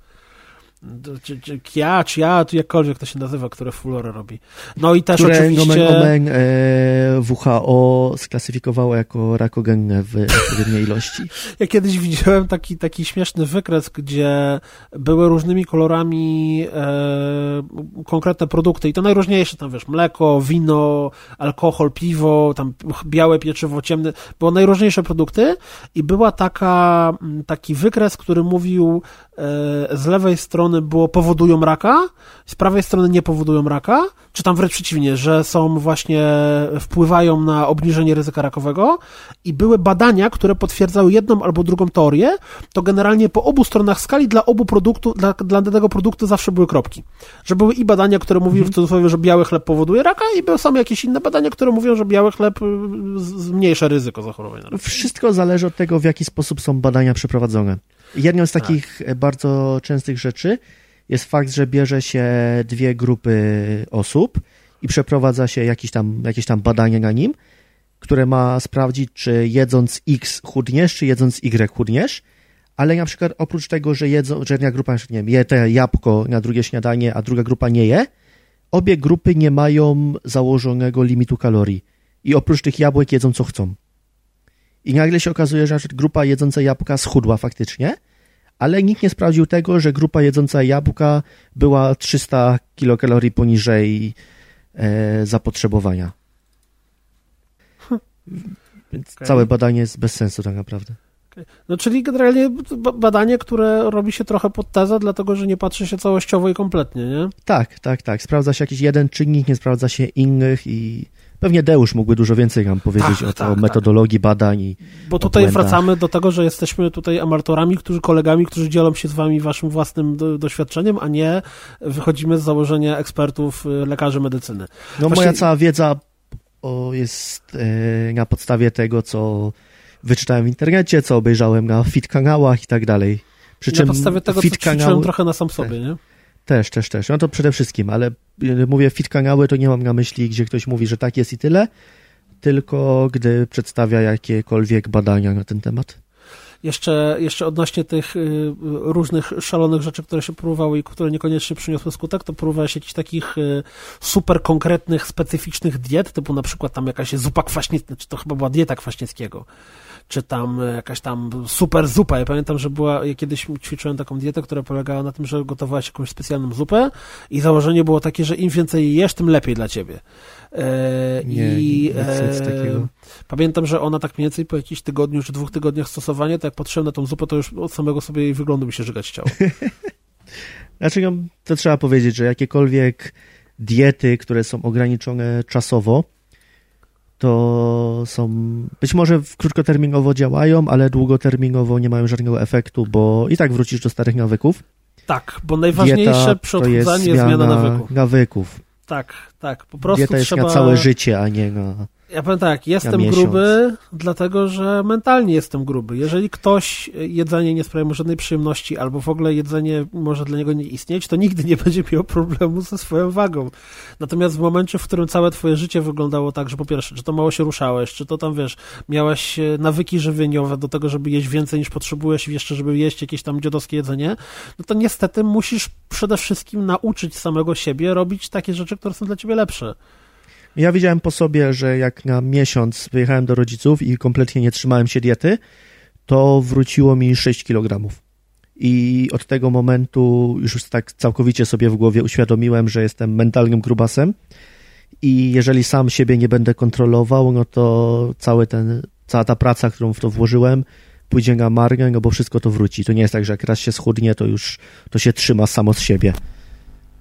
Kia, chia, jakkolwiek to się nazywa, które furorę robi. No i też które oczywiście... Nomen omen, e, W H O sklasyfikowało jako rakogenne w odpowiedniej ilości. Ja kiedyś widziałem taki, taki śmieszny wykres, gdzie były różnymi kolorami e, konkretne produkty i to najróżniejsze, tam wiesz, mleko, wino, alkohol, piwo, tam białe pieczywo, ciemne, było najróżniejsze produkty i była taka, taki wykres, który mówił e, z lewej strony było powodują raka, z prawej strony nie powodują raka, czy tam wręcz przeciwnie, że są właśnie, wpływają na obniżenie ryzyka rakowego i były badania, które potwierdzały jedną albo drugą teorię, to generalnie po obu stronach skali dla obu produktów, dla, dla danego produktu zawsze były kropki. Że były i badania, które mówiły w cudzysłowie, że biały chleb powoduje raka i były są jakieś inne badania, które mówią, że biały chleb zmniejsza ryzyko zachorowania na raka. Wszystko zależy od tego, w jaki sposób są badania przeprowadzone. Jedną z takich tak. bardzo częstych rzeczy jest fakt, że bierze się dwie grupy osób i przeprowadza się jakieś tam, jakieś tam badanie na nim, które ma sprawdzić, czy jedząc X chudniesz, czy jedząc Y chudniesz, ale na przykład oprócz tego, że jedzą, że jedna grupa, nie wiem, je te jabłko na drugie śniadanie, a druga grupa nie je, obie grupy nie mają założonego limitu kalorii i oprócz tych jabłek jedzą co chcą. I nagle się okazuje, że grupa jedząca jabłka schudła faktycznie, ale nikt nie sprawdził tego, że grupa jedząca jabłka była trzysta kilokalorii poniżej e, zapotrzebowania. Więc okay. całe badanie jest bez sensu tak naprawdę. Okay. No czyli generalnie badanie, które robi się trochę pod tezę, dlatego że nie patrzy się całościowo i kompletnie, nie? Tak, tak, tak. Sprawdza się jakiś jeden czynnik, nie sprawdza się innych i pewnie Deusz mógłby dużo więcej nam powiedzieć tak, o, tak, o metodologii tak. badań i bo tutaj wracamy do tego, że jesteśmy tutaj amatorami, którzy, kolegami, którzy dzielą się z wami waszym własnym do, doświadczeniem, a nie wychodzimy z założenia ekspertów, lekarzy medycyny. No Właśnie... moja cała wiedza o, jest e, na podstawie tego, co wyczytałem w internecie, co obejrzałem na fit kanałach i tak dalej. Przy czym na podstawie tego, fit co ćwiczyłem kanały... trochę na sam sobie, nie? Też, też, też. No to przede wszystkim, ale mówię fit kanały, to nie mam na myśli, gdzie ktoś mówi, że tak jest i tyle, tylko gdy przedstawia jakiekolwiek badania na ten temat. Jeszcze, jeszcze odnośnie tych y, różnych szalonych rzeczy, które się próbowały i które niekoniecznie przyniosły skutek, to próbowałeś jakichś takich y, super konkretnych, specyficznych diet, typu na przykład tam jakaś zupa kwaśnicka, czy to chyba była dieta Kwaśniewskiego, czy tam jakaś tam super zupa. Ja pamiętam, że była, ja kiedyś ćwiczyłem taką dietę, która polegała na tym, że gotowałeś jakąś specjalną zupę i założenie było takie, że im więcej jesz, tym lepiej dla ciebie. E, nie, I nie e, takiego. Pamiętam, że ona tak mniej więcej po jakimś tygodniu czy dwóch tygodniach stosowania, to jak patrzyłem na tą zupę, to już od samego sobie jej wyglądu mi się żygać chciało. Znaczy, no, to trzeba powiedzieć, że jakiekolwiek diety, które są ograniczone czasowo, to są, być może krótkoterminowo działają, ale długoterminowo nie mają żadnego efektu, bo i tak wrócisz do starych nawyków. Tak, bo najważniejsze Dieta przy odchudzaniu jest, jest zmiana nawyków. nawyków. Tak, tak, po prostu Dieta jest trzeba... na całe życie, a nie na Ja powiem tak, jestem gruby, dlatego że mentalnie jestem gruby. Jeżeli ktoś jedzenie nie sprawia mu żadnej przyjemności, albo w ogóle jedzenie może dla niego nie istnieć, to nigdy nie będzie miał problemu ze swoją wagą. Natomiast w momencie, w którym całe twoje życie wyglądało tak, że po pierwsze, czy to mało się ruszałeś, czy to tam, wiesz, miałeś nawyki żywieniowe do tego, żeby jeść więcej niż potrzebujesz i jeszcze, żeby jeść jakieś tam dziadowskie jedzenie, no to niestety musisz przede wszystkim nauczyć samego siebie robić takie rzeczy, które są dla ciebie lepsze. Ja widziałem po sobie, że jak na miesiąc wyjechałem do rodziców i kompletnie nie trzymałem się diety, to wróciło mi sześć kilogramów. I od tego momentu już tak całkowicie sobie w głowie uświadomiłem, że jestem mentalnym grubasem i jeżeli sam siebie nie będę kontrolował, no to cały ten, cała ta praca, którą w to włożyłem, pójdzie na marne, no bo wszystko to wróci. To nie jest tak, że jak raz się schudnie, to już to się trzyma samo z siebie.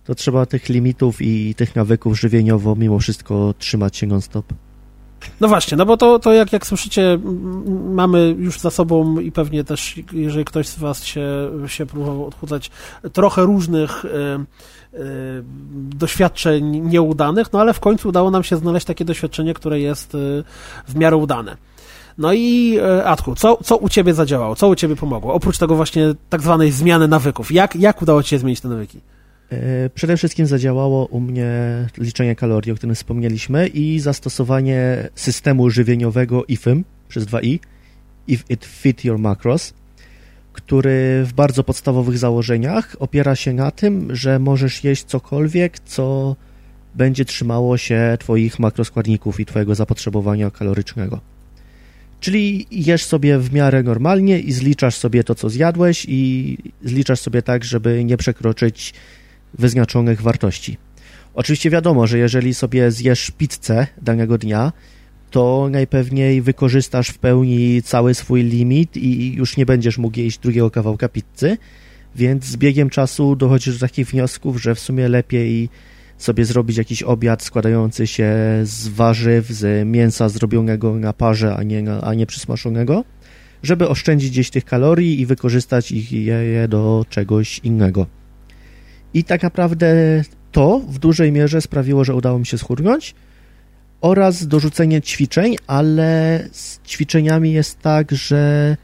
to trzeba tych limitów i tych nawyków żywieniowo mimo wszystko trzymać się non-stop. No właśnie, no bo to, to jak, jak słyszycie, mamy już za sobą i pewnie też, jeżeli ktoś z was się, się próbował odchudzać, trochę różnych y, y, doświadczeń nieudanych, no ale w końcu udało nam się znaleźć takie doświadczenie, które jest y, w miarę udane. No i Adku, co, co u ciebie zadziałało? Co u ciebie pomogło? Oprócz tego właśnie tak zwanej zmiany nawyków. Jak, jak udało ci się zmienić te nawyki? Przede wszystkim zadziałało u mnie liczenie kalorii, o którym wspomnieliśmy, i zastosowanie systemu żywieniowego I F Y M przez dwa i, If It Fit Your Macros, który w bardzo podstawowych założeniach opiera się na tym, że możesz jeść cokolwiek, co będzie trzymało się twoich makroskładników i twojego zapotrzebowania kalorycznego. Czyli jesz sobie w miarę normalnie i zliczasz sobie to, co zjadłeś, i zliczasz sobie tak, żeby nie przekroczyć wyznaczonych wartości. Oczywiście wiadomo, że jeżeli sobie zjesz pizzę danego dnia, to najpewniej wykorzystasz w pełni cały swój limit i już nie będziesz mógł jeść drugiego kawałka pizzy, więc z biegiem czasu dochodzisz do takich wniosków, że w sumie lepiej sobie zrobić jakiś obiad składający się z warzyw, z mięsa zrobionego na parze, a nie, a nie przysmaszonego, żeby oszczędzić gdzieś tych kalorii i wykorzystać ich je, je do czegoś innego. I tak naprawdę to w dużej mierze sprawiło, że udało mi się schudnąć, oraz dorzucenie ćwiczeń, ale z ćwiczeniami jest tak, że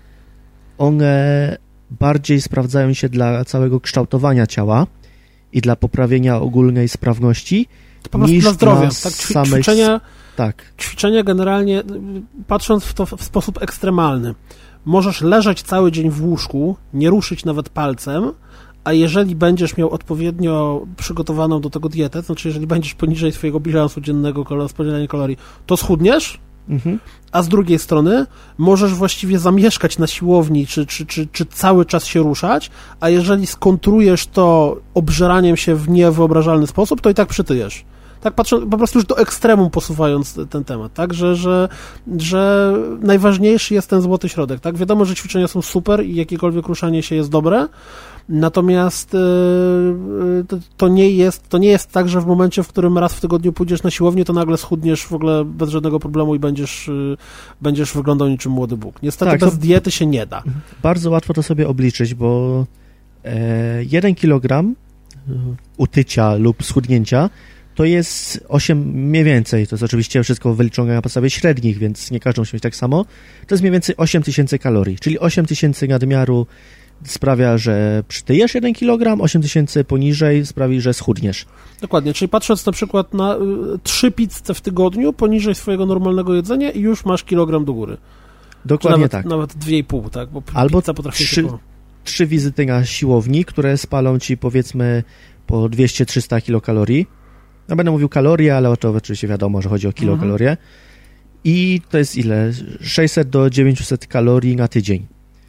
one bardziej sprawdzają się dla całego kształtowania ciała i dla poprawienia ogólnej sprawności, to po prostu niż dla zdrowia. Dla tak, ćwi- samej... ćwiczenia, tak. ćwiczenia generalnie, patrząc w to w sposób ekstremalny, możesz leżeć cały dzień w łóżku, nie ruszyć nawet palcem, a jeżeli będziesz miał odpowiednio przygotowaną do tego dietę, to znaczy jeżeli będziesz poniżej swojego bilansu dziennego spożywania kalorii, to schudniesz, mhm. a z drugiej strony możesz właściwie zamieszkać na siłowni, czy, czy, czy, czy cały czas się ruszać, a jeżeli skontrujesz to obżeraniem się w niewyobrażalny sposób, to i tak przytyjesz. Tak patrząc, po prostu już do ekstremum posuwając ten temat, tak, że, że, że najważniejszy jest ten złoty środek, tak, wiadomo, że ćwiczenia są super i jakiekolwiek ruszanie się jest dobre, natomiast yy, to, to nie jest, to nie jest tak, że w momencie, w którym raz w tygodniu pójdziesz na siłownię, to nagle schudniesz w ogóle bez żadnego problemu i będziesz, yy, będziesz wyglądał niczym młody Bóg. Niestety tak, bez diety się nie da. Bardzo łatwo to sobie obliczyć, bo e, jeden kilogram utycia lub schudnięcia to jest osiem mniej więcej, to jest oczywiście wszystko wyliczone na podstawie średnich, więc nie każdy musi mieć tak samo, to jest mniej więcej osiem tysięcy kalorii, czyli osiem tysięcy nadmiaru sprawia, że przytyjesz jeden kilogram, osiem tysięcy poniżej sprawi, że schudniesz. Dokładnie, czyli patrząc na przykład na trzy pizze w tygodniu poniżej swojego normalnego jedzenia i już masz kilogram do góry. Dokładnie nawet, tak. Nawet dwie i pół, tak? Bo albo pizza potrafi trzy, tylko... trzy wizyty na siłowni, które spalą ci powiedzmy po dwieście trzysta kilokalorii. No będę mówił kalorie, ale o to oczywiście wiadomo, że chodzi o kilokalorie. Mhm. I to jest ile? sześćset do dziewięciuset kalorii na tydzień.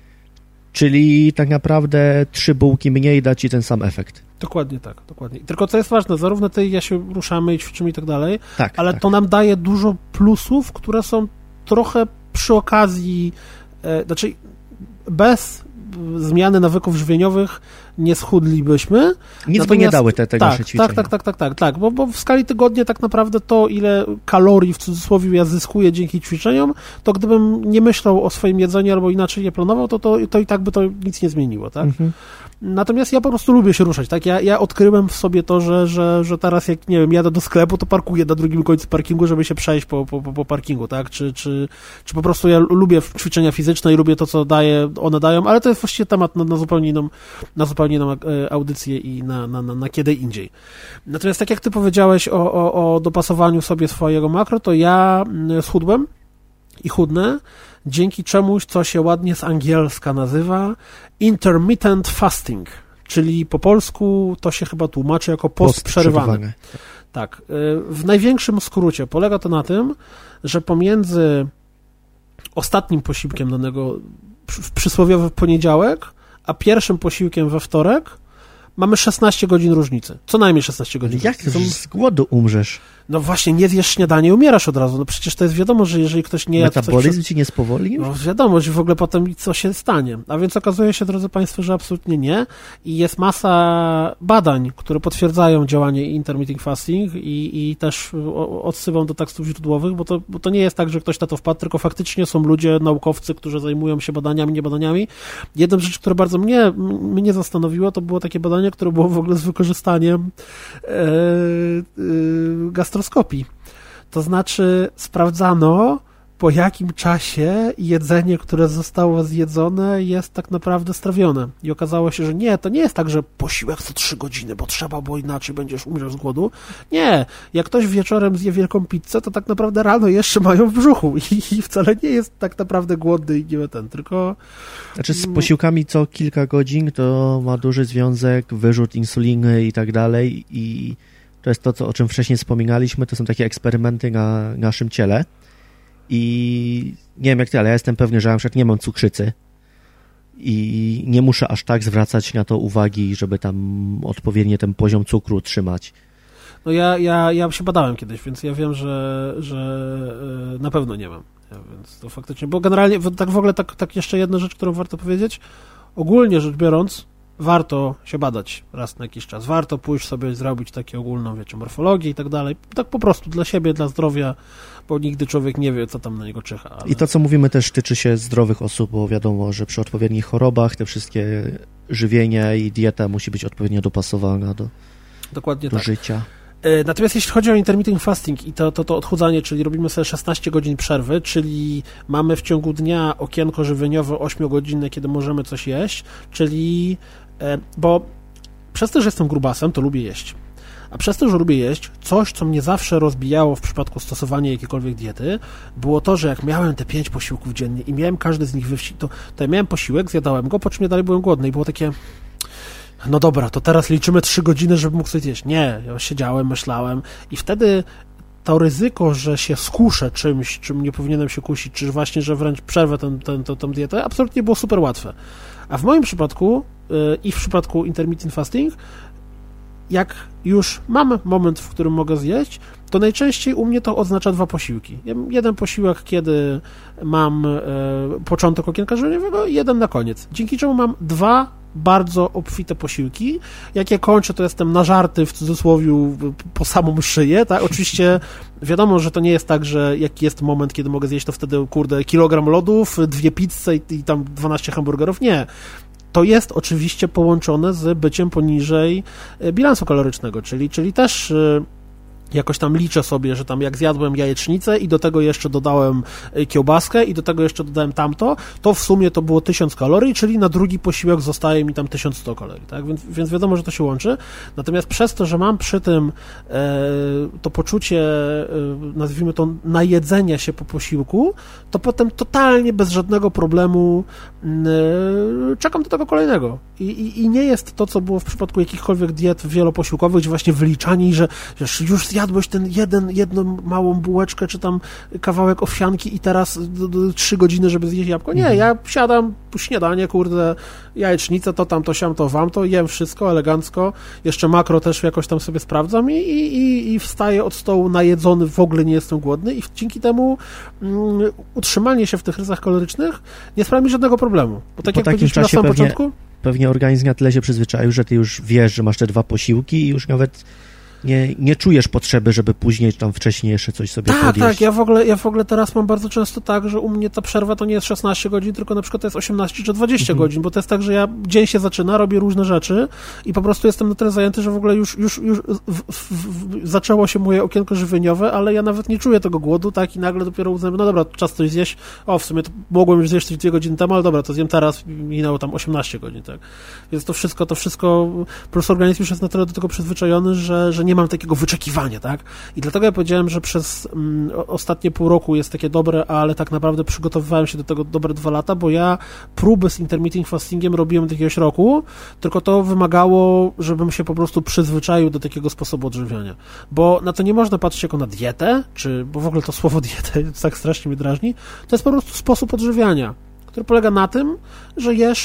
Czyli tak naprawdę trzy bułki mniej da ci ten sam efekt. Dokładnie tak, dokładnie. Tylko co jest ważne, zarówno ty i ja się ruszamy i ćwiczymy i tak dalej, tak, ale tak. to nam daje dużo plusów, które są trochę przy okazji, e, znaczy bez zmiany nawyków żywieniowych nie schudlibyśmy. Nic Natomiast, by nie dały te, te tak, nasze ćwiczenia. Tak, tak, tak, tak, tak, tak, bo, bo w skali tygodnia tak naprawdę to, ile kalorii w cudzysłowie ja zyskuję dzięki ćwiczeniom, to gdybym nie myślał o swoim jedzeniu albo inaczej nie planował, to, to, to i tak by to nic nie zmieniło, tak? Mhm. Natomiast ja po prostu lubię się ruszać, tak? Ja, ja odkryłem w sobie to, że, że, że teraz jak, nie wiem, jadę do sklepu, to parkuję na drugim końcu parkingu, żeby się przejść po, po, po parkingu, tak? Czy, czy, czy po prostu ja lubię ćwiczenia fizyczne i lubię to, co daje, one dają, ale to jest właściwie temat na, na zupełnie inną, na zupełnie inną audycję i na, na, na, na kiedy indziej. Natomiast tak jak ty powiedziałeś o, o, o dopasowaniu sobie swojego makro, to ja schudłem i chudnę dzięki czemuś, co się ładnie z angielska nazywa intermittent fasting, czyli po polsku to się chyba tłumaczy jako post, post przerywany. przerywany. Tak. W największym skrócie polega to na tym, że pomiędzy ostatnim posiłkiem danego w przysłowiowy poniedziałek, a pierwszym posiłkiem we wtorek mamy szesnaście godzin różnicy. Co najmniej szesnaście godzin. Jak to z głodu umrzesz? No właśnie, nie zjesz śniadanie i umierasz od razu. No przecież to jest wiadomo, że jeżeli ktoś nie jadł... Metabolizm coś... ci nie spowolni? No wiadomo, że w ogóle potem co się stanie. A więc okazuje się, drodzy Państwo, że absolutnie nie. I jest masa badań, które potwierdzają działanie intermittent fasting i, i też odsyłam do tekstów źródłowych, bo to, bo to nie jest tak, że ktoś na to wpadł, tylko faktycznie są ludzie, naukowcy, którzy zajmują się badaniami, nie badaniami. Jedna z rzeczy, która bardzo mnie, mnie zastanowiła, to było takie badanie, które było w ogóle z wykorzystaniem e, e, gastroskopii. To znaczy sprawdzano, po jakim czasie jedzenie, które zostało zjedzone, jest tak naprawdę strawione. I okazało się, że nie, to nie jest tak, że posiłek co trzy godziny, bo trzeba, bo inaczej będziesz umrzał z głodu. Nie, jak ktoś wieczorem zje wielką pizzę, to tak naprawdę rano jeszcze mają w brzuchu i, i wcale nie jest tak naprawdę głodny i nie ten, tylko... Znaczy z posiłkami co kilka godzin to ma duży związek, wyrzut insuliny i tak dalej i to jest to, co, o czym wcześniej wspominaliśmy, to są takie eksperymenty na naszym ciele. I nie wiem jak ty, ale ja jestem pewny, że ja na przykład nie mam cukrzycy i nie muszę aż tak zwracać na to uwagi, żeby tam odpowiednio ten poziom cukru trzymać. No ja, ja, ja się badałem kiedyś, więc ja wiem, że, że na pewno nie mam. Ja, więc to faktycznie, bo generalnie, tak w ogóle tak, tak jeszcze jedna rzecz, którą warto powiedzieć, ogólnie rzecz biorąc, warto się badać raz na jakiś czas. Warto pójść sobie zrobić takie ogólną, wiecie, morfologię i tak dalej. Tak po prostu dla siebie, dla zdrowia, bo nigdy człowiek nie wie, co tam na niego czyha. Ale... I to, co mówimy, też tyczy się zdrowych osób, bo wiadomo, że przy odpowiednich chorobach te wszystkie żywienie i dieta musi być odpowiednio dopasowana do, Dokładnie do tak. życia. Natomiast jeśli chodzi o intermittent fasting i to, to, to odchudzanie, czyli robimy sobie szesnaście godzin przerwy, czyli mamy w ciągu dnia okienko żywieniowe ośmiogodzinne, kiedy możemy coś jeść, czyli, bo przez to, że jestem grubasem, to lubię jeść. A przez to, że lubię jeść, coś, co mnie zawsze rozbijało w przypadku stosowania jakiejkolwiek diety, było to, że jak miałem te pięć posiłków dziennie i miałem każdy z nich we wsi, to, to ja miałem posiłek, zjadałem go, po czym ja dalej byłem głodny i było takie... No dobra, to teraz liczymy trzy godziny, żeby mógł sobie zjeść. Nie, ja siedziałem, myślałem i wtedy to ryzyko, że się skuszę czymś, czym nie powinienem się kusić, czy właśnie, że wręcz przerwę tę, tę, tę, tę dietę, absolutnie było super łatwe. A w moim przypadku yy, i w przypadku intermittent fasting, jak już mam moment, w którym mogę zjeść, to najczęściej u mnie to oznacza dwa posiłki. Jeden posiłek, kiedy mam e, początek okienka żywieniowego i jeden na koniec. Dzięki czemu mam dwa bardzo obfite posiłki. Jak je kończę, to jestem nażarty w cudzysłowiu po samą szyję, tak? Oczywiście wiadomo, że to nie jest tak, że jak jest moment, kiedy mogę zjeść, to wtedy, kurde, kilogram lodów, dwie pizze i, i tam dwanaście hamburgerów. Nie. To jest oczywiście połączone z byciem poniżej bilansu kalorycznego, czyli, czyli też jakoś tam liczę sobie, że tam jak zjadłem jajecznicę i do tego jeszcze dodałem kiełbaskę i do tego jeszcze dodałem tamto, to w sumie to było tysiąc kalorii, czyli na drugi posiłek zostaje mi tam tysiąc sto kalorii, tak? Więc, więc wiadomo, że to się łączy. Natomiast przez to, że mam przy tym e, to poczucie, e, nazwijmy to, najedzenia się po posiłku, to potem totalnie bez żadnego problemu e, czekam do tego kolejnego. I, i, I nie jest to, co było w przypadku jakichkolwiek diet wieloposiłkowych, gdzie właśnie wyliczani, że już zjadłeś ten jeden, jedną małą bułeczkę, czy tam kawałek owsianki i teraz do, do, trzy godziny, żeby zjeść jabłko. Nie, mhm. ja siadam, śniadanie, kurde, jajecznicę, to tam, to siam, to wam, to jem wszystko elegancko, jeszcze makro też jakoś tam sobie sprawdzam i, i, i wstaję od stołu najedzony, w ogóle nie jestem głodny i dzięki temu mm, utrzymanie się w tych ryzach kalorycznych nie sprawia mi żadnego problemu. Bo tak po jak powiedzieliśmy na samym pewnie, początku... Pewnie organizm na tyle się przyzwyczaił, że ty już wiesz, że masz te dwa posiłki i już nawet nie, nie czujesz potrzeby, żeby później tam wcześniej jeszcze coś sobie tak, podjeść. Tak, ja w ogóle ja w ogóle teraz mam bardzo często tak, że u mnie ta przerwa to nie jest szesnaście godzin, tylko na przykład to jest osiemnaście czy dwadzieścia mhm. godzin, bo to jest tak, że ja dzień się zaczyna, robię różne rzeczy i po prostu jestem na tyle zajęty, że w ogóle już, już, już w, w, w, zaczęło się moje okienko żywieniowe, ale ja nawet nie czuję tego głodu, tak, i nagle dopiero uznam, no dobra, czas coś zjeść, o, w sumie to mogłem już zjeść coś dwie godziny temu, ale dobra, to zjem teraz, minęło tam osiemnaście godzin, tak. Więc to wszystko, to wszystko, po prostu organizm już jest na tyle do tego przyzwyczajony, że, że nie mam takiego wyczekiwania, tak? I dlatego ja powiedziałem, że przez mm, ostatnie pół roku jest takie dobre, ale tak naprawdę przygotowywałem się do tego dobre dwa lata, bo ja próby z intermittent fastingiem robiłem od jakiegoś roku, tylko to wymagało, żebym się po prostu przyzwyczaił do takiego sposobu odżywiania. Bo na to nie można patrzeć jako na dietę, czy, bo w ogóle to słowo dietę tak strasznie mnie drażni, to jest po prostu sposób odżywiania, który polega na tym, że jesz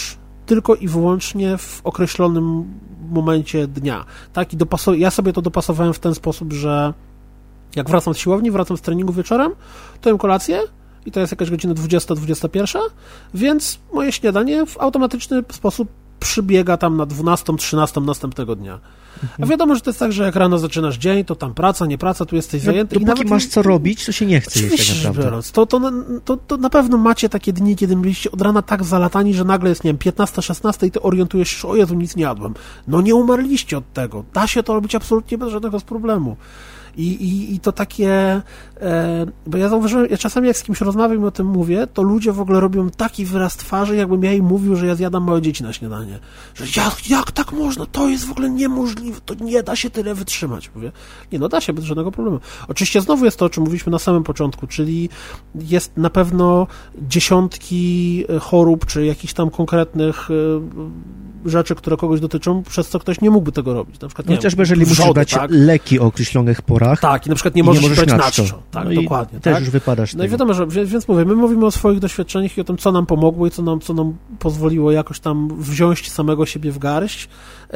tylko i wyłącznie w określonym momencie dnia. Tak? I dopasu- ja sobie to dopasowałem w ten sposób, że jak wracam z siłowni, wracam z treningu wieczorem, to jem kolację i to jest jakaś godzina dwudziesta dwudziesta pierwsza, więc moje śniadanie w automatyczny sposób przybiega tam na dwunastą trzynastą następnego dnia. A wiadomo, że to jest tak, że jak rano zaczynasz dzień, to tam praca, nie praca, tu jesteś no, zajęty. Dopóki i nawet masz co robić, to się nie chce jeść tak naprawdę. Biorąc, to, to, to, to na pewno macie takie dni, kiedy byliście od rana tak zalatani, że nagle jest, nie wiem, piętnasta szesnasta i ty orientujesz się, o Jezu, nic nie jadłem. No nie umarliście od tego. Da się to robić absolutnie bez żadnego problemu. I, i, i to takie, e, bo ja zauważyłem, ja czasami jak z kimś rozmawiam i o tym mówię, to ludzie w ogóle robią taki wyraz twarzy, jakbym ja im mówił, że ja zjadam małe dzieci na śniadanie. Że jak, jak tak można? To jest w ogóle niemożliwe, to nie da się tyle wytrzymać. Mówię, nie no da się, bez żadnego problemu. Oczywiście znowu jest to, o czym mówiliśmy na samym początku, czyli jest na pewno dziesiątki chorób, czy jakichś tam konkretnych rzeczy, które kogoś dotyczą, przez co ktoś nie mógłby tego robić. Na przykład, no chociażby, jeżeli wrzody, musisz brać tak? leki o określonych porach. Tak, i na przykład nie możesz, nie możesz brać na czczo. Tak, no dokładnie. Też tak? już wypadasz. No i wiadomo, że, więc mówię, my mówimy o swoich doświadczeniach i o tym, co nam pomogło i co nam, co nam pozwoliło jakoś tam wziąć samego siebie w garść.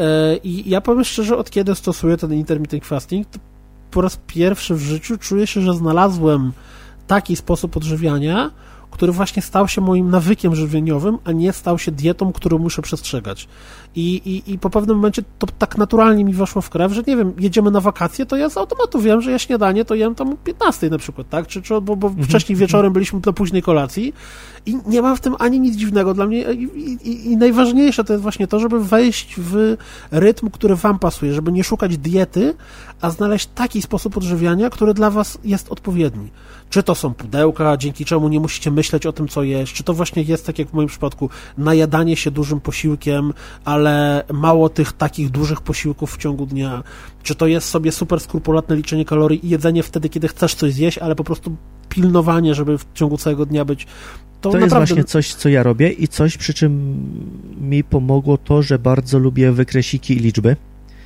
I ja powiem szczerze, od kiedy stosuję ten intermittent fasting, to po raz pierwszy w życiu czuję się, że znalazłem taki sposób odżywiania, który właśnie stał się moim nawykiem żywieniowym, a nie stał się dietą, którą muszę przestrzegać. I, i, i po pewnym momencie to tak naturalnie mi weszło w krew, że nie wiem, jedziemy na wakacje, to ja z automatu wiem, że ja śniadanie to jem tam o piętnastej na przykład, tak? Czy, czy, bo, bo mhm. wcześniej wieczorem byliśmy do późnej kolacji i nie ma w tym ani nic dziwnego dla mnie i, i, i najważniejsze to jest właśnie to, żeby wejść w rytm, który wam pasuje, żeby nie szukać diety, a znaleźć taki sposób odżywiania, który dla was jest odpowiedni. Czy to są pudełka, dzięki czemu nie musicie myśleć o tym, co jeść, czy to właśnie jest, tak jak w moim przypadku, najadanie się dużym posiłkiem, ale mało tych takich dużych posiłków w ciągu dnia, czy to jest sobie super skrupulatne liczenie kalorii i jedzenie wtedy, kiedy chcesz coś zjeść, ale po prostu pilnowanie, żeby w ciągu całego dnia być. To, to naprawdę... jest właśnie coś, co ja robię i coś, przy czym mi pomogło to, że bardzo lubię wykresiki i liczby.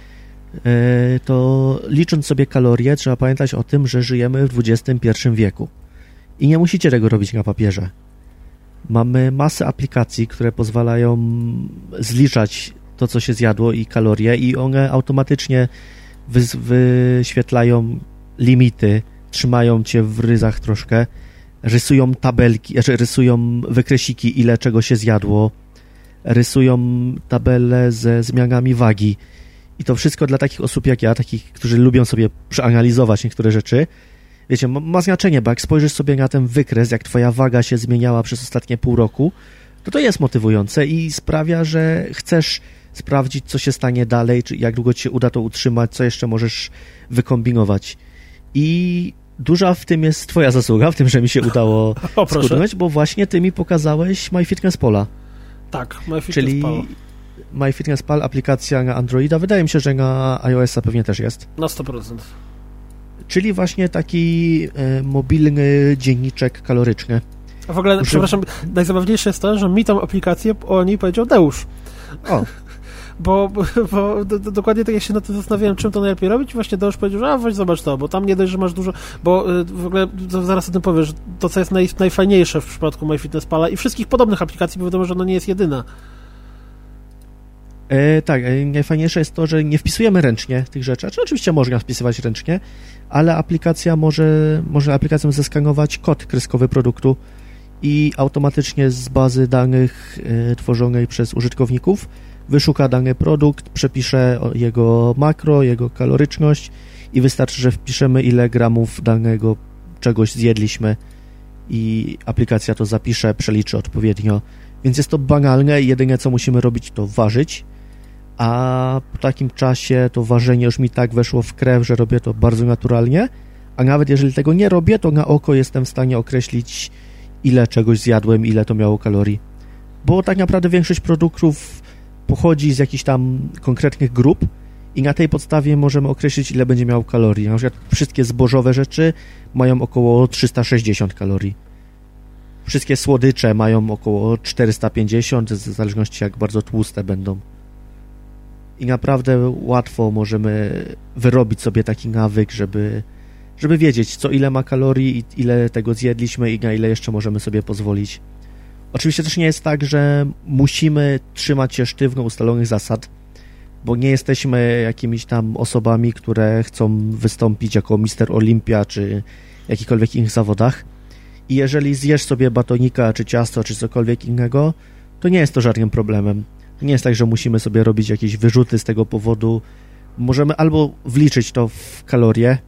To licząc sobie kalorie, trzeba pamiętać o tym, że żyjemy w dwudziestym pierwszym wieku i nie musicie tego robić na papierze. Mamy masę aplikacji, które pozwalają zliczać to, co się zjadło i kalorie i one automatycznie wy- wyświetlają limity, trzymają cię w ryzach troszkę, rysują tabelki, znaczy rysują wykresiki, ile czego się zjadło, rysują tabele ze zmianami wagi. I to wszystko dla takich osób jak ja, takich, którzy lubią sobie przeanalizować niektóre rzeczy, wiecie, ma, ma znaczenie, bo jak spojrzysz sobie na ten wykres, jak twoja waga się zmieniała przez ostatnie pół roku, to to jest motywujące i sprawia, że chcesz sprawdzić, co się stanie dalej, czy jak długo ci się uda to utrzymać, co jeszcze możesz wykombinować. I duża w tym jest twoja zasługa, w tym, że mi się udało skutnąć, bo właśnie ty mi pokazałeś MyFitnessPala. Tak, MyFitnessPal. Czyli MyFitnessPal, aplikacja na Androida, wydaje mi się, że na iOS-a pewnie też jest. Na sto procent. Czyli właśnie taki e, mobilny dzienniczek kaloryczny. A w ogóle, Muszę... przepraszam, najzabawniejsze jest to, że mi tą aplikację o niej powiedział Deusz. O. Bo, bo, bo do, do, dokładnie tak jak się na tym zastanawiałem, czym to najlepiej robić, właśnie Deusz powiedział, że a weź zobacz to, bo tam nie dość, że masz dużo, bo w ogóle zaraz o tym powiesz, to co jest naj, najfajniejsze w przypadku MyFitnessPala i wszystkich podobnych aplikacji, bo wiadomo, że ona nie jest jedyna. E, tak, e, najfajniejsze jest to, że nie wpisujemy ręcznie tych rzeczy, znaczy oczywiście można wpisywać ręcznie, ale aplikacja może, może aplikacją zeskanować kod kreskowy produktu i automatycznie z bazy danych e, tworzonej przez użytkowników wyszuka dany produkt, przepisze jego makro, jego kaloryczność i wystarczy, że wpiszemy, ile gramów danego czegoś zjedliśmy i aplikacja to zapisze, przeliczy odpowiednio. Więc jest to banalne i jedyne, co musimy robić, to ważyć, a po takim czasie to ważenie już mi tak weszło w krew, że robię to bardzo naturalnie, a nawet jeżeli tego nie robię, to na oko jestem w stanie określić, ile czegoś zjadłem, ile to miało kalorii. Bo tak naprawdę większość produktów pochodzi z jakichś tam konkretnych grup i na tej podstawie możemy określić, ile będzie miał kalorii. Na przykład wszystkie zbożowe rzeczy mają około trzysta sześćdziesiąt kalorii. Wszystkie słodycze mają około czterysta pięćdziesiąt, w zależności jak bardzo tłuste będą. I naprawdę łatwo możemy wyrobić sobie taki nawyk, żeby, żeby wiedzieć, co ile ma kalorii i ile tego zjedliśmy i na ile jeszcze możemy sobie pozwolić. Oczywiście też nie jest tak, że musimy trzymać się sztywno ustalonych zasad, bo nie jesteśmy jakimiś tam osobami, które chcą wystąpić jako mister Olimpia czy jakichkolwiek innych zawodach. I jeżeli zjesz sobie batonika, czy ciasto, czy cokolwiek innego, to nie jest to żadnym problemem. Nie jest tak, że musimy sobie robić jakieś wyrzuty z tego powodu. Możemy albo wliczyć to w kalorie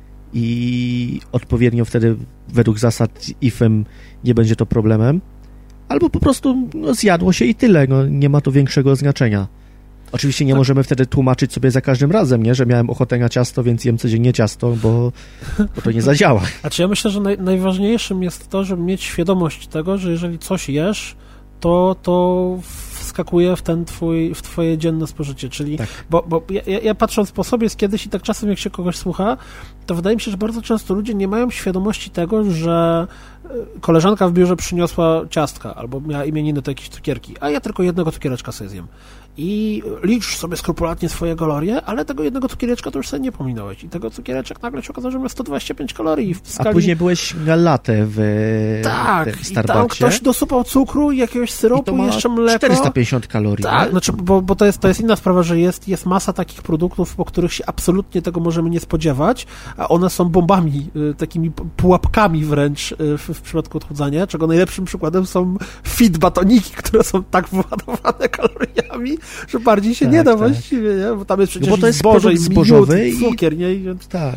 i odpowiednio wtedy według zasad I F E M nie będzie to problemem, albo po prostu no, zjadło się i tyle, no, nie ma to większego znaczenia. Oczywiście nie tak. możemy wtedy tłumaczyć sobie za każdym razem, nie, że miałem ochotę na ciasto, więc jem codziennie ciasto, bo, bo to nie zadziała. Znaczy ja myślę, że naj, najważniejszym jest to, żeby mieć świadomość tego, że jeżeli coś jesz, to, to wskakuje w ten twój, w twoje dzienne spożycie, czyli, tak. bo, bo ja, ja patrząc po sobie z kiedyś i tak czasem jak się kogoś słucha, to wydaje mi się, że bardzo często ludzie nie mają świadomości tego, że koleżanka w biurze przyniosła ciastka, albo miała imieniny, to jakieś cukierki, a ja tylko jednego cukiereczka sobie zjem. I licz sobie skrupulatnie swoje kalorie, ale tego jednego cukiereczka to już sobie nie pominąłeś. I tego cukiereczek nagle się okazało, że ma sto dwadzieścia pięć kalorii. W skali... A później byłeś na latę w tak, w Starbucksie. Tak, i tam ktoś dosypał cukru i jakiegoś syropu, i to ma jeszcze mleko. czterysta pięćdziesiąt kalorii. Tak, nie? znaczy, bo, bo to, jest, to jest inna sprawa, że jest, jest masa takich produktów, po których się absolutnie tego możemy nie spodziewać, a one są bombami, takimi pułapkami wręcz w, w przypadku odchudzania, czego najlepszym przykładem są fit batoniki, które są tak wyładowane kaloriami, że bardziej się tak, nie da tak. właściwie, nie? Bo tam jest przecież no bo to jest zboże i zbożowy i cukier, nie? I więc... Tak.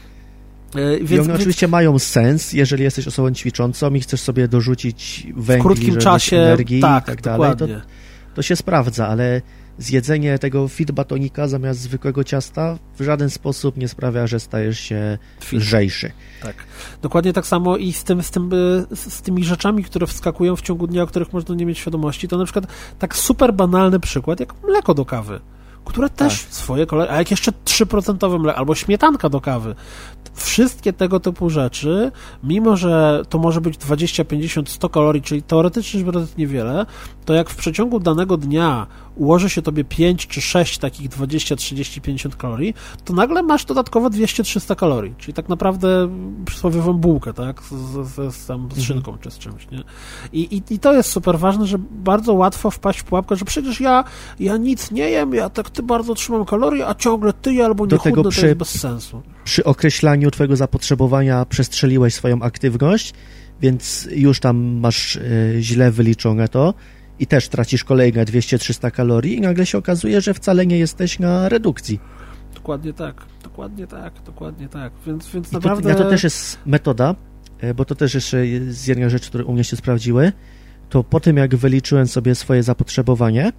E, więc, I one więc... oczywiście mają sens, jeżeli jesteś osobą ćwiczącą i chcesz sobie dorzucić węgli, w krótkim czasie, energii tak, i tak dalej, to, to się sprawdza, ale zjedzenie tego fit batonika zamiast zwykłego ciasta w żaden sposób nie sprawia, że stajesz się lżejszy. Tak. Dokładnie tak samo i z, tym, z, tym, z tymi rzeczami, które wskakują w ciągu dnia, o których można nie mieć świadomości, to na przykład tak super banalny przykład, jak mleko do kawy, które też tak. swoje kalorie, a jak jeszcze trzy procent mleko, albo śmietanka do kawy. Wszystkie tego typu rzeczy, mimo że to może być dwadzieścia, pięćdziesiąt, sto kalorii, czyli teoretycznie rzecz biorąc niewiele, to jak w przeciągu danego dnia ułoży się tobie pięć czy sześć takich dwadzieścia, trzydzieści, pięćdziesiąt kalorii, to nagle masz dodatkowo dwieście, trzysta kalorii, czyli tak naprawdę przysłowiową bułkę, tak, z, z, z, tam, z szynką czy z czymś, nie? I, i, I to jest super ważne, że bardzo łatwo wpaść w pułapkę, że przecież ja, ja nic nie jem, ja tak ty bardzo trzymam kalorie, a ciągle ty je albo nie chudnę, przy, to jest bez sensu. Przy określaniu twojego zapotrzebowania przestrzeliłeś swoją aktywność, więc już tam masz y, źle wyliczone to i też tracisz kolejne dwieście, trzysta kalorii i nagle się okazuje, że wcale nie jesteś na redukcji. Dokładnie tak, dokładnie tak, dokładnie tak, więc, więc I naprawdę... To, to też jest metoda, bo to też jeszcze jest jedna rzecz, które u mnie się sprawdziły, to po tym jak wyliczyłem sobie swoje zapotrzebowanie,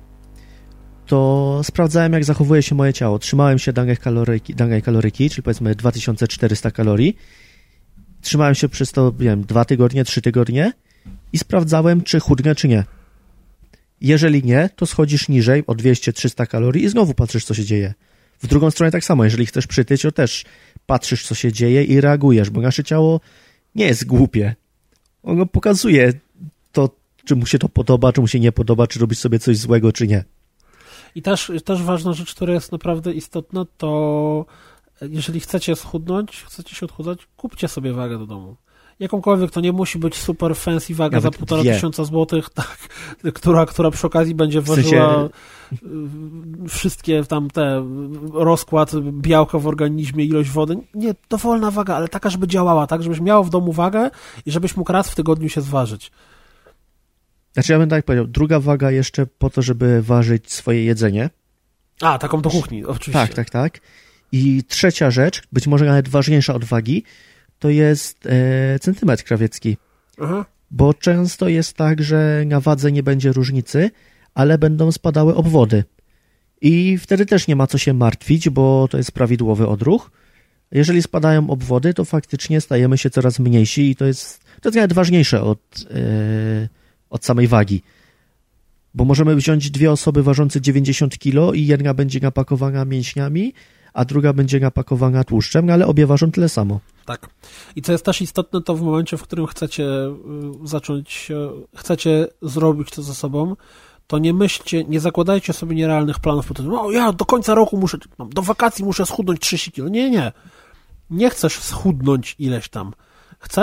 to sprawdzałem, jak zachowuje się moje ciało. Trzymałem się danej kaloryki, danej kaloryki, czyli powiedzmy dwa tysiące czterysta kalorii. Trzymałem się przez to, nie wiem, dwa tygodnie, trzy tygodnie i sprawdzałem, czy chudnę, czy nie. Jeżeli nie, to schodzisz niżej o dwieście, trzysta kalorii i znowu patrzysz, co się dzieje. W drugą stronę tak samo, jeżeli chcesz przytyć, to też patrzysz, co się dzieje i reagujesz, bo nasze ciało nie jest głupie. Ono pokazuje to, czy mu się to podoba, czy mu się nie podoba, czy robisz sobie coś złego, czy nie. I też, też ważna rzecz, która jest naprawdę istotna, to jeżeli chcecie schudnąć, chcecie się odchudzać, kupcie sobie wagę do domu. Jakąkolwiek, to nie musi być super fancy waga Nawet za półtora dwie. tysiąca złotych, tak, która, która przy okazji będzie ważyła w sensie... wszystkie tam te rozkład białka w organizmie, ilość wody. Nie, dowolna waga, ale taka, żeby działała, tak, żebyś miał w domu wagę i żebyś mógł raz w tygodniu się zważyć. Znaczy ja bym tak powiedział, druga waga jeszcze po to, żeby ważyć swoje jedzenie. A, taką do kuchni, oczywiście. Tak, tak, tak. I trzecia rzecz, być może nawet ważniejsza od wagi, to jest e, centymetr krawiecki. Aha. Bo często jest tak, że na wadze nie będzie różnicy, ale będą spadały obwody. I wtedy też nie ma co się martwić, bo to jest prawidłowy odruch. Jeżeli spadają obwody, to faktycznie stajemy się coraz mniejsi i to jest, to jest nawet ważniejsze od, e, od samej wagi. Bo możemy wziąć dwie osoby ważące dziewięćdziesiąt kilo i jedna będzie napakowana mięśniami, a druga będzie napakowana tłuszczem, ale obie ważą tyle samo. Tak. I co jest też istotne, to w momencie, w którym chcecie zacząć, chcecie zrobić to ze sobą, to nie myślcie, nie zakładajcie sobie nierealnych planów po tym, o ja do końca roku muszę, do wakacji muszę schudnąć trzydzieści kilo. Nie, nie. Nie chcesz schudnąć ileś tam. Chcesz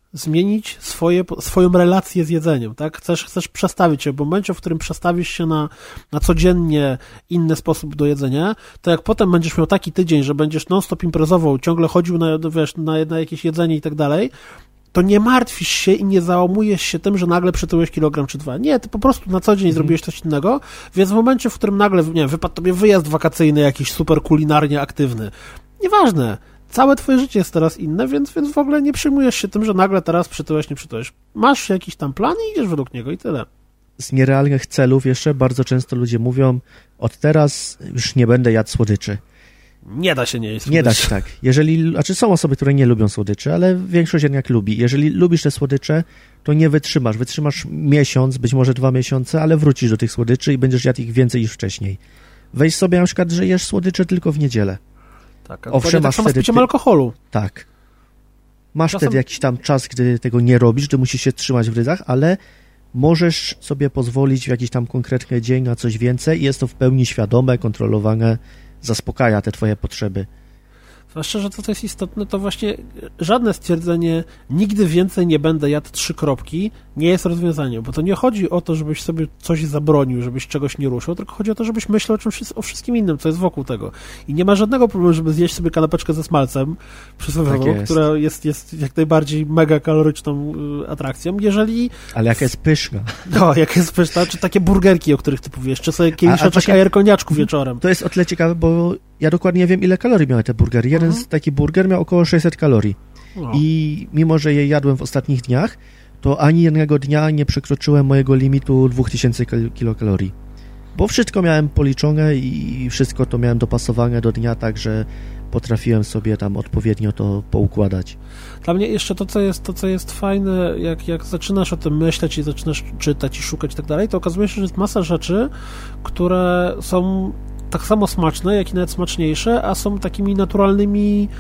zmienić swoje, swoją relację z jedzeniem, tak? Chcesz, chcesz przestawić się, bo w momencie, w którym przestawisz się na, na codziennie inny sposób do jedzenia, to jak potem będziesz miał taki tydzień, że będziesz non-stop imprezował, ciągle chodził na, wiesz, na, na jakieś jedzenie i tak dalej, to nie martwisz się i nie załamujesz się tym, że nagle przytyłeś kilogram czy dwa. Nie, ty po prostu na co dzień mm. zrobiłeś coś innego, więc w momencie, w którym nagle, nie wiem, wypadł tobie wyjazd wakacyjny jakiś super kulinarnie aktywny, nieważne, całe twoje życie jest teraz inne, więc, więc w ogóle nie przejmujesz się tym, że nagle teraz przytyłeś, nie przytyłeś. Masz jakiś tam plan i idziesz według niego i tyle. Z nierealnych celów jeszcze bardzo często ludzie mówią, od teraz już nie będę jadł słodyczy. Nie da się nie jeść słodyczy. Nie da się tak. Jeżeli, znaczy są osoby, które nie lubią słodyczy, ale większość jednak lubi. Jeżeli lubisz te słodycze, to nie wytrzymasz. Wytrzymasz miesiąc, być może dwa miesiące, ale wrócisz do tych słodyczy i będziesz jadł ich więcej niż wcześniej. Weź sobie na przykład, że jesz słodycze tylko w niedzielę. Tak, owszem, masz tak wtedy... z piciem alkoholu. Tak. Masz Czasem... wtedy jakiś tam czas, gdy tego nie robisz, gdy musisz się trzymać w ryzach, ale możesz sobie pozwolić w jakiś tam konkretny dzień na coś więcej i jest to w pełni świadome, kontrolowane, zaspokaja te twoje potrzeby. Zwłaszcza, że to, co jest istotne, to właśnie żadne stwierdzenie nigdy więcej nie będę jadł trzy kropki nie jest rozwiązaniem, bo to nie chodzi o to, żebyś sobie coś zabronił, żebyś czegoś nie ruszył, tylko chodzi o to, żebyś myślał o, czymś, o wszystkim innym, co jest wokół tego. I nie ma żadnego problemu, żeby zjeść sobie kanapeczkę ze smalcem przysłowiową, tak jest. Która jest, jest jak najbardziej mega kaloryczną y, atrakcją, jeżeli... Ale jaka jest pyszna. No, jaka jest pyszna, czy takie burgerki, o których ty powiesz, czy sobie kieliszeczek ajerkoniaczku wieczorem. To jest o tyle ciekawe, bo ja dokładnie wiem, ile kalorii miały te burgery. Jeden mhm. taki burger miał około sześćset kalorii. No. I mimo, że je jadłem w ostatnich dniach, to ani jednego dnia nie przekroczyłem mojego limitu dwa tysiące kilokalorii. Bo wszystko miałem policzone i wszystko to miałem dopasowane do dnia, tak że potrafiłem sobie tam odpowiednio to poukładać. Dla mnie jeszcze to, co jest, to, co jest fajne, jak, jak zaczynasz o tym myśleć i zaczynasz czytać i szukać i tak dalej, to okazuje się, że jest masa rzeczy, które są tak samo smaczne, jak i nawet smaczniejsze, a są takimi naturalnymi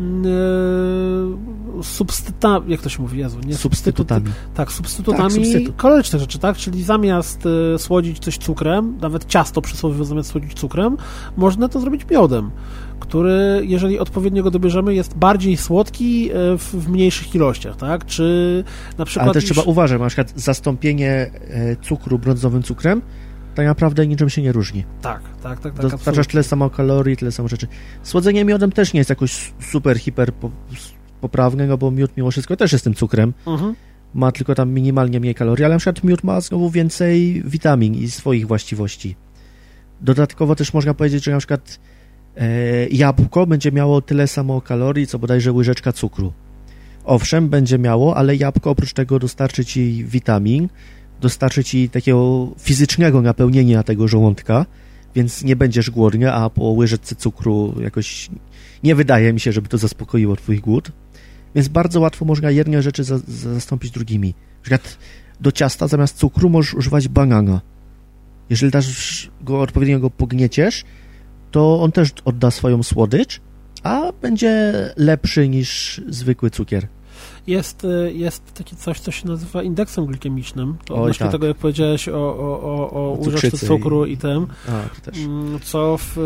yy, substytutami, jak to się mówi, Jezu, nie? Substytutami. Tak, substytutami tak, substytut. kalorycznych rzeczy, tak? Czyli zamiast y, słodzić coś cukrem, nawet ciasto przysłowiowo zamiast słodzić cukrem, można to zrobić miodem, który, jeżeli odpowiednio go dobierzemy, jest bardziej słodki w, w mniejszych ilościach, tak? Czy na przykład... Ale też już... trzeba uważać, na przykład zastąpienie cukru brązowym cukrem tak naprawdę niczym się nie różni. Tak, tak, tak. tak Dostarczasz tyle samo kalorii, tyle samo rzeczy. Słodzenie miodem też nie jest jakoś super, hiper poprawne, no bo miód mimo wszystko też jest tym cukrem. Uh-huh. Ma tylko tam minimalnie mniej kalorii, ale na przykład miód ma znowu więcej witamin i swoich właściwości. Dodatkowo też można powiedzieć, że na przykład e, jabłko będzie miało tyle samo kalorii, co bodajże łyżeczka cukru. Owszem, będzie miało, ale jabłko oprócz tego dostarczy ci witamin, dostarczy ci takiego fizycznego napełnienia tego żołądka, więc nie będziesz głodny, a po łyżeczce cukru jakoś nie wydaje mi się, żeby to zaspokoiło twój głód. Więc bardzo łatwo można jedne rzeczy za, za zastąpić drugimi. Na przykład do ciasta zamiast cukru możesz używać banana. Jeżeli dasz go odpowiednio go pognieciesz, to on też odda swoją słodycz, a będzie lepszy niż zwykły cukier. Jest, jest takie coś, co się nazywa indeksem glikemicznym. To Oj, odnośnie tak. tego, jak powiedziałeś o, o, o, o łyżeczce cukru i, i tym, A, to też. co w,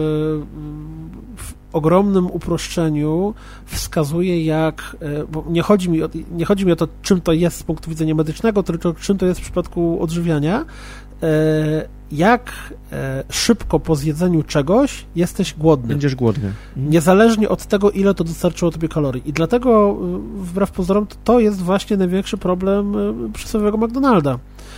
w ogromnym uproszczeniu wskazuje, jak, bo nie chodzi mi o, nie chodzi mi o to, czym to jest z punktu widzenia medycznego, tylko czym to jest w przypadku odżywiania, jak szybko po zjedzeniu czegoś jesteś głodny. Będziesz głodny. Niezależnie od tego, ile to dostarczyło tobie kalorii. I dlatego, wbrew pozorom, to jest właśnie największy problem przysłowiowego McDonalda.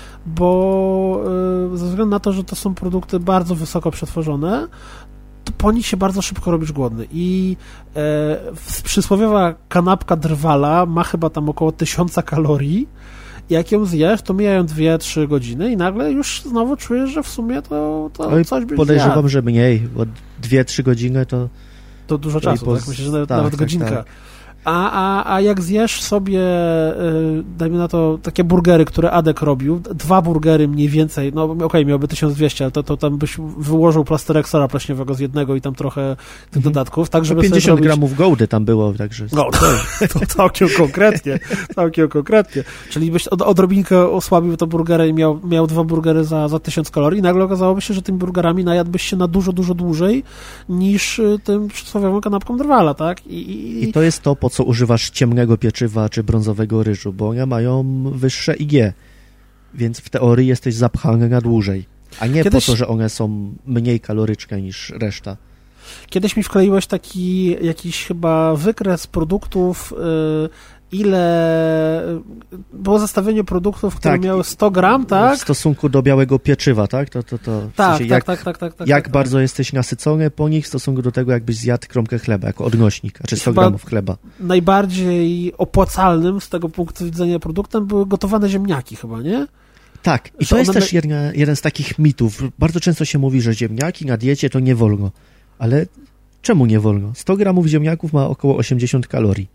Bo ze względu na to, że to są produkty bardzo wysoko przetworzone, to po nich się bardzo szybko robisz głodny. I e, przysłowiowa kanapka drwala ma chyba tam około tysiąca kalorii. Jak ją zjesz, to mijają dwie trzy godziny i nagle już znowu czujesz, że w sumie to, to Oj, coś byś podejrzewam, zjadł. że mniej, bo dwie trzy godziny to... To dużo to czasu, poz... tak? Myślę, że nawet, tak, nawet tak, godzinka. Tak. A, a, a jak zjesz sobie, yy, dajmy na to, takie burgery, które Adek robił, dwa burgery mniej więcej, no okej, okay, miałby tysiąc dwieście, ale to, to tam byś wyłożył plasterek sera pleśniowego z jednego i tam trochę tych mm-hmm. dodatków, tak żeby pięćdziesiąt sobie zrobić... gramów gołdy tam było, także... No, to, to całkiem konkretnie, całkiem konkretnie. Czyli byś od, odrobinkę osłabił to burgery i miał, miał dwa burgery za, za tysiąc kalorii i nagle okazałoby się, że tymi burgerami najadłbyś się na dużo, dużo dłużej niż tym przysłowiową kanapką drwala, tak? I, i, I to jest to, po co używasz ciemnego pieczywa czy brązowego ryżu, bo one mają wyższe I G, więc w teorii jesteś zapchany na dłużej, a nie Kiedyś... po to, że one są mniej kaloryczne niż reszta. Kiedyś mi wkleiłeś taki jakiś chyba wykres produktów, yy, ile było zestawienie produktów, które tak, miały sto gram, tak? W stosunku do białego pieczywa, tak? To, to, to w tak, sensie tak, jak, tak, tak, tak, tak. Jak tak, bardzo tak. jesteś nasycony po nich w stosunku do tego, jakbyś zjadł kromkę chleba, jako odnośnik, a czy sto gramów chleba. Najbardziej opłacalnym z tego punktu widzenia produktem były gotowane ziemniaki chyba, nie? Tak, i że to jest one... też jeden, jeden z takich mitów. Bardzo często się mówi, że ziemniaki na diecie to nie wolno. Ale czemu nie wolno? sto gramów ziemniaków ma około osiemdziesiąt kalorii.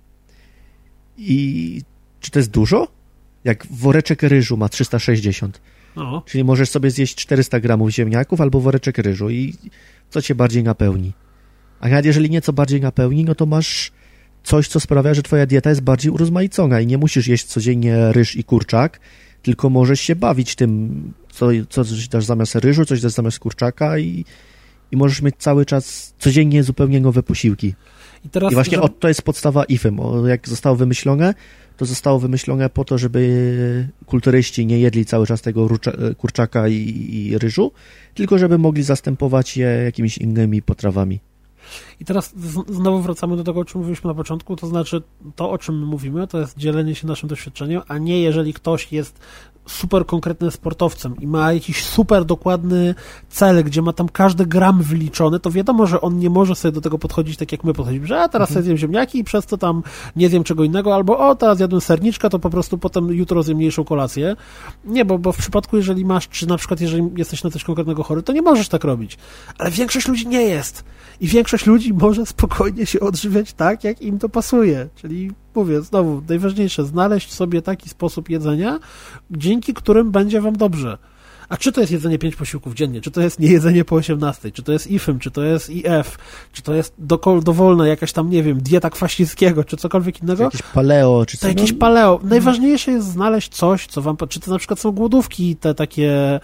I czy to jest dużo? Jak woreczek ryżu ma trzysta sześćdziesiąt. No. Czyli możesz sobie zjeść czterysta gramów ziemniaków albo woreczek ryżu i co cię bardziej napełni? A nawet jeżeli nieco bardziej napełni, no to masz coś, co sprawia, że twoja dieta jest bardziej urozmaicona i nie musisz jeść codziennie ryż i kurczak, tylko możesz się bawić tym, co, co coś dasz zamiast ryżu, coś dasz zamiast kurczaka i, i możesz mieć cały czas codziennie zupełnie nowe posiłki. I, teraz, I właśnie że... o, to jest podstawa I F Y M. O, jak zostało wymyślone, to zostało wymyślone po to, żeby kulturyści nie jedli cały czas tego rucza, kurczaka i, i ryżu, tylko żeby mogli zastępować je jakimiś innymi potrawami. I teraz znowu wracamy do tego, o czym mówiliśmy na początku, to znaczy to, o czym my mówimy, to jest dzielenie się naszym doświadczeniem, a nie jeżeli ktoś jest super konkretnym sportowcem i ma jakiś super dokładny cel, gdzie ma tam każdy gram wyliczony, to wiadomo, że on nie może sobie do tego podchodzić tak, jak my podchodzimy, że a teraz mhm. sobie zjem ziemniaki i przez to tam nie zjem czego innego, albo o, teraz jadłem serniczka, to po prostu potem jutro zjem mniejszą kolację. Nie, bo, bo w przypadku, jeżeli masz, czy na przykład jeżeli jesteś na coś konkretnego chory, to nie możesz tak robić. Ale większość ludzi nie jest. I większość ludzi może spokojnie się odżywiać tak, jak im to pasuje. Czyli mówię, znowu, najważniejsze, znaleźć sobie taki sposób jedzenia, dzięki którym będzie wam dobrze. A czy to jest jedzenie pięć posiłków dziennie, czy to jest nie jedzenie po osiemnastej, czy to jest I F Y M, czy to jest I F, czy to jest do, dowolna jakaś tam, nie wiem, dieta Kwaśnickiego, czy cokolwiek innego. Jakieś paleo, czy co? To jakieś paleo. Najważniejsze jest znaleźć coś, co wam, czy to na przykład są głodówki te takie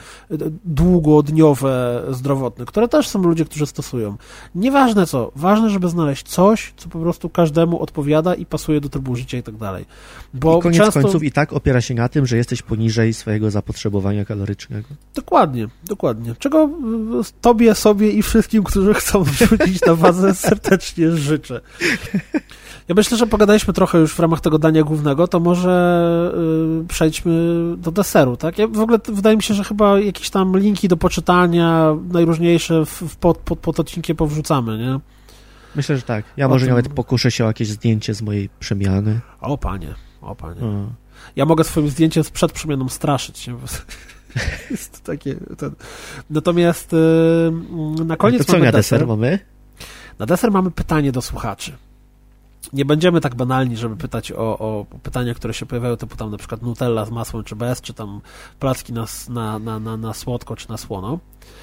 długodniowe, zdrowotne, które też są ludzie, którzy stosują. Nieważne co, ważne, żeby znaleźć coś, co po prostu każdemu odpowiada i pasuje do trybu życia i tak dalej. Bo I koniec często... końców i tak opiera się na tym, że jesteś poniżej swojego zapotrzebowania kalorycznego. Dokładnie, dokładnie. Czego tobie, sobie i wszystkim, którzy chcą wrzucić na wazę, serdecznie życzę. Ja myślę, że pogadaliśmy trochę już w ramach tego dania głównego, to może yy, przejdźmy do deseru, tak? Ja w ogóle wydaje mi się, że chyba jakieś tam linki do poczytania najróżniejsze w, w pod, pod, pod odcinkiem powrzucamy, nie? Myślę, że tak. Ja o może tym... nawet pokuszę się o jakieś zdjęcie z mojej przemiany. O panie, o panie. O. Ja mogę swoim zdjęciem przed przemianą straszyć, nie? Jest takie... Ten... Natomiast yy, na koniec to co mamy na deser. deser mamy? Na deser mamy pytanie do słuchaczy. Nie będziemy tak banalni, żeby pytać o, o pytania, które się pojawiają, typu tam na przykład Nutella z masłem czy bez, czy tam placki na, na, na, na, na słodko czy na słono.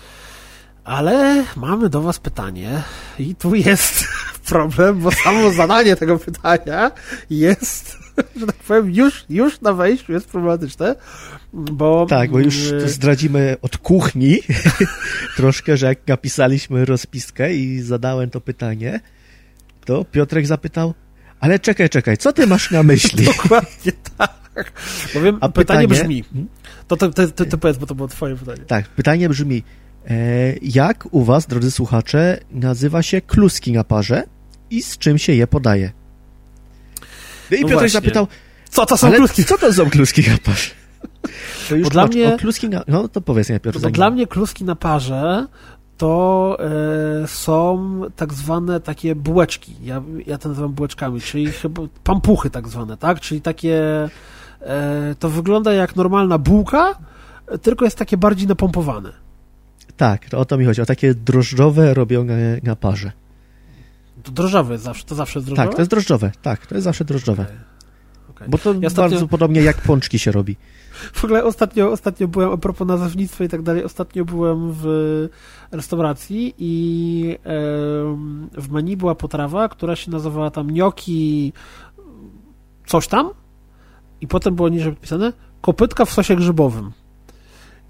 Ale mamy do was pytanie i tu jest problem, bo samo zadanie tego pytania jest, że tak powiem, już, już na wejściu jest problematyczne, bo... Tak, bo już zdradzimy od kuchni troszkę, że jak napisaliśmy rozpiskę i zadałem to pytanie, to Piotrek zapytał, ale czekaj, czekaj, co ty masz na myśli? Dokładnie tak. Bowiem A pytanie, pytanie brzmi, to, to, to, to, to powiedz, bo to było twoje pytanie. Tak, pytanie brzmi, e, jak u was, drodzy słuchacze, nazywa się kluski na parze i z czym się je podaje? I no Piotrek właśnie. zapytał, co to są ale kluski? Co to są kluski na parze? To już bo dla mnie, kluski na... No to powiedz mi najpierw. Bo dla mnie kluski na parze to e, są tak zwane takie bułeczki. Ja, ja to nazywam bułeczkami, czyli chyba pampuchy tak zwane, tak? Czyli takie e, to wygląda jak normalna bułka, tylko jest takie bardziej napompowane. Tak, to o to mi chodzi, o takie drożdżowe robione na parze. To drożdżowe jest zawsze, to zawsze jest drożdżowe? Tak, to jest drożdżowe, tak, to jest zawsze drożdżowe. Okay. Okay. Bo to ja ostatnio... bardzo podobnie jak pączki się robi. W ogóle ostatnio, ostatnio byłem, a propos nazewnictwa i tak dalej, ostatnio byłem w restauracji i e, w menu była potrawa, która się nazywała tam gnocchi coś tam i potem było niżej podpisane kopytka w sosie grzybowym.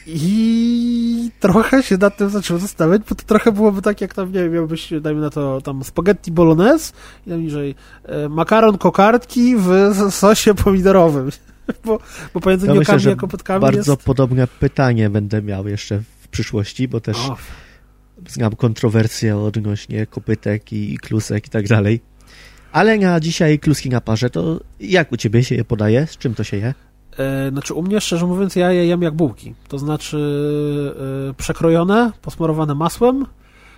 I trochę się nad tym zacząłem zastanawiać, bo to trochę byłoby tak, jak tam, nie wiem, miałbyś, dajmy na to, tam spaghetti bolognese i tam niżej e, makaron kokardki w sosie pomidorowym. bo, bo pomiędzy gniokami a kopytkami bardzo jest... podobne pytanie będę miał jeszcze w przyszłości, bo też o. znam kontrowersje odnośnie kopytek i klusek i tak dalej. Ale na dzisiaj kluski na parze, to jak u ciebie się je podaje? Z czym to się je? E, znaczy u mnie, szczerze mówiąc, ja je jem jak bułki. To znaczy e, przekrojone, posmarowane masłem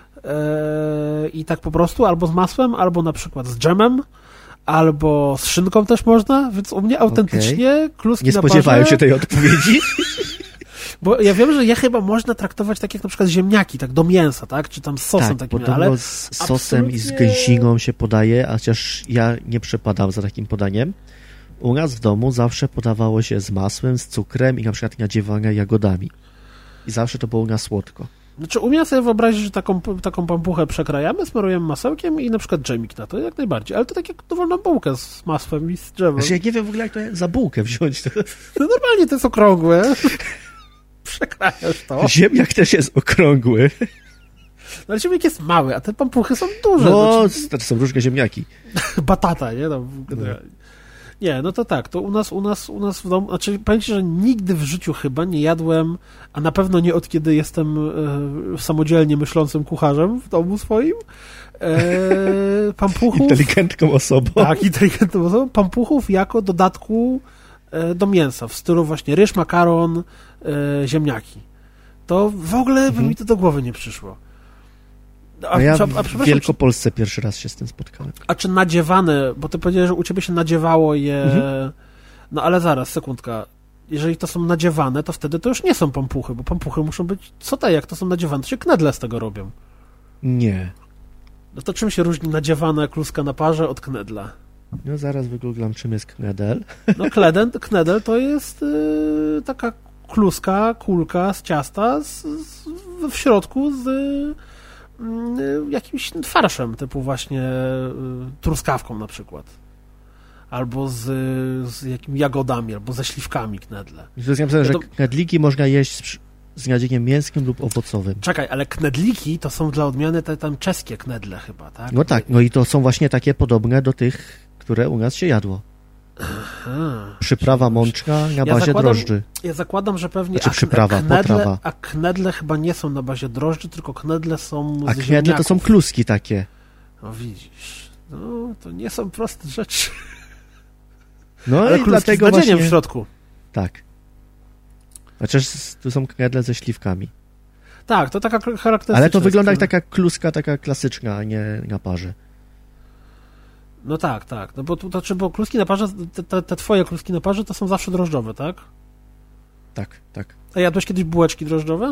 e, i tak po prostu, albo z masłem, albo na przykład z dżemem, albo z szynką też można, więc u mnie autentycznie okay. kluski Nie na spodziewałem parze... się tej odpowiedzi. Bo ja wiem, że je chyba można traktować tak jak na przykład ziemniaki, tak do mięsa, tak? Czy tam z sosem tak, takim, ale... ale... z sosem absolutnie... i z gęsiną się podaje, a chociaż ja nie przepadam za takim podaniem. U nas w domu zawsze podawało się z masłem, z cukrem i na przykład nadziewane jagodami. I zawsze to było na słodko. Znaczy umiem sobie wyobrazić, że taką, taką pampuchę przekrajamy, smarujemy masełkiem i na przykład dżemik na to, jak najbardziej. Ale to tak jak dowolną bułkę z masłem i z dżemem. Znaczy ja nie wiem w ogóle, jak to za bułkę wziąć. To... No normalnie to jest okrągłe. Przekrajasz to. Ziemniak też jest okrągły. No ale ziemniak jest mały, a te pampuchy są duże. No, znaczy... to są różne ziemniaki. Batata, nie? No, no. Nie, no to tak, to u nas, u nas, u nas w domu, znaczy powiem ci, że nigdy w życiu chyba nie jadłem, a na pewno nie od kiedy jestem e, samodzielnie myślącym kucharzem w domu swoim, e, pampuchów... Inteligentną osobą. Tak, inteligentną osobą, pampuchów jako dodatku e, do mięsa, w stylu właśnie ryż, makaron, e, ziemniaki. To w ogóle mhm. by mi to do głowy nie przyszło. A, no ja a, a w Wielkopolsce pierwszy raz się z tym spotkałem. A czy nadziewane, bo ty powiedziałeś, że u ciebie się nadziewało je... Mhm. No ale zaraz, sekundka. Jeżeli to są nadziewane, to wtedy to już nie są pampuchy, bo pampuchy muszą być... Co te, jak to są nadziewane? To się knedle z tego robią. Nie. No to czym się różni nadziewana kluska na parze od knedla? No zaraz wygooglam, czym jest knedel. No knedel, knedel to jest yy, taka kluska, kulka z ciasta z, z, w środku z... jakimś farszem, typu właśnie truskawką na przykład. Albo z, z jakimiś jagodami, albo ze śliwkami knedle. To jest napisane, ja to... że knedliki można jeść z nadzieniem mięskim lub owocowym. Czekaj, ale knedliki to są dla odmiany te tam czeskie knedle chyba, tak? No tak, no i to są właśnie takie podobne do tych, które u nas się jadło. Aha, przyprawa mączka na ja bazie zakładam, drożdży. Ja zakładam, że pewnie... Znaczy przyprawa, a knedle, potrawa. A knedle chyba nie są na bazie drożdży, tylko knedle są z A knedle to są kluski takie. No widzisz, no to nie są proste rzeczy. No ale i dlatego z nadzieniem właśnie... w środku. Tak. Znaczy tu są knedle ze śliwkami. Tak, to taka charakterystyczna. Ale to wygląda jak taka kluska, taka klasyczna, a nie na parze. No tak, tak. No bo to znaczy, bo kluski na parze, te, te, te twoje kluski na parze to są zawsze drożdżowe, tak? Tak, tak. A jadłeś kiedyś bułeczki drożdżowe?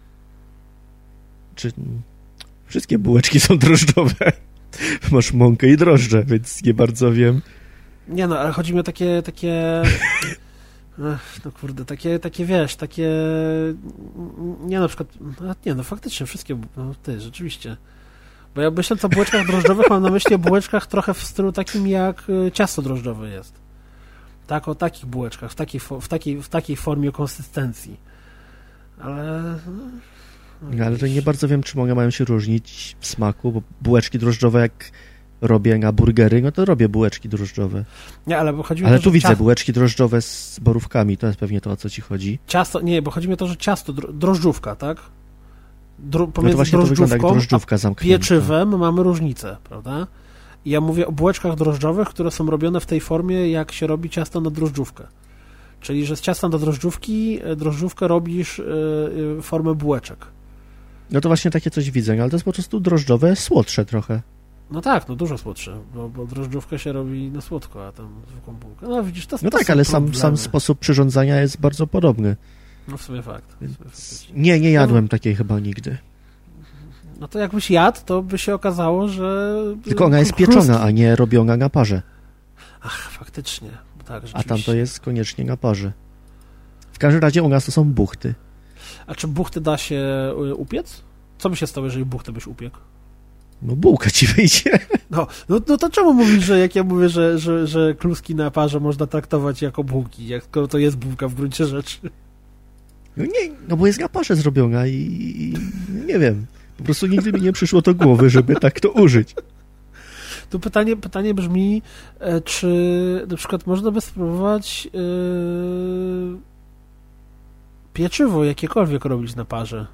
Czy wszystkie bułeczki są drożdżowe? Masz mąkę i drożdże, więc nie bardzo wiem. Nie no, ale chodzi mi o takie, takie... Ech, no kurde, takie, takie wiesz, takie... Nie na przykład... Nie no, faktycznie wszystkie... No ty, rzeczywiście... Bo ja myślę, o bułeczkach drożdżowych, mam na myśli o bułeczkach trochę w stylu takim, jak ciasto drożdżowe jest. Tak, o takich bułeczkach, w takiej, w takiej, w takiej formie konsystencji. Ale... No, ale to nie bardzo wiem, czy one mają się różnić w smaku, bo bułeczki drożdżowe, jak robię na burgery, no to robię bułeczki drożdżowe. Nie, ale bo chodzi mi ale o to, tu widzę ciasto... bułeczki drożdżowe z borówkami, to jest pewnie to, o co ci chodzi. Ciasto, nie, bo chodzi mi o to, że ciasto, drożdżówka, tak? Dro, pomiędzy no to właśnie to wygląda jak drożdżówka zamknięta. Pieczywem mamy różnicę, prawda? I ja mówię o bułeczkach drożdżowych, które są robione w tej formie, jak się robi ciasto na drożdżówkę. Czyli, że z ciasta na drożdżówki, drożdżówkę robisz yy, formę bułeczek. No to właśnie takie coś widzę, ale to jest po prostu drożdżowe, słodsze trochę. No tak, no dużo słodsze, bo, bo drożdżówkę się robi na słodko, a tam zwykłą bułkę. No widzisz, to No to tak, ale sam, sam sposób przyrządzania jest bardzo podobny. No w sumie fakt. Więc... Nie, nie jadłem no, takiej chyba nigdy. No to jakbyś jadł, to by się okazało, że... Tylko ona jest pieczona, a nie robiona na parze. Ach, faktycznie. Tak, a tam to jest koniecznie na parze. W każdym razie u nas to są buchty. A czy buchty da się upiec? Co by się stało, jeżeli buchtę byś upiekł? No bułka ci wyjdzie. No, no, no to czemu mówisz, że jak ja mówię, że, że, że kluski na parze można traktować jako bułki, jak skoro to jest bułka w gruncie rzeczy? No nie, no bo jest na parze zrobiona i, i nie wiem, po prostu nigdy mi nie przyszło do głowy, żeby tak to użyć. Tu pytanie, pytanie brzmi, czy na przykład można by spróbować yy, pieczywo jakiekolwiek robić na parze.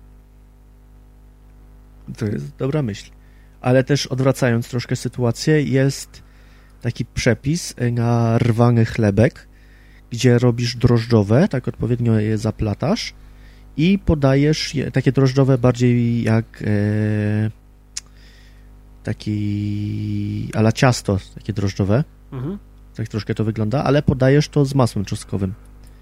To jest dobra myśl. Ale też odwracając troszkę sytuację, jest taki przepis na rwany chlebek, gdzie robisz drożdżowe, tak odpowiednio je zaplatasz i podajesz je, takie drożdżowe bardziej jak e, taki a la ciasto, takie drożdżowe. Mhm. Tak troszkę to wygląda, ale podajesz to z masłem czosnkowym.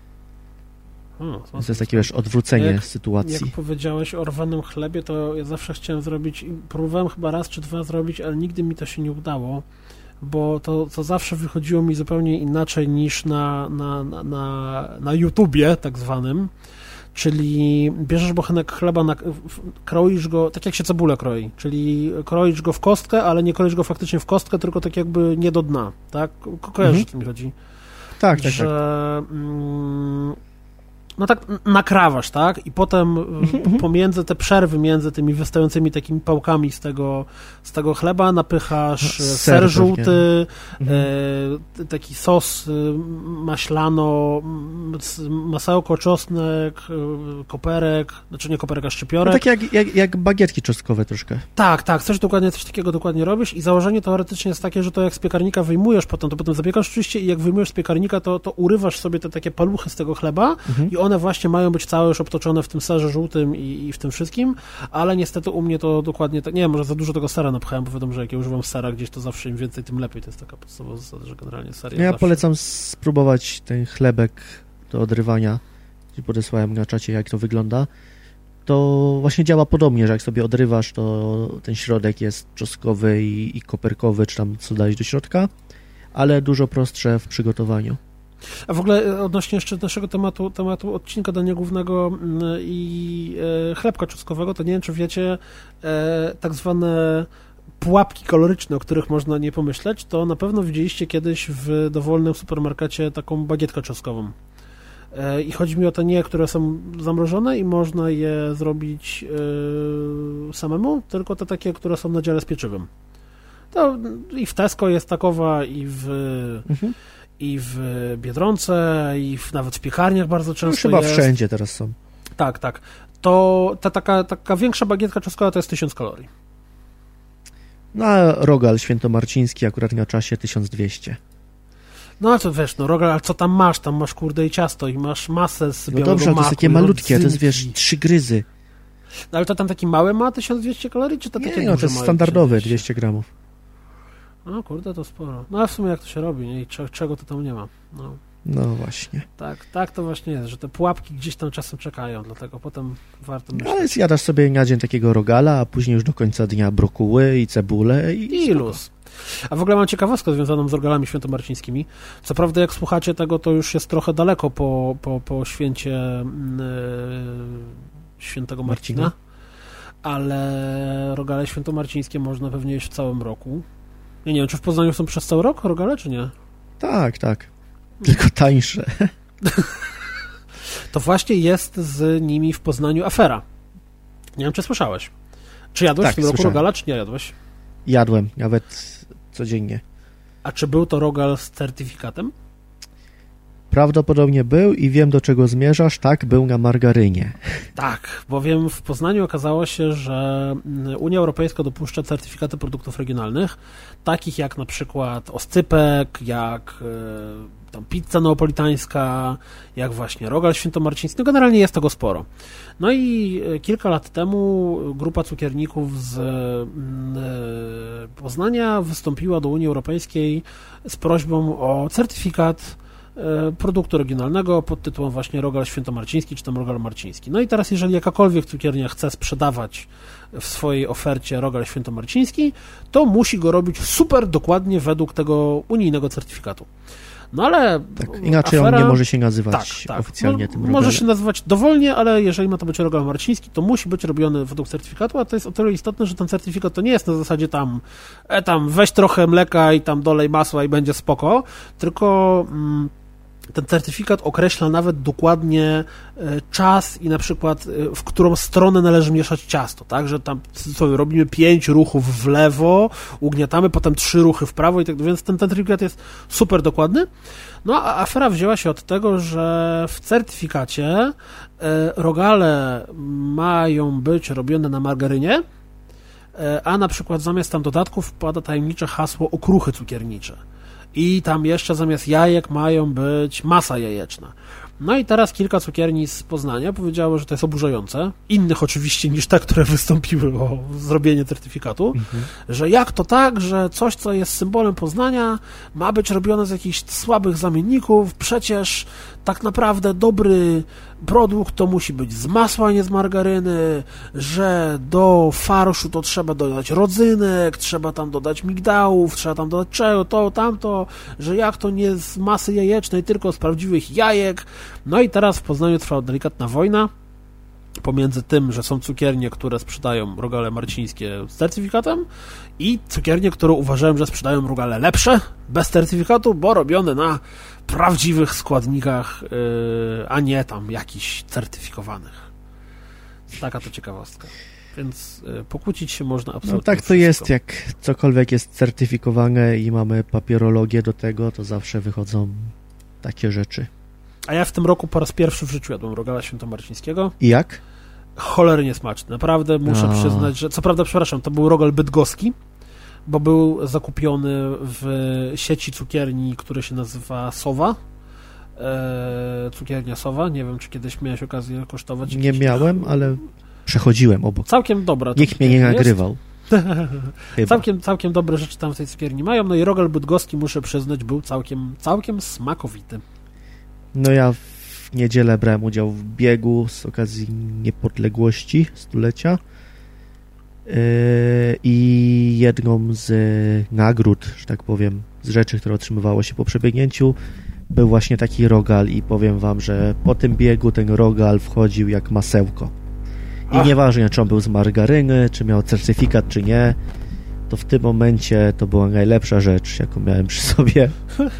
O, to jest takie, wiesz, odwrócenie jak, sytuacji. Jak powiedziałeś o rwanym chlebie, to ja zawsze chciałem zrobić, próbowałem chyba raz czy dwa zrobić, ale nigdy mi to się nie udało, bo to, to zawsze wychodziło mi zupełnie inaczej niż na, na, na, na, na YouTubie tak zwanym, czyli bierzesz bochenek chleba, na, kroisz go, tak jak się cebulę kroi, czyli kroisz go w kostkę, ale nie kroisz go faktycznie w kostkę, tylko tak jakby nie do dna, tak? Kojarzysz, mhm. o co mi chodzi? Tak, tak, że, tak. Mm, no tak nakrawasz, tak? I potem pomiędzy te przerwy, między tymi wystającymi takimi pałkami z tego, z tego chleba napychasz ser, ser żółty, mhm. e, taki sos maślano, masełko, czosnek, koperek, znaczy nie koperek, a szczypiorek. No tak jak, jak, jak bagietki czosnkowe troszkę. Tak, tak, coś dokładnie, coś takiego dokładnie robisz i założenie teoretycznie jest takie, że to jak z piekarnika wyjmujesz potem, to potem zapiekasz oczywiście i jak wyjmujesz z piekarnika, to, to urywasz sobie te takie paluchy z tego chleba mhm. i one właśnie mają być całe już obtoczone w tym serze żółtym i, i w tym wszystkim, ale niestety u mnie to dokładnie tak, nie wiem, może za dużo tego sera napchałem, bo wiadomo, że jak ja używam sera gdzieś, to zawsze im więcej, tym lepiej, to jest taka podstawowa zasada, że generalnie ser jest Ja zawsze... polecam spróbować ten chlebek do odrywania, ci podesłałem na czacie, jak to wygląda. To właśnie działa podobnie, że jak sobie odrywasz, to ten środek jest czosnkowy i, i koperkowy, czy tam co dać do środka, ale dużo prostsze w przygotowaniu. A w ogóle odnośnie jeszcze naszego tematu, tematu odcinka dania głównego i e, chlebka czosnkowego, to nie wiem, czy wiecie, e, tak zwane pułapki koloryczne, o których można nie pomyśleć, to na pewno widzieliście kiedyś w dowolnym supermarkecie taką bagietkę czosnkową. E, I chodzi mi o te nie, które są zamrożone i można je zrobić e, samemu, tylko te takie, które są na dziale z pieczywem. To i w Tesco jest takowa, i w... Mhm. i w Biedronce, i w, nawet w piekarniach bardzo często jest. Chyba wszędzie teraz są. Tak, tak. To ta taka, taka większa bagietka czosnkowa to jest tysiąc kalorii. No a rogal świętomarciński akurat na czasie tysiąc dwieście. No a co wiesz, no rogal, ale co tam masz? Tam masz kurde i ciasto i masz masę z białego no dobrze, maku. No to jest takie malutkie, rodzynki. To jest wiesz, trzy gryzy. No ale to tam taki mały ma tysiąc dwieście kalorii, czy to takie nie, no to jest standardowy dwieście gramów. No kurde, to sporo. No ale w sumie jak to się robi, nie? I czego to tam nie ma. No. No właśnie. Tak, tak to właśnie jest, że te pułapki gdzieś tam czasem czekają, dlatego potem warto myśleć. Ale zjadasz sobie na dzień takiego rogala, a później już do końca dnia brokuły i cebulę i... I luz. A w ogóle mam ciekawostkę związaną z rogalami świętomarcińskimi. Co prawda jak słuchacie tego, to już jest trochę daleko po, po, po święcie yy, świętego Marcina, Marcina, ale rogale świętomarcińskie można pewnie jeść w całym roku. Ja nie wiem, czy w Poznaniu są przez cały rok rogale, czy nie? Tak, tak. Tylko tańsze. To właśnie jest z nimi w Poznaniu afera. Nie wiem, czy słyszałeś. Czy jadłeś tak, w tym roku słyszałem. Rogala, czy nie jadłeś? Jadłem, nawet codziennie. A czy był to rogal z certyfikatem? Prawdopodobnie był i wiem, do czego zmierzasz. Tak, był na margarynie. Tak, bowiem w Poznaniu okazało się, że Unia Europejska dopuszcza certyfikaty produktów regionalnych, takich jak na przykład oscypek, jak y, tam pizza neapolitańska, jak właśnie rogal świętomarciński. No generalnie jest tego sporo. No i kilka lat temu grupa cukierników z y, Poznania wystąpiła do Unii Europejskiej z prośbą o certyfikat produktu regionalnego pod tytułem właśnie rogal świętomarciński, czy tam rogal marciński. No i teraz, jeżeli jakakolwiek cukiernia chce sprzedawać w swojej ofercie rogal świętomarciński, to musi go robić super dokładnie według tego unijnego certyfikatu. No ale tak, inaczej afera, on nie może się nazywać tak, tak. oficjalnie no, tym rogalem. Może się nazywać dowolnie, ale jeżeli ma to być rogal marciński, to musi być robiony według certyfikatu, a to jest o tyle istotne, że ten certyfikat to nie jest na zasadzie tam, e, tam weź trochę mleka i tam dolej masła i będzie spoko, tylko mm, ten certyfikat określa nawet dokładnie czas i na przykład w którą stronę należy mieszać ciasto, tak, że tam co, robimy pięć ruchów w lewo, ugniatamy, potem trzy ruchy w prawo i tak dalej, więc ten certyfikat jest super dokładny. No a afera wzięła się od tego, że w certyfikacie rogale mają być robione na margarynie, a na przykład zamiast tam dodatków wpada tajemnicze hasło okruchy cukiernicze. I tam jeszcze zamiast jajek mają być masa jajeczna. No i teraz kilka cukierni z Poznania powiedziało, że to jest oburzające. Innych oczywiście niż te, które wystąpiły o zrobienie certyfikatu. Mhm. Że jak to tak, że coś, co jest symbolem Poznania, ma być robione z jakichś słabych zamienników. Przecież tak naprawdę dobry produkt to musi być z masła, a nie z margaryny, że do farszu to trzeba dodać rodzynek, trzeba tam dodać migdałów, trzeba tam dodać czego, to, tamto, że jak to nie z masy jajecznej, tylko z prawdziwych jajek. No i teraz w Poznaniu trwa delikatna wojna pomiędzy tym, że są cukiernie, które sprzedają rogale marcińskie z certyfikatem i cukiernie, które uważają, że sprzedają rogale lepsze, bez certyfikatu, bo robione na prawdziwych składnikach, yy, a nie tam jakichś certyfikowanych. Taka to ciekawostka. Więc yy, pokłócić się można absolutnie. No tak to wszystko. Jest, jak cokolwiek jest certyfikowane i mamy papierologię do tego, to zawsze wychodzą takie rzeczy. A ja w tym roku po raz pierwszy w życiu jadłem rogala świętomarcińskiego. I jak? Cholernie smaczny. Naprawdę muszę a. przyznać, że... Co prawda, przepraszam, to był rogal bydgoski, bo był zakupiony w sieci cukierni, który się nazywa Sowa. Eee, cukiernia Sowa. Nie wiem, czy kiedyś miałeś okazję kosztować. Nie miałem, ale przechodziłem obok. Całkiem dobra. Nikt mnie nie nagrywał. całkiem, całkiem dobre rzeczy tam w tej cukierni mają. No i rogal bydgoski, muszę przyznać, był całkiem, całkiem smakowity. No ja w niedzielę brałem udział w biegu z okazji niepodległości stulecia yy, i jedną z nagród, że tak powiem, z rzeczy, które otrzymywało się po przebiegnięciu, był właśnie taki rogal i powiem wam, że po tym biegu ten rogal wchodził jak masełko. I Ach. nieważne, czy on był z margaryny, czy miał certyfikat, czy nie, to w tym momencie to była najlepsza rzecz, jaką miałem przy sobie.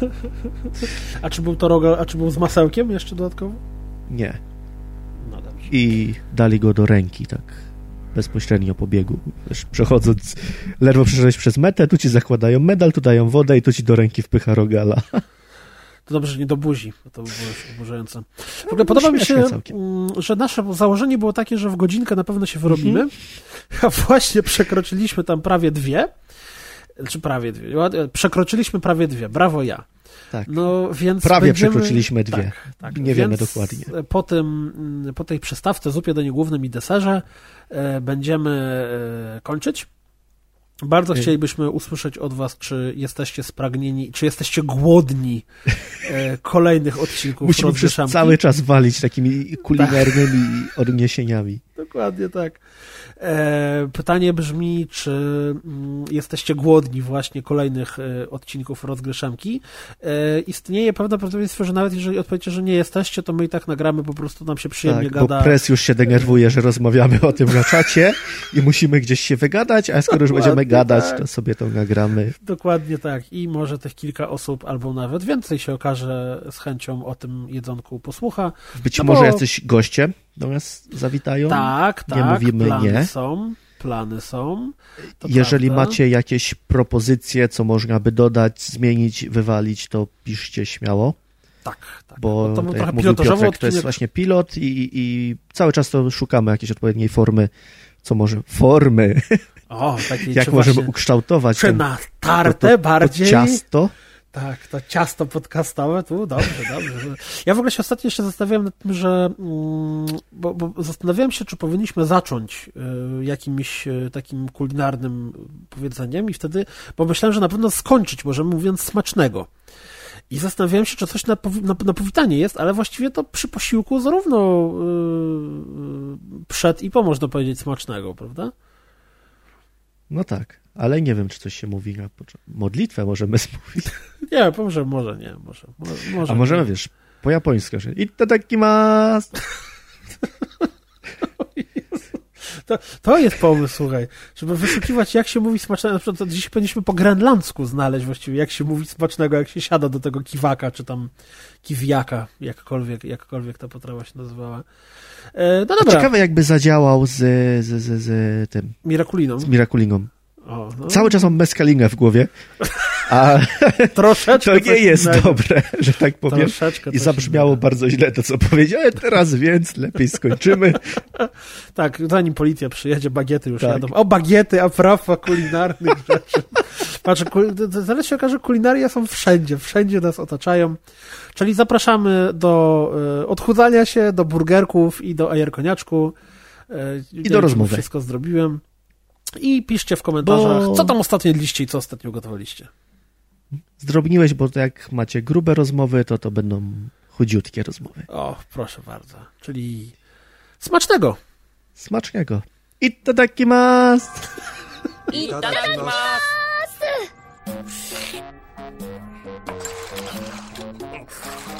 A czy był to rogal, a czy był z masełkiem jeszcze dodatkowo? Nie. No dobrze. I dali go do ręki, tak bezpośrednio po biegu. Wiesz, przechodząc, ledwo przeszedłeś przez metę, tu ci zakładają medal, tu dają wodę i tu ci do ręki wpycha rogala. To dobrze, że nie do buzi, bo to by było już oburzające. W ogóle no, podoba mi się, całkiem. że nasze założenie było takie, że w godzinkę na pewno się wyrobimy, mm-hmm. a właśnie przekroczyliśmy tam prawie dwie, czy prawie dwie, przekroczyliśmy prawie dwie, brawo ja. Tak, no, więc prawie będziemy... przekroczyliśmy dwie, tak, tak. nie wiemy dokładnie. Po, tym, po tej przystawce, zupie daniu głównym i deserze e, będziemy e, kończyć. Bardzo chcielibyśmy usłyszeć od was, czy jesteście spragnieni, czy jesteście głodni e, kolejnych odcinków. Musimy przez cały czas walić takimi kulinarnymi tak. odniesieniami. Dokładnie tak. E, pytanie brzmi, czy mm, jesteście głodni właśnie kolejnych e, odcinków Rozgryszemki. E, istnieje pewne prawdopodobieństwo, że nawet jeżeli odpowiecie, że nie jesteście, to my i tak nagramy, po prostu nam się przyjemnie tak, gada. Bo Press już się denerwuje, że rozmawiamy o tym na czacie i musimy gdzieś się wygadać, a skoro już będziemy gadać, tak. to sobie to nagramy. Dokładnie tak. I może tych kilka osób, albo nawet więcej się okaże, z chęcią o tym jedzonku posłucha. Być no może bo... jacyś goście do nas zawitają. Tak, nie tak. Mówimy plany nie. są. Plany są. To Jeżeli prawda. macie jakieś propozycje, co można by dodać, zmienić, wywalić, to piszcie śmiało. Tak, tak. Bo to, jak mówił Piotrek, to jest właśnie pilot i, i cały czas to szukamy jakiejś odpowiedniej formy, co może... Formy! O, takiej, jak możemy ukształtować czy na tartę bardziej? To ciasto. Tak, to ciasto podcastowe, tu dobrze, dobrze. Ja w ogóle się ostatnio jeszcze zastanawiałem nad tym, że bo, bo zastanawiałem się, czy powinniśmy zacząć jakimś takim kulinarnym powiedzeniem i wtedy, bo myślałem, że na pewno skończyć możemy mówiąc smacznego. I zastanawiałem się, czy coś na, na, na powitanie jest, ale właściwie to przy posiłku zarówno yy, przed i po można powiedzieć smacznego, prawda? No tak, ale nie wiem, czy coś się mówi na modlitwę możemy zmówić. Nie, może, może nie, może. może A możemy, nie. Wiesz, po japońsku, że itadakimasu. To, to jest pomysł, słuchaj, żeby wyszukiwać, jak się mówi smacznego. Na przykład dziś powinniśmy po grenlandzku znaleźć właściwie, jak się mówi smacznego, jak się siada do tego kiwaka, czy tam kiwiaka, jakkolwiek, jakkolwiek ta potrawa się nazywała. E, no dobra. Ciekawe, jakby zadziałał z, z, z, z tym... Miraculiną. Z Miraculiną. O, no. Cały czas mam mescalinę w głowie, a troszeczkę to nie jest innego. Dobre, że tak powiem. Troszeczkę I zabrzmiało innego. Bardzo źle to, co powiedziałem teraz, więc lepiej skończymy. Tak, zanim policja przyjedzie, bagiety już tak. jadą. O, bagiety, a prawa kulinarnych rzeczy. Patrz, zaraz się okaże, kulinaria są wszędzie, wszędzie nas otaczają. Czyli zapraszamy do y, odchudzania się, do burgerków i do ajerkoniaczku. Y, I do rozmowy. Wszystko zrobiłem. I piszcie w komentarzach, bo... co tam ostatnio jedliście i co ostatnio gotowaliście. Zdrobniłeś, bo to jak macie grube rozmowy, to to będą chudziutkie rozmowy. O, proszę bardzo. Czyli smacznego. Smacznego. Itadakimasu! Itadakimasu!